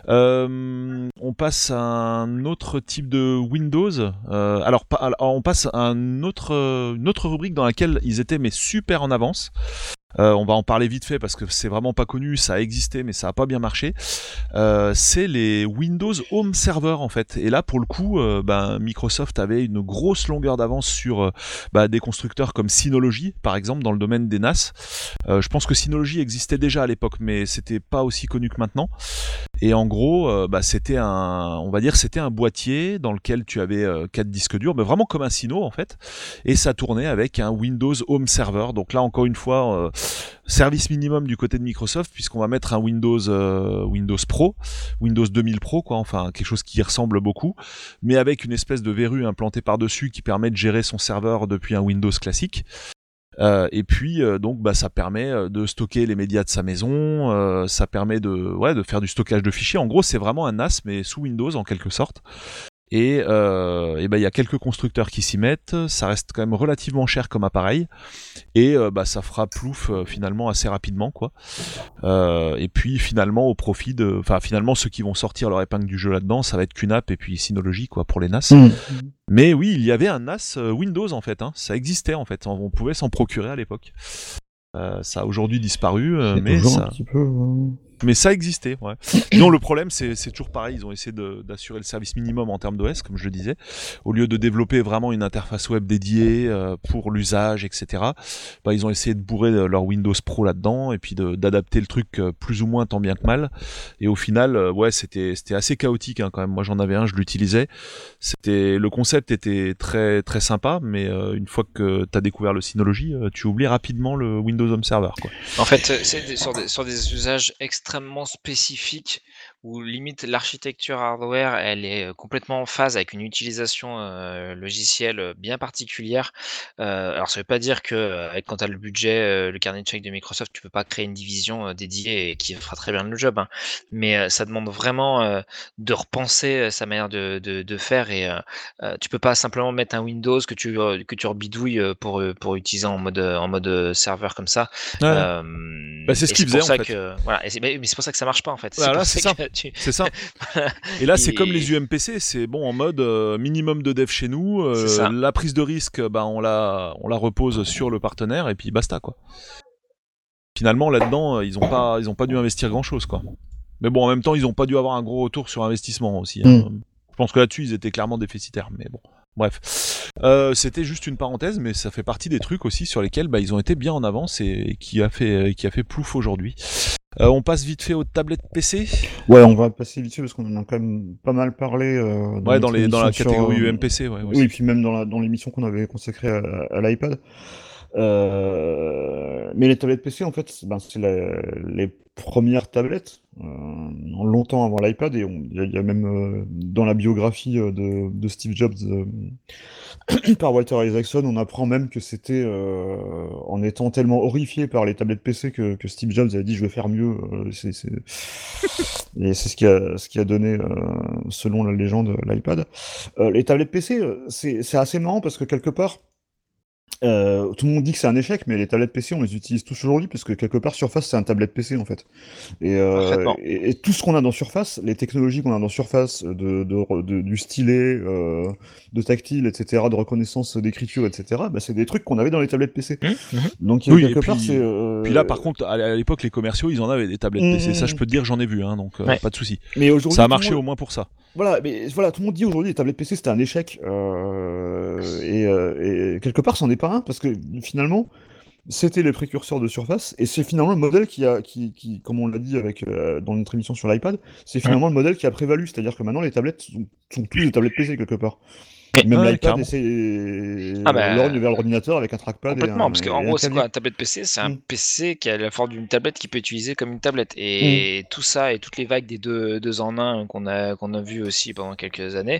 Euh, on passe à un autre type de Windows. Euh, alors, pas- alors, on passe à un autre, euh, une autre rubrique dans laquelle ils étaient mais super en avance. Euh, on va en parler vite fait parce que c'est vraiment pas connu, ça a existé mais ça a pas bien marché. Euh, c'est les Windows Home Server en fait. Et là pour le coup, euh, ben, Microsoft avait une grosse longueur d'avance sur euh, bah, des constructeurs comme Synology par exemple dans le domaine des N A S. Euh, je pense que Synology existait déjà à l'époque mais c'était pas aussi connu que maintenant. Et en gros, euh, bah, c'était un, on va dire, c'était un boîtier dans lequel tu avais euh, quatre disques durs, mais vraiment comme un Syno en fait, et ça tournait avec un Windows Home Server. Donc là, encore une fois, euh, service minimum du côté de Microsoft, puisqu'on va mettre un Windows, euh, Windows Pro, Windows deux mille Pro, quoi, enfin quelque chose qui y ressemble beaucoup, mais avec une espèce de verrue implantée par dessus qui permet de gérer son serveur depuis un Windows classique. Euh, et puis euh, donc bah ça permet euh, de stocker les médias de sa maison, euh, ça permet de ouais de faire du stockage de fichiers. En gros, c'est vraiment un N A S mais sous Windows en quelque sorte. Et euh, et ben il y a quelques constructeurs qui s'y mettent. Ça reste quand même relativement cher comme appareil. Et euh, bah ça fera plouf euh, finalement assez rapidement quoi. Euh, et puis finalement au profit de, enfin finalement ceux qui vont sortir leur épingle du jeu là-dedans, ça va être Q NAP et puis Synology quoi pour les N A S. Mmh. Mais oui, il y avait un N A S euh, Windows en fait, hein. Ça existait en fait, on pouvait s'en procurer à l'époque. Euh, ça a aujourd'hui disparu, euh, C'est mais toujours ça, un petit peu. euh, mais ça existait. Ouais. Non, le problème c'est, c'est toujours pareil, ils ont essayé de, d'assurer le service minimum en termes d'O S, comme je le disais, au lieu de développer vraiment une interface web dédiée euh, pour l'usage, et cetera. Bah, ils ont essayé de bourrer leur Windows Pro là-dedans et puis de, d'adapter le truc euh, plus ou moins tant bien que mal. Et au final, euh, ouais, c'était, c'était assez chaotique hein, quand même. Moi, j'en avais un, je l'utilisais. C'était, le concept était très très sympa, mais euh, une fois que t'as découvert le Synology, euh, tu oublies rapidement le Windows Home Server, quoi. En fait, euh, c'est des- sur, des, sur des usages extrêmement spécifiques où limite l'architecture hardware elle est euh, complètement en phase avec une utilisation euh, logicielle euh, bien particulière. Euh, alors ça veut pas dire que euh, avec- quand tu as le budget, euh, le carnet de chèques de Microsoft, tu peux pas créer une division euh, dédiée et qui fera très bien le job. Hein. Mais euh, ça demande vraiment euh, de repenser euh, sa manière de, de, de faire et euh, euh, tu peux pas simplement mettre un Windows que tu euh, que tu rebidouilles euh, pour euh, pour utiliser en mode euh, en mode euh, serveur comme ça. Ouais. Euh, Bah, c'est ce et qu'ils pour faisaient, en ça fait. que voilà, et c'est, mais, mais c'est pour ça que ça marche pas en fait. Voilà, c'est c'est pour ça que tu- C'est ça. Et là, c'est Et- comme les U M P C, c'est bon en mode euh, minimum de dev chez nous. euh, C'est ça. la prise de risque, bah, on la, on la repose sur le partenaire et puis basta quoi. Finalement, là-dedans, euh, ils ont pas, ils ont pas dû investir grand-chose quoi. Mais bon, en même temps, ils ont pas dû avoir un gros retour sur investissement aussi. Hein. Mm. Je pense que là-dessus, ils étaient clairement déficitaires, mais bon. Bref, euh, c'était juste une parenthèse, mais ça fait partie des trucs aussi sur lesquels bah, ils ont été bien en avance et, et qui a fait qui a fait plouf aujourd'hui. Euh, on passe vite fait aux tablettes P C. Ouais, on va passer vite fait parce qu'on en a quand même pas mal parlé. Euh, dans Ouais, dans les dans la sur, catégorie euh, U M P C, ouais. Oui, et puis même dans la dans l'émission qu'on avait consacrée à, à l'iPad. Euh, mais les tablettes P C, en fait, c'est, ben, c'est la, les premières tablettes, euh, longtemps avant l'iPad, et il y, y a même euh, dans la biographie euh, de, de Steve Jobs euh, par Walter Isaacson, on apprend même que c'était euh, en étant tellement horrifié par les tablettes P C que, que Steve Jobs a dit je vais faire mieux. Euh, c'est, c'est... Et c'est ce qui a, ce qui a donné, euh, selon la légende, l'iPad. Euh, les tablettes P C, c'est, c'est assez marrant parce que quelque part, Euh, tout le monde dit que c'est un échec, mais les tablettes P C, on les utilise tous aujourd'hui, parce que quelque part, Surface, c'est un tablette P C, en fait. Et, euh, Parfaitement. et, et tout ce qu'on a dans Surface, les technologies qu'on a dans Surface, de, de, de- du stylet, euh, de tactile, et cetera, de reconnaissance d'écriture, et cetera, bah, c'est des trucs qu'on avait dans les tablettes P C. Mmh, mmh. Donc, Oui, quelque et part, puis- c'est... euh, Puis là, par contre, à à l'époque, les commerciaux, ils en avaient des tablettes P C. Ça, je peux te dire, j'en ai vu, hein, donc euh, Ouais. pas de souci. mais aujourd'hui, Ça a tout le marché monde- au moins pour ça. Voilà, mais voilà, tout le monde dit aujourd'hui les tablettes P C c'était un échec, euh, et, euh, et quelque part c'en est pas un, parce que finalement c'était les précurseurs de Surface, et c'est finalement le modèle qui a, qui, qui comme on l'a dit avec, euh, dans notre émission sur l'iPad, c'est finalement le modèle qui a prévalu, c'est-à-dire que maintenant les tablettes sont, sont tous des tablettes P C quelque part. Même Ouais, l'iPad carrément. essaie Ah bah, lorgne vers l'ordinateur avec un trackpad et Complètement, un, parce et qu'en un gros, c'est clavier. quoi un tablette P C? C'est un Mm. P C qui a la forme d'une tablette qui peut être utilisée comme une tablette. Et tout ça et toutes les vagues des deux, deux en un qu'on a, qu'on a vu aussi pendant quelques années,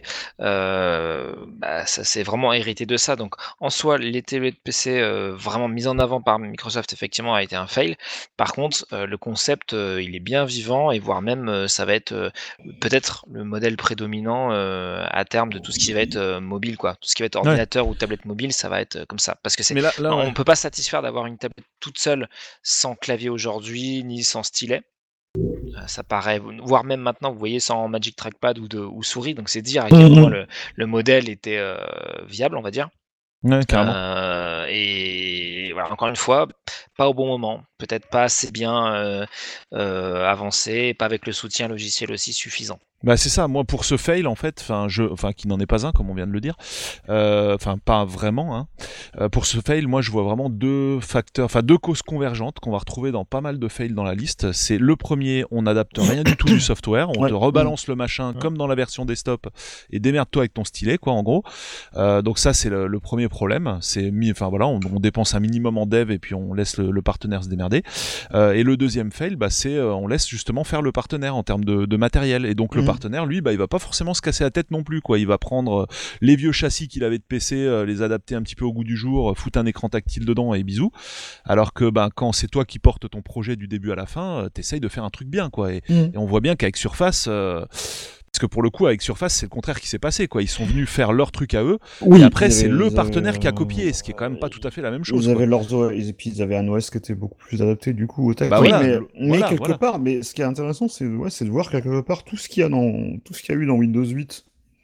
euh, bah, ça s'est vraiment hérité de ça. Donc en soi, les tablettes P C euh, vraiment mises en avant par Microsoft, effectivement, a été un fail. Par contre, euh, le concept, euh, il est bien vivant et voire même, euh, ça va être euh, peut-être le modèle prédominant euh, à terme de tout ce qui va être euh, mobile, quoi. Tout ce qui va être ordinateur ou tablette mobile, ça va être euh, comme ça. Parce que c'est Mais là, là on ouais. ne peut pas se satisfaire d'avoir une tablette toute seule sans clavier aujourd'hui, ni sans stylet. Euh, ça paraît, voire même maintenant, vous voyez, sans Magic Trackpad ou, de, ou souris, donc c'est dire à quel Mhm. point le, le modèle était euh, viable, on va dire. Ouais, carrément. Euh, et voilà, encore une fois, pas au bon moment, peut-être pas assez bien euh, euh, avancé, pas avec le soutien logiciel aussi suffisant. Bah c'est ça, moi pour ce fail en fait, enfin je, enfin qui n'en est pas un comme on vient de le dire, enfin pas vraiment, hein. Euh, pour ce fail, moi je vois vraiment deux facteurs, enfin deux causes convergentes qu'on va retrouver dans pas mal de fails dans la liste. C'est le premier, on n'adapte rien du tout du software, on Ouais. te rebalance le machin Ouais. comme dans la version desktop et démerde-toi avec ton stylet quoi en gros. Euh, donc ça c'est le, le premier problème, c'est mis, enfin voilà, on, on dépense un minimum en dev et puis on laisse le, le partenaire se démerder. Euh, et le deuxième fail, bah c'est euh, on laisse justement faire le partenaire en termes de, de matériel et donc le Mhm. partenaire, lui, bah, il va pas forcément se casser la tête non plus, quoi. Il va prendre euh, les vieux châssis qu'il avait de P C, euh, les adapter un petit peu au goût du jour, euh, foutre un écran tactile dedans et bisous. Alors que, bah, quand c'est toi qui portes ton projet du début à la fin, euh, t'essayes de faire un truc bien, quoi. Et, Mhm. et on voit bien qu'avec Surface, euh, parce que pour le coup, avec Surface, c'est le contraire qui s'est passé, quoi. Ils sont venus faire leur truc à eux, Oui, et après, ils c'est avaient- le ils partenaire avaient, qui a euh, copié, ce qui est quand même pas tout à fait la même chose, Ils quoi. avaient leurs O S, et puis ils avaient un O S qui était beaucoup plus adapté du coup au tactile. Bah voilà, mais le- mais voilà, quelque voilà. part, mais ce qui est intéressant, c'est ouais, c'est de voir quelque part tout ce qu'il y a dans tout ce qu'il y a eu dans Windows huit.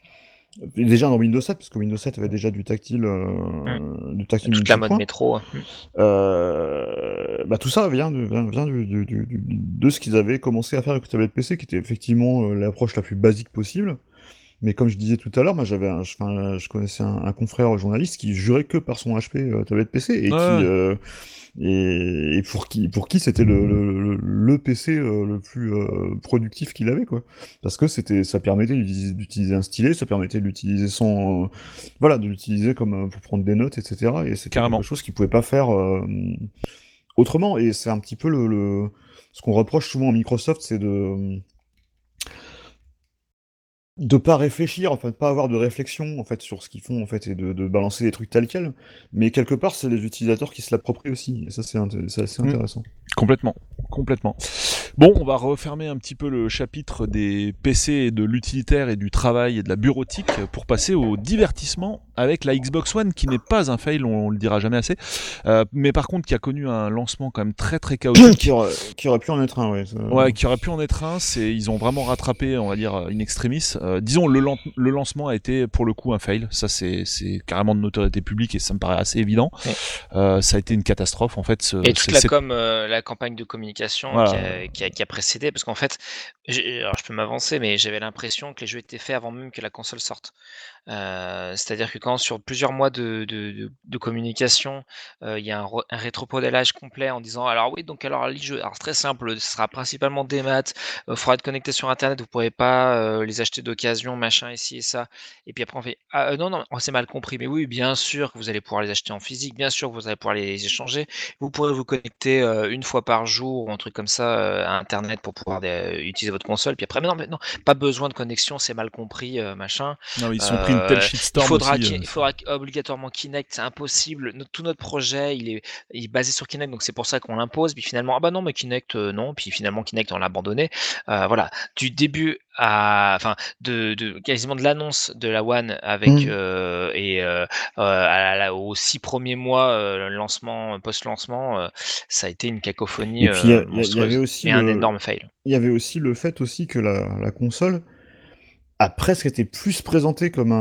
Et déjà dans Windows sept, parce que Windows sept avait déjà du tactile, euh, du tactile Toute la mode multipoint. métro. hein. Euh, bah tout ça vient de vient, vient du, du- du- du- de ce qu'ils avaient commencé à faire avec le tablette P C, qui était effectivement euh, l'approche la plus basique possible. Mais comme je disais tout à l'heure, moi j'avais, un- je, enfin, je connaissais un, un confrère journaliste qui jurait que par son H P euh, tablette P C et Ouais. qui euh, et, et pour qui pour qui c'était le, le, le- le P C euh, le plus euh, productif qu'il avait quoi, parce que c'était ça permettait d'utiliser, d'utiliser un stylet, ça permettait de l'utiliser sans euh, voilà de l'utiliser comme euh, pour prendre des notes, etc. Et c'était Carrément. quelque chose qu'il pouvait pas faire euh, autrement. Et c'est un petit peu le, le ce qu'on reproche souvent à Microsoft, c'est de de pas réfléchir, enfin de pas avoir de réflexion en fait sur ce qu'ils font en fait et de, de balancer des trucs tels quels, mais quelque part c'est les utilisateurs qui se l'approprient aussi, et ça c'est int- c'est assez Mm. intéressant. Complètement, complètement. Bon, on va refermer un petit peu le chapitre des P C et de l'utilitaire et du travail et de la bureautique pour passer au divertissement avec la Xbox One, qui n'est pas un fail, on, on le dira jamais assez, euh, mais par contre qui a connu un lancement quand même très très chaotique. qui, aurait, qui aurait pu en être un, ouais. ça- Ouais, qui aurait pu en être un, c'est ils ont vraiment rattrapé, on va dire, in extremis. Euh, disons, le, lan- le lancement a été pour le coup un fail, ça c'est c'est carrément de notoriété publique et ça me paraît assez évident. Ouais. Euh, ça a été une catastrophe en fait. Ce, Et toute c'est- la c'est- com, euh, la campagne de communication Voilà. qui, a, qui a qui a précédé parce qu'en fait, j'ai alors je peux m'avancer, mais j'avais l'impression que les jeux étaient faits avant même que la console sorte. Heu, c'est-à-dire que quand sur plusieurs mois de de de de communication, heu, il y a un re un rétropodélage complet en disant: «Alors oui, donc alors les jeux, alors c'est très simple, ce sera principalement des maths, heu, faudra être connecté sur internet, vous pourrez pas, heu, les acheter d'occasion, machin et ci et ça». Et puis après on fait: «Ah, heu, non, non, on s'est mal compris, mais oui, bien sûr que vous allez pouvoir les acheter en physique, bien sûr que vous allez pouvoir les échanger. Vous pourrez vous connecter, heu, une fois par jour ou un truc comme ça, heu, à internet pour pouvoir des utiliser votre console». Puis après: «Mais non, mais non, pas besoin de connexion, c'est mal compris, heu, machin». Non, mais ils se sont pris une telle Heu, il shitstorm faudra aussi. qui euh, il c'est- faudra obligatoirement Kinect, c'est impossible. Notre tout notre projet, il est il est basé sur Kinect, donc c'est pour ça qu'on l'impose. Puis finalement: «Ah bah non, mais Kinect, heu, non». Puis finalement Kinect, on l'a abandonné. Heu, voilà, du début à enfin, de de quasiment de l'annonce de la One avec, Mmh. heu et heu, heu, à la aux six premiers mois, heu, lancement, post-lancement, heu, ça a été une cacophonie, Et puis, il y, heu, a- il y a- il y avait monstrueuse aussi et un le, énorme fail. il y avait aussi le fait aussi que la, la console a presque été plus présentée comme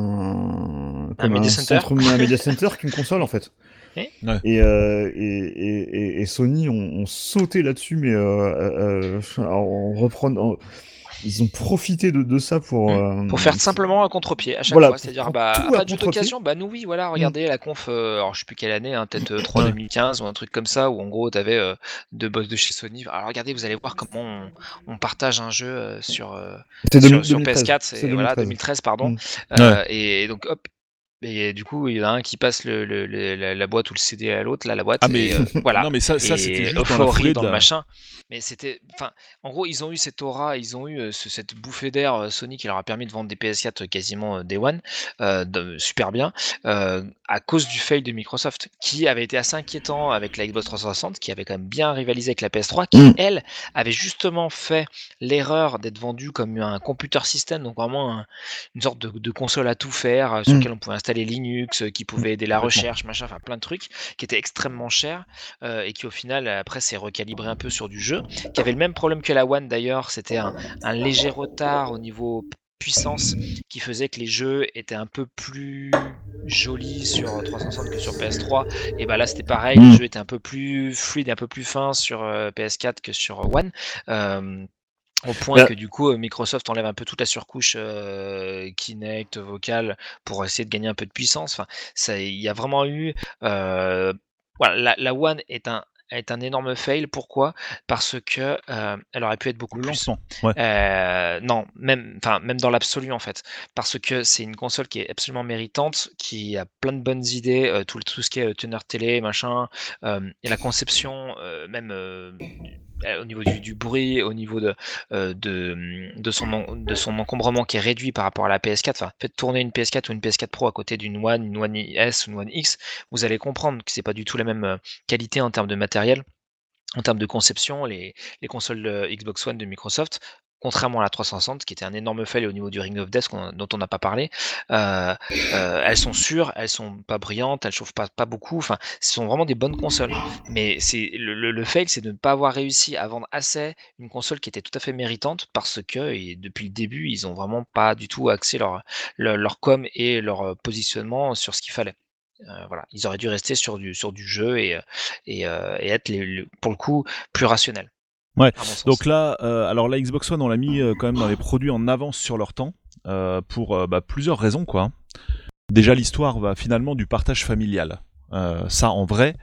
un, Un comme media un center? centre, un media center qu'une console en fait. Oui. Ouais. Et, euh, et, et, et- et Sony ont, ont sauté là-dessus, mais euh, euh, euh, en reprenant, ils ont profité de, de ça pour, Mmh. euh, Pour faire pour- simplement un contre-pied à chaque voilà, fois. pour C'est-à-dire, prendre bah, ah, tout à pas de jeu contre-pied. d'occasion? Bah, nous, oui, voilà, Mm. regardez la conf, heu, alors je sais plus quelle année, hein, peut-être, heu, trois Ouais. deux mille quinze ou un truc comme ça, où en gros tu avais, heu, deux boss de chez Sony. Alors regardez, vous allez voir comment on on partage un jeu, heu, sur, heu, C'était sur sur deux mille treize. P S quatre, C'est c'est voilà, deux mille treize. deux mille treize pardon, Mm. Ouais. heu et donc hop et du coup, il y en a un qui passe le le le la la boîte ou le C D à l'autre, là, la Ah boîte mais et heu, voilà non, mais ça, ça c'était et juste dans la euphorie foulée de dans le la. machin. Mais c'était enfin, en gros, ils ont eu cette aura, ils ont eu, heu, ce cette bouffée d'air, heu, Sony qui leur a permis de vendre des P S quatre quasiment, heu, day one, heu, de super bien, heu, à cause du fail de Microsoft, qui avait été assez inquiétant avec la Xbox trois cent soixante, qui avait quand même bien rivalisé avec la P S trois, qui Mm. elle, avait justement fait l'erreur d'être vendue comme un computer system, donc vraiment un une sorte de de console à tout faire, heu, sur Mm. lequel on pouvait installer Linux, heu, qui pouvait aider la Complètement. recherche, machin, enfin plein de trucs, qui étaient extrêmement chers, heu, et qui au final, après s'est recalibré un peu sur du jeu, qui avait le même problème que la One d'ailleurs, c'était un un léger retard au niveau p puissance qui faisait que les jeux étaient un peu plus jolis sur, heu, trois cent soixante que sur P S trois et bah, là c'était pareil, les Mm. jeux étaient un peu plus fluides, un peu plus fins sur, heu, P S quatre que sur One, hem au point Bah, que du coup, heu, Microsoft enlève un peu toute la surcouche, heu, Kinect, vocal, pour essayer de gagner un peu de puissance. Enfin, ça il y a vraiment eu, heu, voilà, la la One est un est un énorme fail. Pourquoi? Parce que, heu, elle aurait pu être beaucoup Le plus. lancement. Ouais. Heu, non, même enfin, même dans l'absolu, en fait. Parce que c'est une console qui est absolument méritante, qui a plein de bonnes idées, heu, tout le tout ce qui est, heu, teneur télé, machin, hem et la conception, heu, même, heu, du heu, au niveau du du bruit, au niveau de, heu, de, mmh, de son en de son encombrement qui est réduit par rapport à la P S quatre. Enfin, faites tourner une P S quatre ou une P S quatre Pro à côté d'une One, une One S ou une One X, vous allez comprendre que c'est pas du tout la même, heu, qualité en termes de matériel. En termes de conception, les les consoles, heu, Xbox One de Microsoft, contrairement à la trois cent soixante qui était un énorme fail au niveau du Ring of Death qu'on dont on n'a pas parlé, heu heu, elles sont sûres, elles sont pas brillantes, elles chauffent pas pas beaucoup, enfin, ce sont vraiment des bonnes consoles. Mais c'est le le le fail, c'est de ne pas avoir réussi à vendre assez une console qui était tout à fait méritante parce que et depuis le début, ils ont vraiment pas du tout axé leur leur leur com et leur, heu, positionnement sur ce qu'il fallait. Heu, voilà, ils auraient dû rester sur du sur du jeu et heu et heu et être les le pour le coup, plus rationnels, Ouais. à mon sens. Donc là, euh, alors la Xbox One, on l'a mis euh, quand même dans les produits en avance sur leur temps euh, pour euh, bah, plusieurs raisons quoi. Déjà l'histoire va finalement du partage familial. Euh, ça en vrai,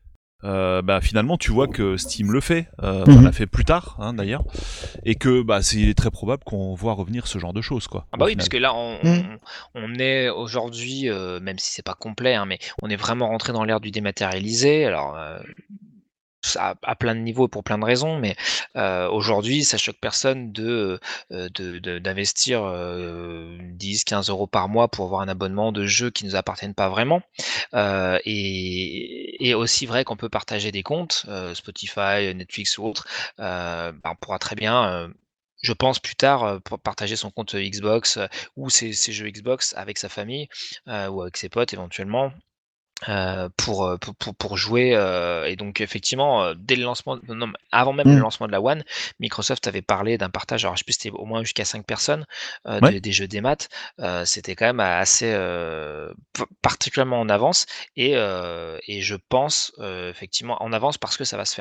euh, bah, finalement tu vois que Steam le fait, euh, enfin Mhm. l'a fait plus tard hein, d'ailleurs, et que bah, c'est très probable qu'on voit revenir ce genre de choses quoi. Ah Au bah oui, final. parce que là, on Mm. on on est aujourd'hui, heu, même si c'est pas complet, hein, mais on est vraiment rentré dans l'ère du dématérialisé. Alors, heu, ça à plein de niveaux pour plein de raisons, mais heu, aujourd'hui, ça choque personne de, heu de de d'investir, heu, dix quinze euros par mois pour avoir un abonnement de jeux qui nous appartiennent pas vraiment. Heu et et aussi vrai qu'on peut partager des comptes, heu, Spotify, Netflix ou autre. Heu, bah, on pourra très bien, heu, je pense plus tard, heu, pour partager son compte, Xbox, heu, ou ses ses jeux Xbox avec sa famille, heu, ou avec ses potes éventuellement. Heu, pour, heu, pour pour pour jouer, heu et donc effectivement, heu, dès le lancement non, non, mais avant même le Mm. lancement de la One, Microsoft avait parlé d'un partage, alors je sais plus, c'était au moins jusqu'à cinq personnes, heu, Ouais. de des jeux démat. Heu, c'était quand même assez, heu, p particulièrement en avance et heu et je pense, heu, effectivement en avance parce que ça va se faire.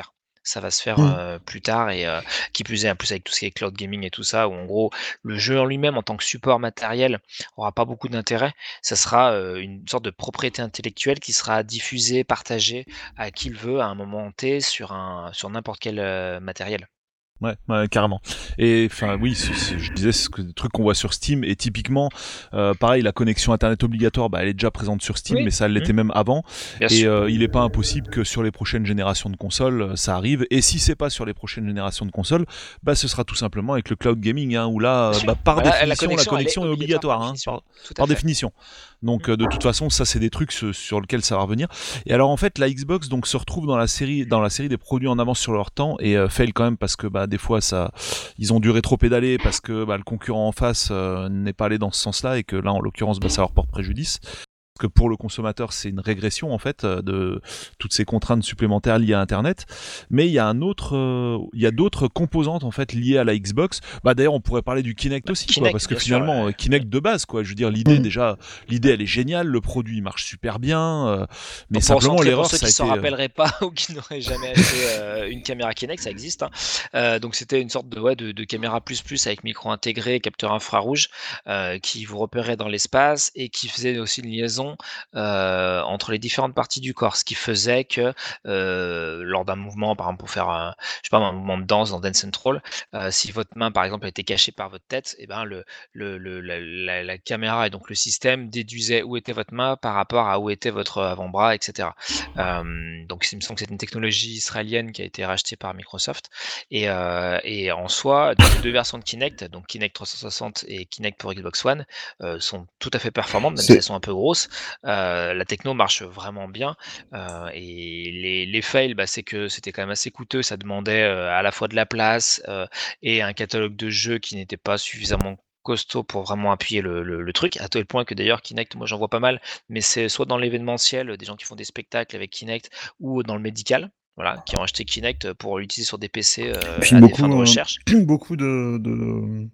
ça va se faire Mmh. euh, plus tard et euh, qui plus est, en plus avec tout ce qui est cloud gaming et tout ça, où en gros le jeu en lui-même en tant que support matériel aura pas beaucoup d'intérêt. Ça sera euh, une sorte de propriété intellectuelle qui sera diffusée, partagée à qui le veut à un moment T sur un sur n'importe quel euh, matériel. Ouais, ouais, carrément. Et enfin, oui, c'est, c'est- je disais, c'est des trucs qu'on voit sur Steam. Et typiquement, euh, pareil, la connexion Internet obligatoire, bah, elle est déjà présente sur Steam, Oui. mais ça l'était Mmh. même avant. Bien Et sûr. euh, il n'est pas impossible que sur les prochaines générations de consoles, euh, ça arrive. Et si c'est pas sur les prochaines générations de consoles, bah, ce sera tout simplement avec le cloud gaming, hein, où là, Bien euh, sûr. bah, par Bah là, la définition, la connexion, elle est connexion est obligatoire obligatoire, par hein, définition. par, Tout à par fait. définition. Donc, euh, de toute façon, ça, c'est des trucs sur, sur lesquels ça va revenir. Et alors, en fait, la Xbox donc se retrouve dans la série, dans la série des produits en avance sur leur temps et euh, fail quand même parce que bah, des fois, ça, ils ont dû rétro-pédaler parce que bah, le concurrent en face euh, n'est pas allé dans ce sens-là et que là, en l'occurrence, bah, ça leur porte préjudice. Parce que pour le consommateur, c'est une régression en fait euh, de toutes ces contraintes supplémentaires liées à Internet. Mais il y a un autre, euh, il y a d'autres composantes en fait liées à la Xbox. Bah d'ailleurs, on pourrait parler du Kinect Bah, aussi, quoi, Kinect, parce que bien sûr. finalement, euh, euh, Kinect de base, quoi. Je veux dire, l'idée Mm. déjà, l'idée elle est géniale, le produit marche super bien, euh, mais Donc, pour simplement recentrer, l'erreur, pour ceux ça a qui s'en été. euh, rappelleraient pas ou qui n'auraient jamais acheté euh, une caméra Kinect, ça existe. Hein. Euh, donc c'était une sorte de, ouais, de, de caméra plus plus avec micro intégré, capteur infrarouge, euh, qui vous repérait dans l'espace et qui faisait aussi une liaison euh, entre les différentes parties du corps, ce qui faisait que euh, lors d'un mouvement, par exemple pour faire un, je sais pas, un mouvement de danse dans Dance Central, euh, si votre main par exemple était cachée par votre tête, et ben le, le, le la, la, la caméra et donc le système déduisait où était votre main par rapport à où était votre avant-bras, et cetera. Euh, donc il me semble que c'est une technologie israélienne qui a été rachetée par Microsoft. Et, euh, et en soi, donc, les deux versions de Kinect, donc Kinect trois cent soixante et Kinect pour Xbox One, euh, sont tout à fait performantes, même si C'est elles sont un peu grosses. Euh, la techno marche vraiment bien. Euh, et les, les fails, bah, c'est que c'était quand même assez coûteux. Ça demandait euh, à la fois de la place euh, et un catalogue de jeux qui n'était pas suffisamment costaud pour vraiment appuyer le, le, le truc, à tel point que d'ailleurs Kinect, moi j'en vois pas mal, mais c'est soit dans l'événementiel, des gens qui font des spectacles avec Kinect, ou dans le médical, voilà, qui ont acheté Kinect pour l'utiliser sur des P C euh, Puis à des beaucoup, fins de euh, recherche. beaucoup de, de-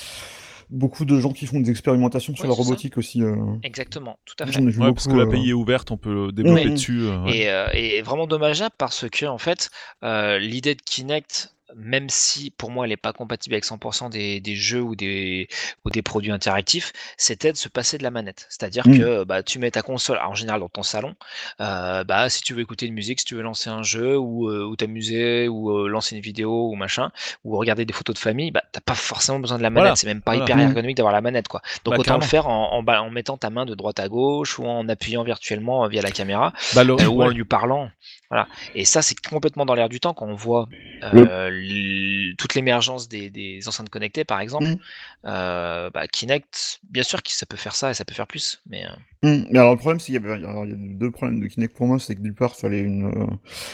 beaucoup de gens qui font des expérimentations sur Oui, la c'est ça. robotique aussi. euh. Exactement, tout à fait. J'en ai vu Ouais, parce que beaucoup. la euh. A P I est ouverte, on peut développer Mm. dessus. euh, ouais. Et, euh, et vraiment dommageable parce que en fait, euh, l'idée de Kinect, même si pour moi elle n'est pas compatible avec cent pour cent des, des jeux ou des, ou des produits interactifs, c'était de se passer de la manette. C'est-à-dire Mm. que bah, tu mets ta console, alors, en général dans ton salon, euh, bah, si tu veux écouter une musique, si tu veux lancer un jeu ou, euh, ou t'amuser ou euh, lancer une vidéo ou machin, ou regarder des photos de famille, bah, t'as pas forcément besoin de la manette. Voilà, C'est même pas voilà. hyper Mm. ergonomique d'avoir la manette, quoi. Donc Bah, autant le carrément. faire en, en, ba- en mettant ta main de droite à gauche ou en appuyant virtuellement euh, via la caméra Bah, le- euh, ou en ouais. lui parlant. Voilà. Et ça, c'est complètement dans l'air du temps quand on voit Le- euh, l- toute l'émergence des, des enceintes connectées, par exemple. Mm. Euh, bah, Kinect, bien sûr que ça peut faire ça et ça peut faire plus, mais euh, Mm. Mais alors le problème, c'est qu'il y avait, alors, il y a deux problèmes de Kinect pour moi, c'est que d'une part, il fallait une, euh,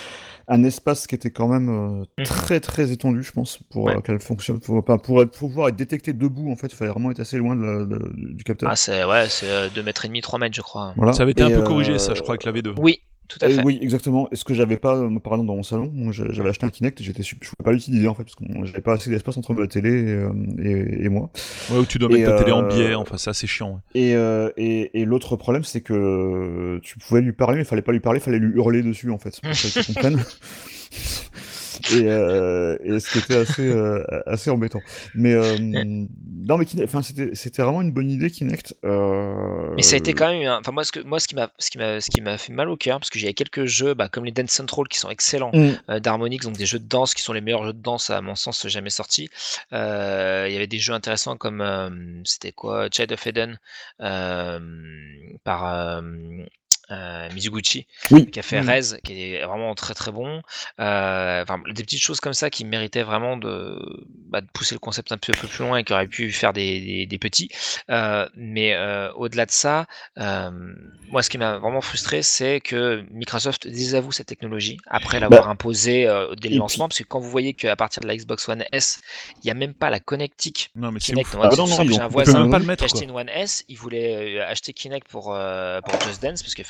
un espace qui était quand même euh, Mhm. très très étendu, je pense, pour Ouais. euh, qu'elle fonctionne, pour, enfin, pour être, pouvoir être détecté debout, en fait, il fallait vraiment être assez loin de la- de- du capteur. ah, c'est ouais, c'est euh, deux mètres et demi, trois mètres, je crois. Voilà. Ça avait été Et, un peu euh, corrigé, ça, je crois, avec la V deux. Oui, tout à et fait. oui, exactement. Et ce que j'avais pas, euh, par exemple, dans mon salon, moi, j'a- j'avais acheté un Kinect, et j'étais, su- je pouvais pas l'utiliser en fait, parce que bon, j'avais pas assez d'espace entre ma télé et, euh, et- et moi. Ouais, où tu dois mettre Et, ta télé en euh, biais, enfin, c'est assez chiant. Ouais. Et, euh, et, et l'autre problème, c'est que tu pouvais lui parler, mais il fallait pas lui parler, il fallait lui hurler dessus, en fait, pour qu'elle te comprenne. Et, euh, et ce qui était assez, euh, assez embêtant. Mais euh, non, mais Kinect, enfin, c'était, c'était vraiment une bonne idée, Kinect. Euh... Mais ça a été quand même, un- enfin moi ce que moi ce qui m'a ce qui m'a ce qui m'a fait mal au cœur parce que j'ai quelques jeux bah, comme les Dance Central qui sont excellents Mm. euh, d'Harmonix, donc des jeux de danse qui sont les meilleurs jeux de danse à mon sens jamais sortis. Euh, Il y avait des jeux intéressants comme euh, c'était quoi Child of Eden euh, par euh, euh, Mizuguchi Oui. qui a fait Mm. Rez qui est vraiment très très bon. Euh, Enfin des petites choses comme ça qui méritaient vraiment de, bah, de pousser le concept un peu, un peu plus loin et qui auraient pu faire des, des, des petits. Euh, mais euh, au-delà de ça, euh, moi, ce qui m'a vraiment frustré, c'est que Microsoft désavoue cette technologie après l'avoir Bah, imposée euh, dès le et lancement, puis- parce que quand vous voyez qu'à partir de la Xbox One S, il n'y a même pas la connectique Non, mais c'est Kinect. ouf. Moi, Ah c'est non, tout non, simple, ils j'ai ont un complètement Tu peux voisin même pas le raison. mettre, qui a quoi. acheté une One S, il voulait euh, acheter Kinect pour, euh, pour Just Dance, parce qu'effectivement, c'est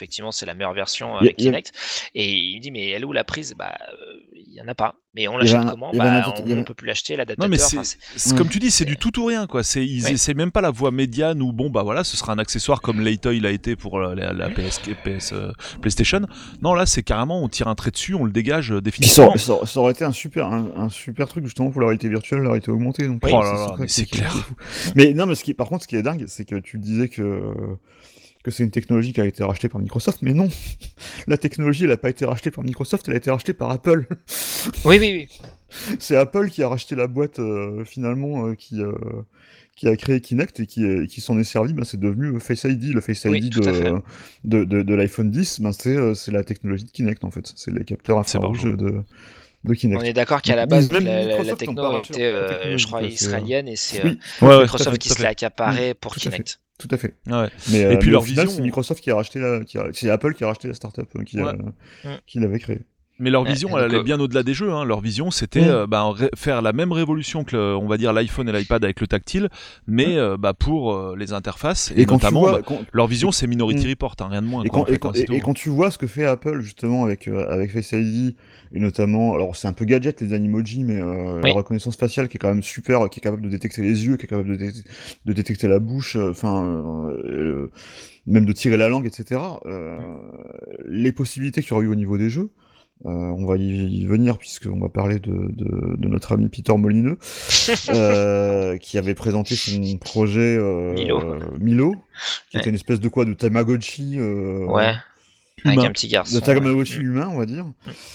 c'est la meilleure version Y a- avec y a- Kinect. Et il me dit, mais elle est où la prise? Bah, euh, il y en a pas. Mais on Il y avait l'achète un- comment? il y avait un Bah, adapta- il y on, avait- on peut plus l'acheter, Non l'adaptateur. mais Enfin, c'est, c'est- c'est- Mm. comme tu dis, c'est c'est- du tout ou rien quoi. C'est, ils Oui. essaient même pas la voie médiane où bon bah voilà, ce sera un accessoire comme l'Atoy l'a été pour la, la, la P S, P S euh, PlayStation. Non là c'est carrément on tire un trait dessus, on le dégage euh, Puis définitivement. ça, ça- ça aurait été un super, un, un super truc justement pour la réalité virtuelle, la réalité augmentée. Donc, Oui. euh, Oh là là, ça mais qui- c'est qui- clair. qui est fou. Mais non, mais ce qui, par contre, ce qui est dingue, c'est que tu disais que que c'est une technologie qui a été rachetée par Microsoft, mais non, la technologie, elle n'a pas été rachetée par Microsoft, elle a été rachetée par Apple. Oui, oui, oui. C'est Apple qui a racheté la boîte euh, finalement euh, qui euh, qui a créé Kinect et qui, est- qui s'en est servi. Ben, c'est devenu Face I D, le Face Oui, I D tout à fait. de, de, de, de l'iPhone dix. Ben, c'est euh, c'est la technologie de Kinect en fait. C'est les capteurs C'est infrarouges marrant. de, de Kinect. On est d'accord qu'à la Donc, base, même la, la- la Microsoft n'ont techno pas racheté était, la euh, technologie, je crois, quoi, c'est, euh, israélienne et c'est euh, Oui, Ouais, ouais, Microsoft tout à fait, qui tout se à l'a fait. accaparé Mm, pour tout à fait. Kinect. Tout à fait. Ouais. Mais, Et euh, puis mais leur au final, vision- c'est Microsoft qui a racheté la, qui a- c'est Apple qui a racheté la startup euh, qui, a- Ouais. Mm. qui l'avait créée. Mais leur Ouais, vision, et elle donc, allait euh, bien au-delà des jeux. Hein. Leur vision, c'était Mm. euh, bah, ré- faire la même révolution que, le- on va dire, l'iPhone et l'iPad avec le tactile, mais euh, bah, pour euh, les interfaces. Et, Et quand tu notamment, vois, bah, quand, leur vision, c'est Minority Mm. Report, hein, rien de moins. Et quoi, quand, en fait, et, quand, hein, c'est et- tout. et quand tu vois ce que fait Apple justement avec, euh, avec Face I D, et notamment, alors c'est un peu gadget les animojis, mais euh, Oui. la reconnaissance faciale qui est quand même super, qui est capable de détecter les yeux, qui est capable de, dé- de détecter la bouche, euh, enfin, euh, euh, même de tirer la langue, et cetera. Euh, les possibilités qu'il y aurait eu au niveau des jeux, euh, on va y venir puisqu'on va parler de, de, de notre ami Peter Molineux, euh, qui avait présenté son projet euh, Milo. Milo, qui Ouais. était une espèce de quoi, de Tamagotchi. euh, Ouais, avec Humain. un petit garçon. de Tamagotchi ouais. humain, on va dire.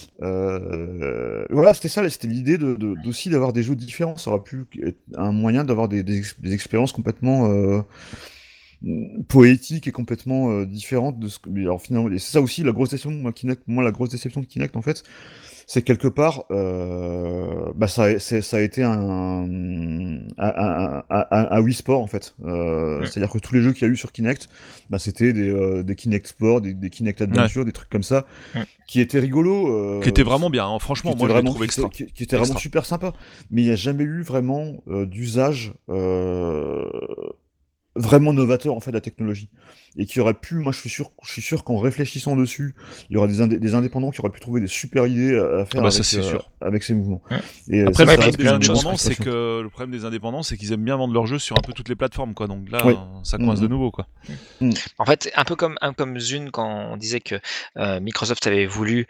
Euh, voilà, c'était ça, c'était l'idée de, de- d'aussi d'avoir des jeux différents. Ça aurait pu être un moyen d'avoir des, des, ex- des expériences complètement euh, poétiques et complètement euh, différentes de ce que. Mais alors finalement, et c'est ça aussi la grosse déception de moi, Kinect. Moi, la grosse déception de Kinect, en fait, c'est quelque part, euh, bah ça, a- c'est- ça a été un, un, un, un, un- un Wii Sport en fait. Euh, Ouais. C'est-à-dire que tous les jeux qu'il y a eu sur Kinect, bah, c'était des, euh, des Kinect Sport, des, des Kinect Adventure, des trucs comme ça, Ouais. qui étaient rigolos. euh, Qui était vraiment bien. Hein. Franchement, qui moi, était je l'ai vraiment, trouvé qui extra. était, qui- qui était vraiment Extra. super sympa. Mais il n'y a jamais eu vraiment euh, d'usage euh, vraiment novateur en fait de la technologie. Et qui aurait pu, moi je suis sûr, je suis sûr qu'en réfléchissant dessus, il y aura des, indé- des indépendants qui auraient pu trouver des super idées à, à faire Ah bah avec, ça, c'est euh, sûr. avec ces mouvements. Ouais. Et, euh, Après, ça, le ça problème reste des quand même une grosse indépendants, c'est frustration. que le problème des indépendants, c'est qu'ils aiment bien vendre leurs jeux sur un peu toutes les plateformes, quoi. Donc là, Oui. euh, ça coince Mhm. de nouveau, quoi. En fait, un peu comme un comme Zune quand on disait que euh, Microsoft avait voulu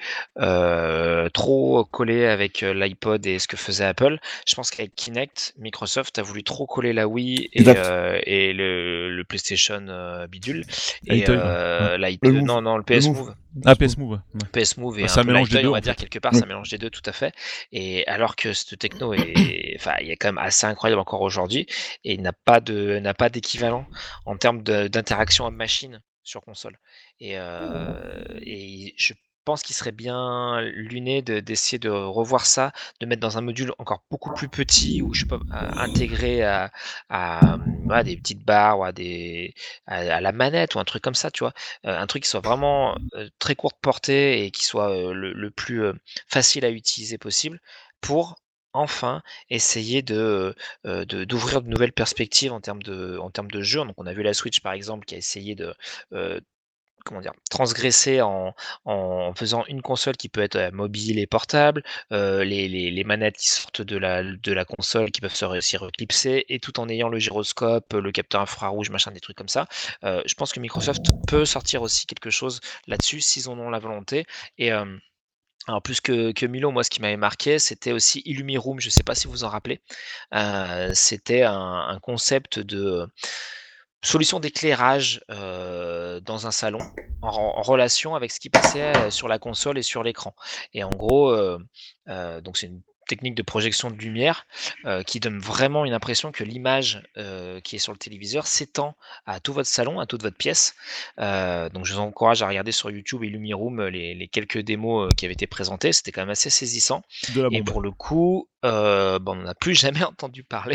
euh, trop coller avec euh, l'iPod et ce que faisait Apple. Je pense qu'avec Kinect, Microsoft a voulu trop coller la Wii et, Exact. euh, et le, le PlayStation euh, bidule et Itoy, euh, l'iP- Le Move. non non le Le P S Move. Move. Ah, P S Move, ouais. Ouais. P S Move et Bah, un c'est un peu mélange des l'iToy, deux, on va en dire fait. quelque part, Oui. c'est un mélange des deux tout à fait. Et alors que cette techno est, enfin, il est quand même assez incroyable encore aujourd'hui et il n'a pas de, n'a pas d'équivalent en termes de- d'interaction homme-machine sur console. Et, euh, et je pense qu'il serait bien luné de- d'essayer de revoir ça, de mettre dans un module encore beaucoup plus petit ou je sais pas, à- intégré à, à, voilà, des petites barres ou à des, à, à la manette ou un truc comme ça, tu vois. Euh, un truc qui soit vraiment euh, très courte portée et qui soit euh, le, le plus euh, facile à utiliser possible pour enfin essayer de, euh, de- d'ouvrir de nouvelles perspectives en termes de, en termes de jeux. Donc on a vu la Switch par exemple qui a essayé de euh, comment dire, transgresser en, en faisant une console qui peut être euh, mobile et portable, euh, les, les, les manettes qui sortent de la, de la console qui peuvent se réussir reclipser, et tout en ayant le gyroscope, le capteur infrarouge, machin, des trucs comme ça. Euh, je pense que Microsoft peut sortir aussi quelque chose là-dessus s'ils en ont la volonté. Et euh, alors plus que, que Milo, moi ce qui m'avait marqué, c'était aussi Illumiroom, je ne sais pas si vous en rappelez. Euh, c'était un, un concept de solution d'éclairage euh, dans un salon en, en relation avec ce qui passait euh, sur la console et sur l'écran. Et en gros, euh, euh, donc c'est une technique de projection de lumière euh, qui donne vraiment une impression que l'image euh, qui est sur le téléviseur s'étend à tout votre salon, à toute votre pièce. Euh, donc je vous encourage à regarder sur YouTube Illumiroom les, les quelques démos euh, qui avaient été présentées. C'était quand même assez saisissant. De la Et bombe. pour le coup, euh, bon, on n'en a plus jamais entendu parler.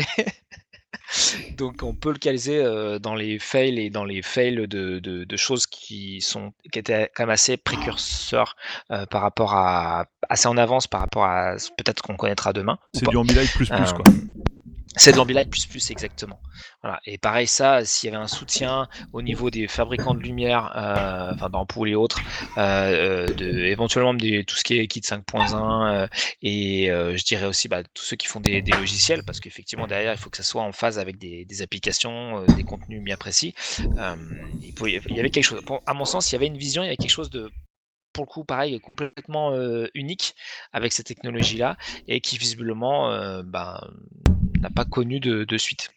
Donc on peut le caser euh, dans les fails et dans les fails de, de, de choses qui sont qui étaient quand même assez précurseurs euh, par rapport à assez en avance par rapport à peut-être qu'on connaîtra demain ou C'est pas. du Ambilight plus plus, Euh, quoi. C'est de l'Ambilight plus plus exactement. Voilà. Et pareil, ça, s'il y avait un soutien au niveau des fabricants de lumière, euh, enfin d'ampoules et autres, euh, de, éventuellement des, tout ce qui est kit cinq point un, euh, et euh, je dirais aussi bah, tous ceux qui font des, des logiciels, parce qu'effectivement derrière, il faut que ça soit en phase avec des, des applications, euh, des contenus bien précis. Euh, il, pouvait, il y avait quelque chose. Pour, à mon sens, il y avait une vision, il y avait quelque chose de pour le coup, pareil, complètement euh, unique avec cette technologie-là et qui visiblement euh, bah, n'a pas connu de, de suite.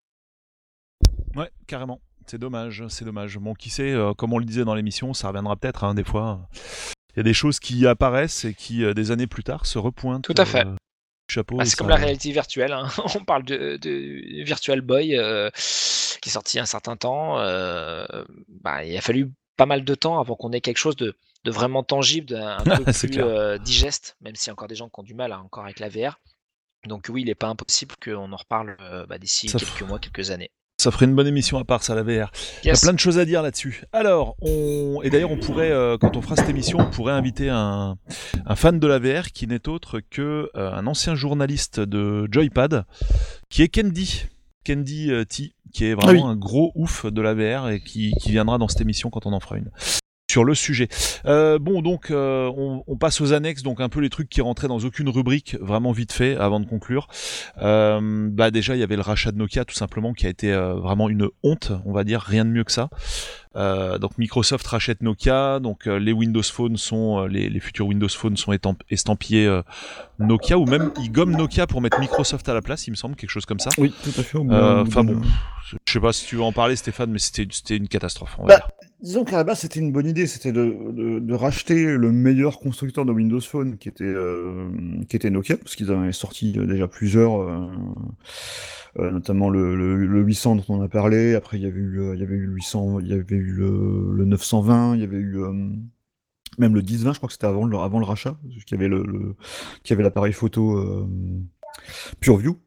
Ouais, carrément. C'est dommage, c'est dommage. Bon, qui sait, euh, comme on le disait dans l'émission, ça reviendra peut-être, hein, des fois. Il y a des choses qui apparaissent et qui, euh, des années plus tard, se repointent. Tout à fait. Euh, chapeau. Bah, c'est ça... comme la réalité virtuelle. Hein. On parle de, de Virtual Boy euh, qui est sorti il y a un certain temps. Euh, bah, il a fallu pas mal de temps avant qu'on ait quelque chose de, de vraiment tangible, un peu plus euh, digeste, même s'il y a encore des gens qui ont du mal hein, encore avec la V R. Donc oui, il n'est pas impossible qu'on en reparle euh, bah, d'ici ça quelques f... mois, quelques années. Ça ferait une bonne émission à part ça, la V R. Yes. Il y a plein de choses à dire là-dessus. Alors, on... et d'ailleurs, on pourrait, euh, quand on fera cette émission, on pourrait inviter un, un fan de la V R qui n'est autre que euh, un ancien journaliste de Joypad, qui est Candy. Candy euh, T, qui est vraiment ah oui. un gros ouf de la V R et qui, qui viendra dans cette émission quand on en fera une. Sur le sujet. Euh, bon, donc, euh, on, on passe aux annexes, donc un peu les trucs qui rentraient dans aucune rubrique, vraiment vite fait, avant de conclure. Euh, bah déjà, il y avait le rachat de Nokia, tout simplement, qui a été euh, vraiment une honte, on va dire, rien de mieux que ça. Euh, donc Microsoft rachète Nokia, donc euh, les Windows Phone sont, euh, les, les futurs Windows Phone sont étamp- estampillés euh, Nokia, ou même ils gomment Nokia pour mettre Microsoft à la place, il me semble, quelque chose comme ça. Oui, tout à fait. Enfin euh, bon, je sais pas si tu veux en parler, Stéphane, mais c'était, c'était une catastrophe, on va bah, dire. Disons qu'à la base c'était une bonne idée, c'était de, de, de racheter le meilleur constructeur de Windows Phone qui était, euh, qui était Nokia, parce qu'ils avaient sorti déjà plusieurs, euh, euh, notamment le, le, le huit cents dont on a parlé, après il y avait eu, euh, il y avait eu le huit cents, il y avait eu le, le neuf cent vingt, il y avait eu euh, même le dix vingt, je crois que c'était avant le, avant le rachat, parce qu'il y avait, le, le, qu'il y avait l'appareil photo euh, PureView.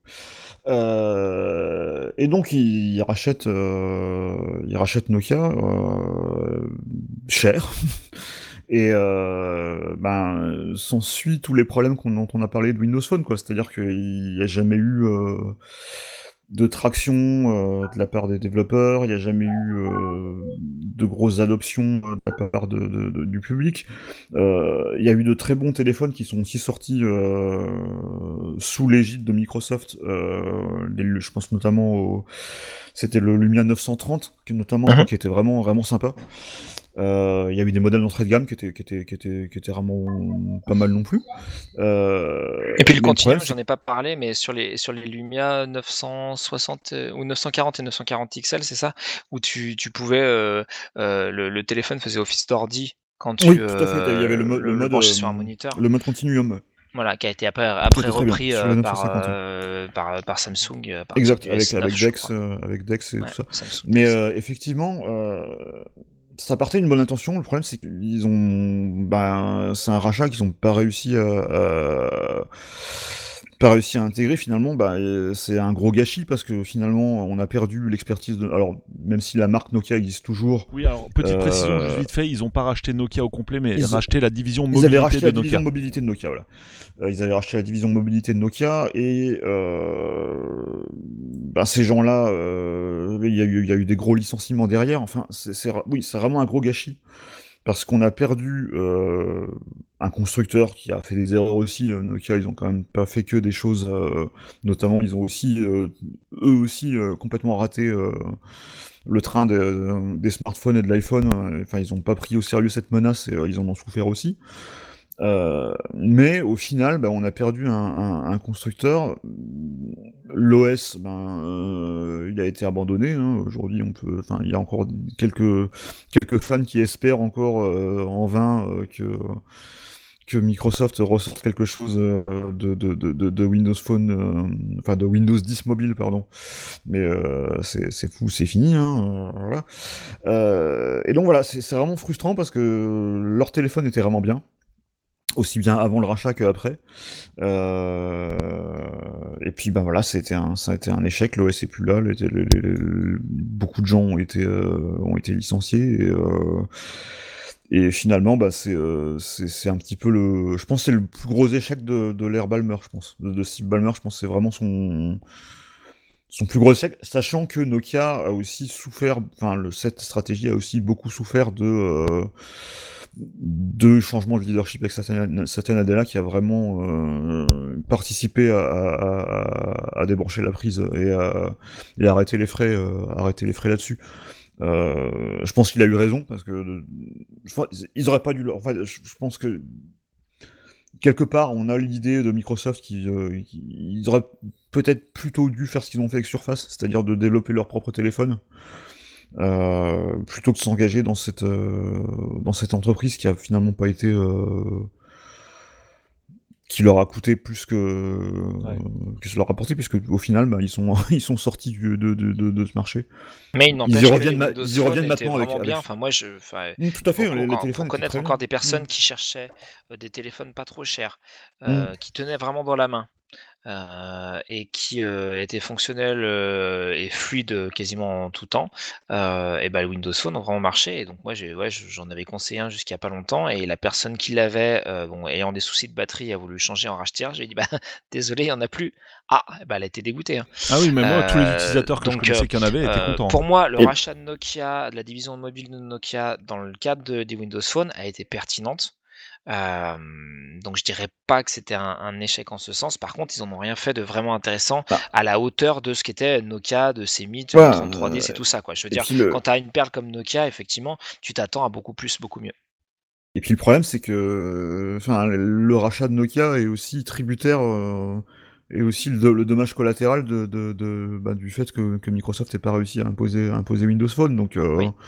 Euh, et donc il, il rachète, euh, il rachète Nokia euh, cher. Et euh, ben s'ensuit tous les problèmes qu'on, dont on a parlé de Windows Phone, quoi. C'est-à-dire qu'il n'y a jamais eu euh, de traction euh, de la part des développeurs, il n'y a jamais eu euh, de grosses adoptions de la part de, de, de, du public. Euh, il y a eu de très bons téléphones qui sont aussi sortis euh, sous l'égide de Microsoft. Euh, les, je pense notamment au... C'était le Lumia neuf cent trente, qui, notamment, uh-huh. qui était vraiment, vraiment sympa. Euh, il y a eu des modèles d'entrée de gamme qui étaient, qui étaient, qui étaient, qui étaient vraiment pas mal non plus. Euh, et puis le Continuum, j'en ai pas parlé, mais sur les, sur les Lumia neuf cent soixante euh, ou neuf cent quarante et neuf cent quarante X L, c'est ça, où tu, tu pouvais, euh, euh, le, le téléphone faisait office d'ordi quand tu, oui, tout à fait. Il y avait le, mo- le, le mode, le sur un moniteur. Le mode Continuum. Voilà, qui a été après, après repris euh, par, euh, par, par Samsung. Par exact, avec, avec, Dex, euh, avec Dex et ouais, tout ça. Samsung mais euh, effectivement, euh, ça partait d'une bonne intention. Le problème, c'est qu'ils ont, ben, c'est un rachat qu'ils n'ont pas réussi à, à, pas réussi à intégrer. Finalement, bah, c'est un gros gâchis parce que finalement, on a perdu l'expertise de. Alors, même si la marque Nokia existe toujours. Oui, alors petite euh... précision, juste vite fait, ils n'ont pas racheté Nokia au complet, mais ils racheté la division mobilité ils avaient racheté de la Nokia. Division mobilité de Nokia, voilà. Euh, ils avaient racheté la division mobilité de Nokia et euh, ben, ces gens-là, euh, il y a eu, il y a eu des gros licenciements derrière. Enfin, c'est, c'est, oui, c'est vraiment un gros gâchis parce qu'on a perdu euh, un constructeur qui a fait des erreurs aussi. Nokia, ils ont quand même pas fait que des choses, euh, notamment ils ont aussi, euh, eux aussi, euh, complètement raté euh, le train de, de, des smartphones et de l'iPhone. Enfin, ils ont pas pris au sérieux cette menace et euh, ils en ont souffert aussi. Euh, mais au final, bah, on a perdu un, un, un constructeur. L'O S, ben, euh, il a été abandonné. Hein. Aujourd'hui, on peut, enfin, il y a encore quelques quelques fans qui espèrent encore euh, en vain euh, que que Microsoft ressorte quelque chose euh, de, de, de, de Windows Phone, euh, enfin de Windows dix mobile, pardon. Mais euh, c'est, c'est fou, c'est fini. Hein, euh, voilà. Euh, et donc voilà, c'est, c'est vraiment frustrant parce que leur téléphone était vraiment bien. Aussi bien avant le rachat qu'après. Euh... Et puis ben voilà, c'était un, ça a été un échec. L'O S est plus là. Les, les, les, les, beaucoup de gens ont été euh, ont été licenciés. Et, euh... et finalement, bah c'est, euh, c'est c'est un petit peu le. Je pense que c'est le plus gros échec de, de l'ère Ballmer. Je pense de, de Steve Ballmer. Je pense que c'est vraiment son son plus gros échec, sachant que Nokia a aussi souffert, enfin, le, cette stratégie a aussi beaucoup souffert de, euh, de changements de leadership avec Satya, Satya Nadella qui a vraiment euh, participé à, à, à, à débrancher la prise et à, et à arrêter les frais, euh, arrêter les frais là-dessus. Euh, je pense qu'il a eu raison parce que je, ils auraient pas dû. En fait, je, je pense que quelque part, on a l'idée de Microsoft qui, euh, qui ils auraient peut-être plutôt dû faire ce qu'ils ont fait avec Surface, c'est-à-dire de développer leur propre téléphone, euh, plutôt que de s'engager dans cette euh, dans cette entreprise qui a finalement pas été euh, qui leur a coûté plus que, Ouais. euh, que ça leur a apporté, puisque au final, bah, ils sont ils sont sortis du- de, de, de, de ce marché. Mais il Ils n'empêche y que reviennent, les ma- Windows ils y reviennent Phone étaient maintenant avec, vraiment bien. avec... Enfin, moi, je, enfin, Mm, tout à fait, pour, les, les pour- téléphones pour étaient connaître très encore bien. des personnes Mm. qui cherchaient euh, des téléphones pas trop chers, Mm. euh, qui tenaient vraiment dans la main. Euh, et qui euh, était fonctionnel euh, et fluide quasiment en tout temps, euh, et ben le Windows Phone ont vraiment marché. Et donc moi j'ai, ouais, je- j'en avais conseillé un jusqu'à pas longtemps, et la personne qui l'avait, euh, bon, ayant des soucis de batterie, a voulu changer en racheter un. J'ai dit bah désolé, il y en a plus. Ah, bah elle a été dégoûtée, hein. Ah oui, mais moi, tous les Euh, utilisateurs que je donc euh, connaissais qui en avaient étaient euh, contents. pour hein. moi, le Et- rachat de Nokia, de la division mobile de Nokia dans le cadre de- des Windows Phone a été pertinente. Hem, donc je dirais pas que c'était un un échec en ce sens. Par contre, ils en ont rien fait de vraiment intéressant Bah, à la hauteur de ce qu'était Nokia, de ses mythes, le voilà, trente-trois dix euh, et tout ça, quoi. Je veux et dire, puis quand le, tu as une perle comme Nokia, effectivement, tu t'attends à beaucoup plus, beaucoup mieux. et puis le problème, c'est que, euh, enfin, le rachat de Nokia est aussi tributaire, euh, et aussi le, le dommage collatéral de, de, de- bah, du fait que, que Microsoft n'ait pas réussi à imposer, à imposer Windows Phone. Donc, euh, Oui.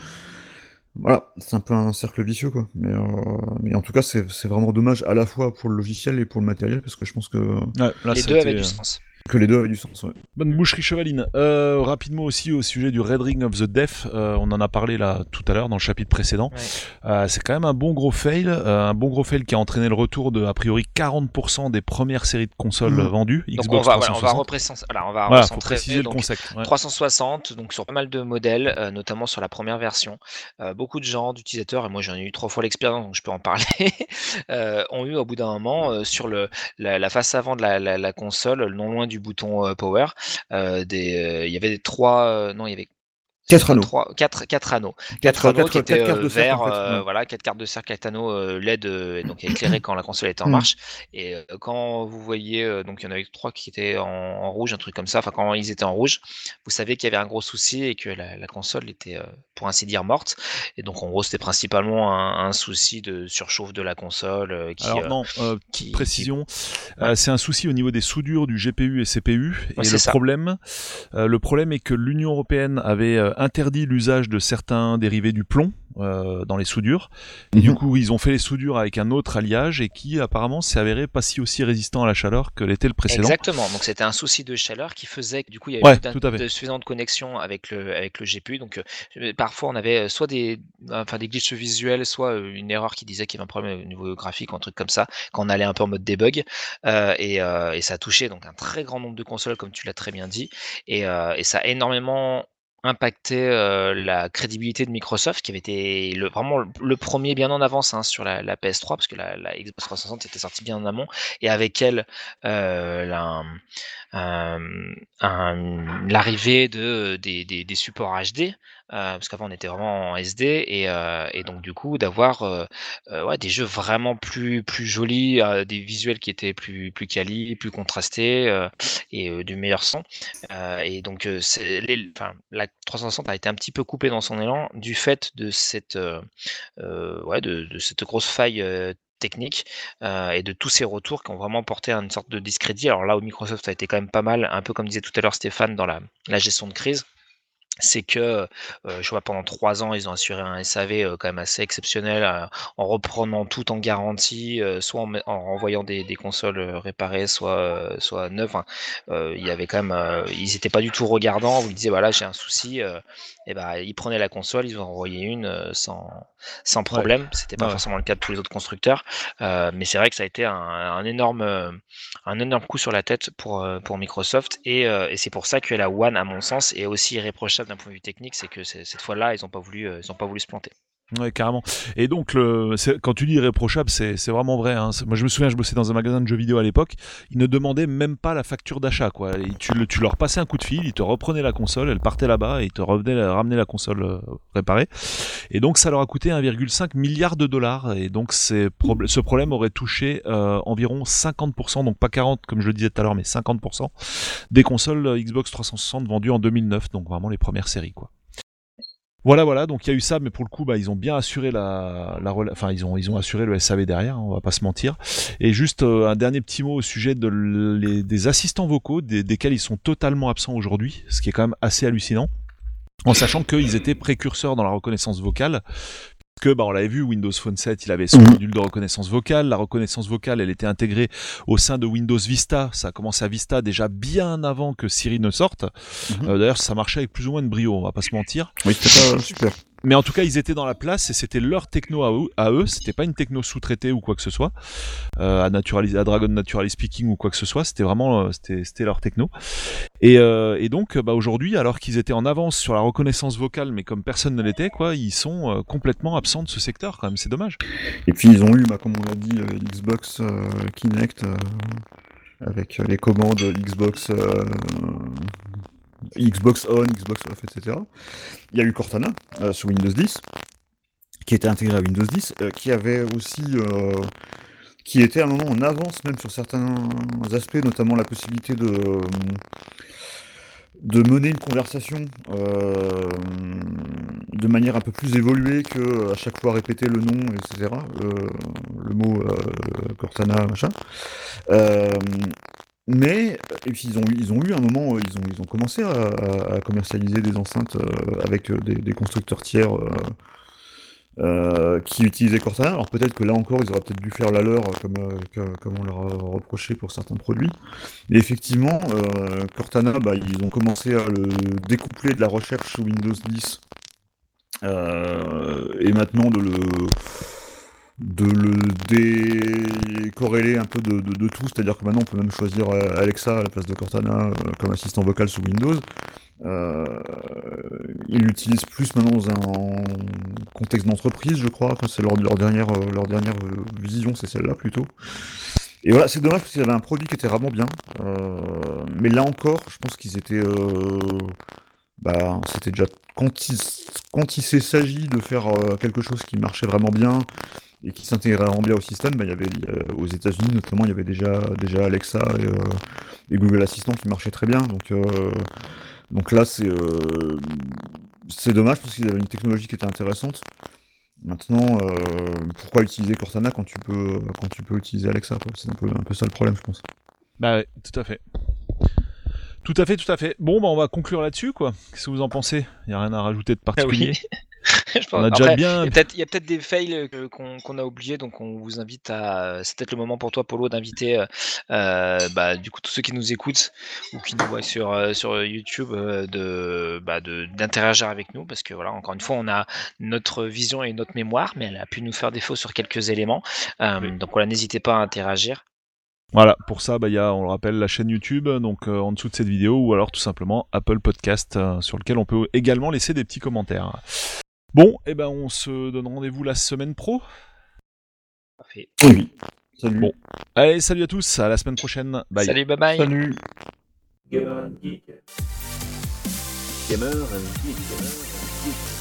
voilà, c'est un peu un cercle vicieux, quoi. Mais, euh, mais en tout cas, c'est c'est vraiment dommage à la fois pour le logiciel et pour le matériel, parce que je pense que, Ouais, là, Les ça a deux avaient été, du euh, sens. que les deux avaient du sens. Ouais. Bonne boucherie chevaline. Euh, rapidement aussi au sujet du Red Ring of the Deaf, euh, on en a parlé là tout à l'heure dans le chapitre précédent. Ouais. Euh, c'est quand même un bon gros fail, euh, un bon gros fail qui a entraîné le retour de a priori quarante pour cent des premières séries de consoles Mhm. vendues, Donc on Xbox va, voilà, on va trois cent soixante. représenter, voilà, on va Voilà, faut recentrer préciser le donc concept. Ouais. trois cent soixante, donc sur pas mal de modèles, euh, notamment sur la première version. Euh, beaucoup de gens, d'utilisateurs, et moi j'en ai eu trois fois l'expérience, donc je peux en parler, euh, ont eu au bout d'un moment euh, sur le, la, la face avant de la, la- la console, non loin du bouton euh, Power, euh, des, euh, il y avait des trois, euh, non il y avait c'était Quatre quoi? anneaux. Trois, quatre, quatre anneaux. Quatre Quatre, anneaux qui quatre, étaient quatre cartes euh, de cercle, en verts, fait. euh, Ouais. voilà, quatre cartes de cercle, quatre anneaux euh, L E D, euh, et donc éclairés quand la console était en Mhm. marche. Et euh, quand vous voyez, euh, donc il y en avait trois qui étaient en, en rouge, un truc comme ça. Enfin, quand ils étaient en rouge, vous savez qu'il y avait un gros souci et que la, la console était, euh, pour ainsi dire, morte. Et donc en gros, c'était principalement un, un souci de surchauffe de la console euh, qui, Alors euh, non, euh, petite qui, qui- précision, Ouais. euh, c'est un souci au niveau des soudures du G P U et C P U. Ouais, Et c'est le ça. problème, euh, le problème est que l'Union européenne avait euh, interdit l'usage de certains dérivés du plomb euh, dans les soudures. Et du Mhm. coup, ils ont fait les soudures avec un autre alliage et qui apparemment s'est avéré pas si aussi résistant à la chaleur que l'était le précédent. Exactement. Donc c'était un souci de chaleur qui faisait que du coup il y avait Ouais, plus tout à fait. de suffisantes connexions avec le avec le G P U. Donc euh, parfois on avait euh, soit des enfin des glitches visuels, soit euh, une erreur qui disait qu'il y avait un problème au niveau graphique ou un truc comme ça quand on allait un peu en mode debug. Euh, et, euh, et ça a touché donc un très grand nombre de consoles comme tu l'as très bien dit. Et, euh, et ça a énormément impacté euh, la crédibilité de Microsoft qui avait été le, vraiment le, le premier bien en avance hein, sur la, la P S trois parce que la, la Xbox trois cent soixante était sortie bien en amont et avec elle euh, la, euh, un- l'arrivée de, des, des, des supports H D, euh, parce qu'avant on était vraiment en S D, et, euh, et donc du coup d'avoir euh, euh, ouais, des jeux vraiment plus, plus jolis, euh, des visuels qui étaient plus, plus quali, plus contrastés, euh, et euh, du meilleur son. Euh, et donc euh, c'est, les, enfin, la trois cent soixante a été un petit peu coupée dans son élan du fait de cette, euh, euh, ouais, de, de cette grosse faille euh, technique euh, et de tous ces retours qui ont vraiment porté à une sorte de discrédit. Alors là où Microsoft a été quand même pas mal, un peu comme disait tout à l'heure Stéphane dans la, la gestion de crise, c'est que euh, je vois pendant trois ans ils ont assuré un S A V euh, quand même assez exceptionnel euh, en reprenant tout en garantie, euh, soit en, en renvoyant des, des consoles euh, réparées, soit euh, soit neuves. Hein. Euh, il y avait quand même, euh, ils étaient pas du tout regardants. Vous disiez voilà j'ai un souci, euh, et ben ils prenaient la console, ils en envoyaient une euh, sans sans Ouais. problème. C'était pas Ah ouais. forcément le cas de tous les autres constructeurs, euh, mais c'est vrai que ça a été un, un énorme euh, un énorme coup sur la tête pour euh, pour Microsoft et, euh, et c'est pour ça que la One à mon sens est aussi irréprochable d'un point de vue technique, c'est que c'est- cette fois-là, ils n'ont pas voulu, euh, ils ont pas voulu se planter. Ouais, carrément. Et donc, le, c'est, quand tu dis irréprochable, c'est, c'est vraiment vrai. Hein. C'est, moi, je me souviens, je bossais dans un magasin de jeux vidéo à l'époque. Ils ne demandaient même pas la facture d'achat, quoi. Et tu, le, tu leur passais un coup de fil, ils te reprenaient la console, elle partait là-bas et ils te revenaient, ramenaient la console euh, réparée. Et donc, ça leur a coûté un virgule cinq milliard de dollars. Et donc, c'est, pro- ce problème aurait touché euh, environ cinquante pour cent, donc pas quarante comme je le disais tout à l'heure, mais cinquante pour cent des consoles euh, Xbox trois cent soixante vendues en deux mille neuf. Donc, vraiment les premières séries, quoi. Voilà, voilà, donc il y a eu ça, mais pour le coup, bah, ils ont bien assuré la, la rela- enfin, ils ont, ils ont assuré le S A V derrière, hein, on va pas se mentir. Et juste euh, un dernier petit mot au sujet de l- les, des assistants vocaux, des, desquels ils sont totalement absents aujourd'hui, ce qui est quand même assez hallucinant, en sachant qu'ils étaient précurseurs dans la reconnaissance vocale. Que bah on l'avait vu, Windows Phone sept, il avait son module de reconnaissance vocale. La reconnaissance vocale, elle était intégrée au sein de Windows Vista. Ça a commencé à Vista déjà bien avant que Siri ne sorte. Mm-hmm. Euh, d'ailleurs, ça marchait avec plus ou moins de brio, on va pas se mentir. Oui, c'était pas super. Mais en tout cas, ils étaient dans la place et c'était leur techno à eux. À eux. C'était pas une techno sous-traitée ou quoi que ce soit, euh, à, Naturali- à Dragon Naturally Speaking ou quoi que ce soit. C'était vraiment, euh, c'était, c'était leur techno. Et, euh, et donc, bah, aujourd'hui, alors qu'ils étaient en avance sur la reconnaissance vocale, mais comme personne ne l'était, quoi, ils sont euh, complètement absents de ce secteur. Quand même, c'est dommage. Et puis ils ont eu, bah, comme on l'a dit, euh, Xbox euh, Kinect euh, avec euh, les commandes Xbox, euh, Xbox On, Xbox Off, et cetera. Il y a eu Cortana euh, sur Windows dix, qui était intégré à Windows dix, euh, qui avait aussi, euh, qui était à un moment en avance même sur certains aspects, notamment la possibilité de euh, de mener une conversation euh, de manière un peu plus évoluée que à chaque fois répéter le nom, et cetera. Euh, le mot euh, Cortana, machin. Euh, mais et puis ils ont eu, ils ont eu un moment, ils ont ils ont commencé à, à commercialiser des enceintes euh, avec des, des constructeurs tiers. Euh, Euh, qui utilisaient Cortana. Alors peut-être que là encore, ils auraient peut-être dû faire la leur, comme, euh, que- comme on leur a reproché pour certains produits. Et effectivement, euh, Cortana, bah, ils ont commencé à le découpler de la recherche sous Windows dix, euh, et maintenant de le de le décorréler un peu de, de, de tout, c'est-à-dire que maintenant on peut même choisir euh, Alexa à la place de Cortana euh, comme assistant vocal sous Windows. Euh, ils l'utilisent plus maintenant dans un contexte d'entreprise, je crois. Enfin, c'est leur, leur dernière, euh, leur dernière euh, vision, c'est celle-là plutôt. Et voilà, c'est dommage parce qu'ils avaient un produit qui était vraiment bien. Euh, mais là encore, je pense qu'ils étaient... Euh, bah, c'était déjà... Quand il, quand il s'agit de faire euh, quelque chose qui marchait vraiment bien et qui s'intégrait vraiment bien au système, bah, il y avait, euh, aux États-Unis notamment, il y avait déjà, déjà Alexa et, euh, et Google Assistant qui marchaient très bien. Donc... Euh, Donc là, c'est euh, c'est dommage parce qu'ils avaient une technologie qui était intéressante. Maintenant, euh, pourquoi utiliser Cortana quand tu peux quand tu peux utiliser Alexa, quoi. C'est un peu un peu ça le problème, je pense. Bah ouais, tout à fait. Tout à fait, tout à fait. Bon, bah on va conclure là-dessus, quoi. Qu'est-ce que vous en pensez ? Il n'y a rien à rajouter de particulier. Oui. Je pense- On a déjà Après, bien- il y a peut-être, il y a peut-être des fails que- qu'on, qu'on a oubliés, donc on vous invite à. C'est peut-être le moment pour toi, Polo, d'inviter euh, euh, bah, du coup tous ceux qui nous écoutent ou qui nous voient sur euh, sur YouTube euh, de, bah, de d'interagir avec nous, parce que voilà, encore une fois, on a notre vision et notre mémoire, mais elle a pu nous faire défaut sur quelques éléments. Euh, Oui. Donc voilà, n'hésitez pas à interagir. Voilà, pour ça, bah, il y a, on le rappelle, la chaîne YouTube, donc euh, en dessous de cette vidéo, ou alors tout simplement Apple Podcast, euh, sur lequel on peut également laisser des petits commentaires. Bon, et ben on se donne rendez-vous la semaine pro. Parfait. Oui. Salut. Bon. Allez, salut à tous, à la semaine prochaine. Bye. Salut, bye bye. Salut. Gamer and Geek. Gamer and Geek. Gamer and Geek.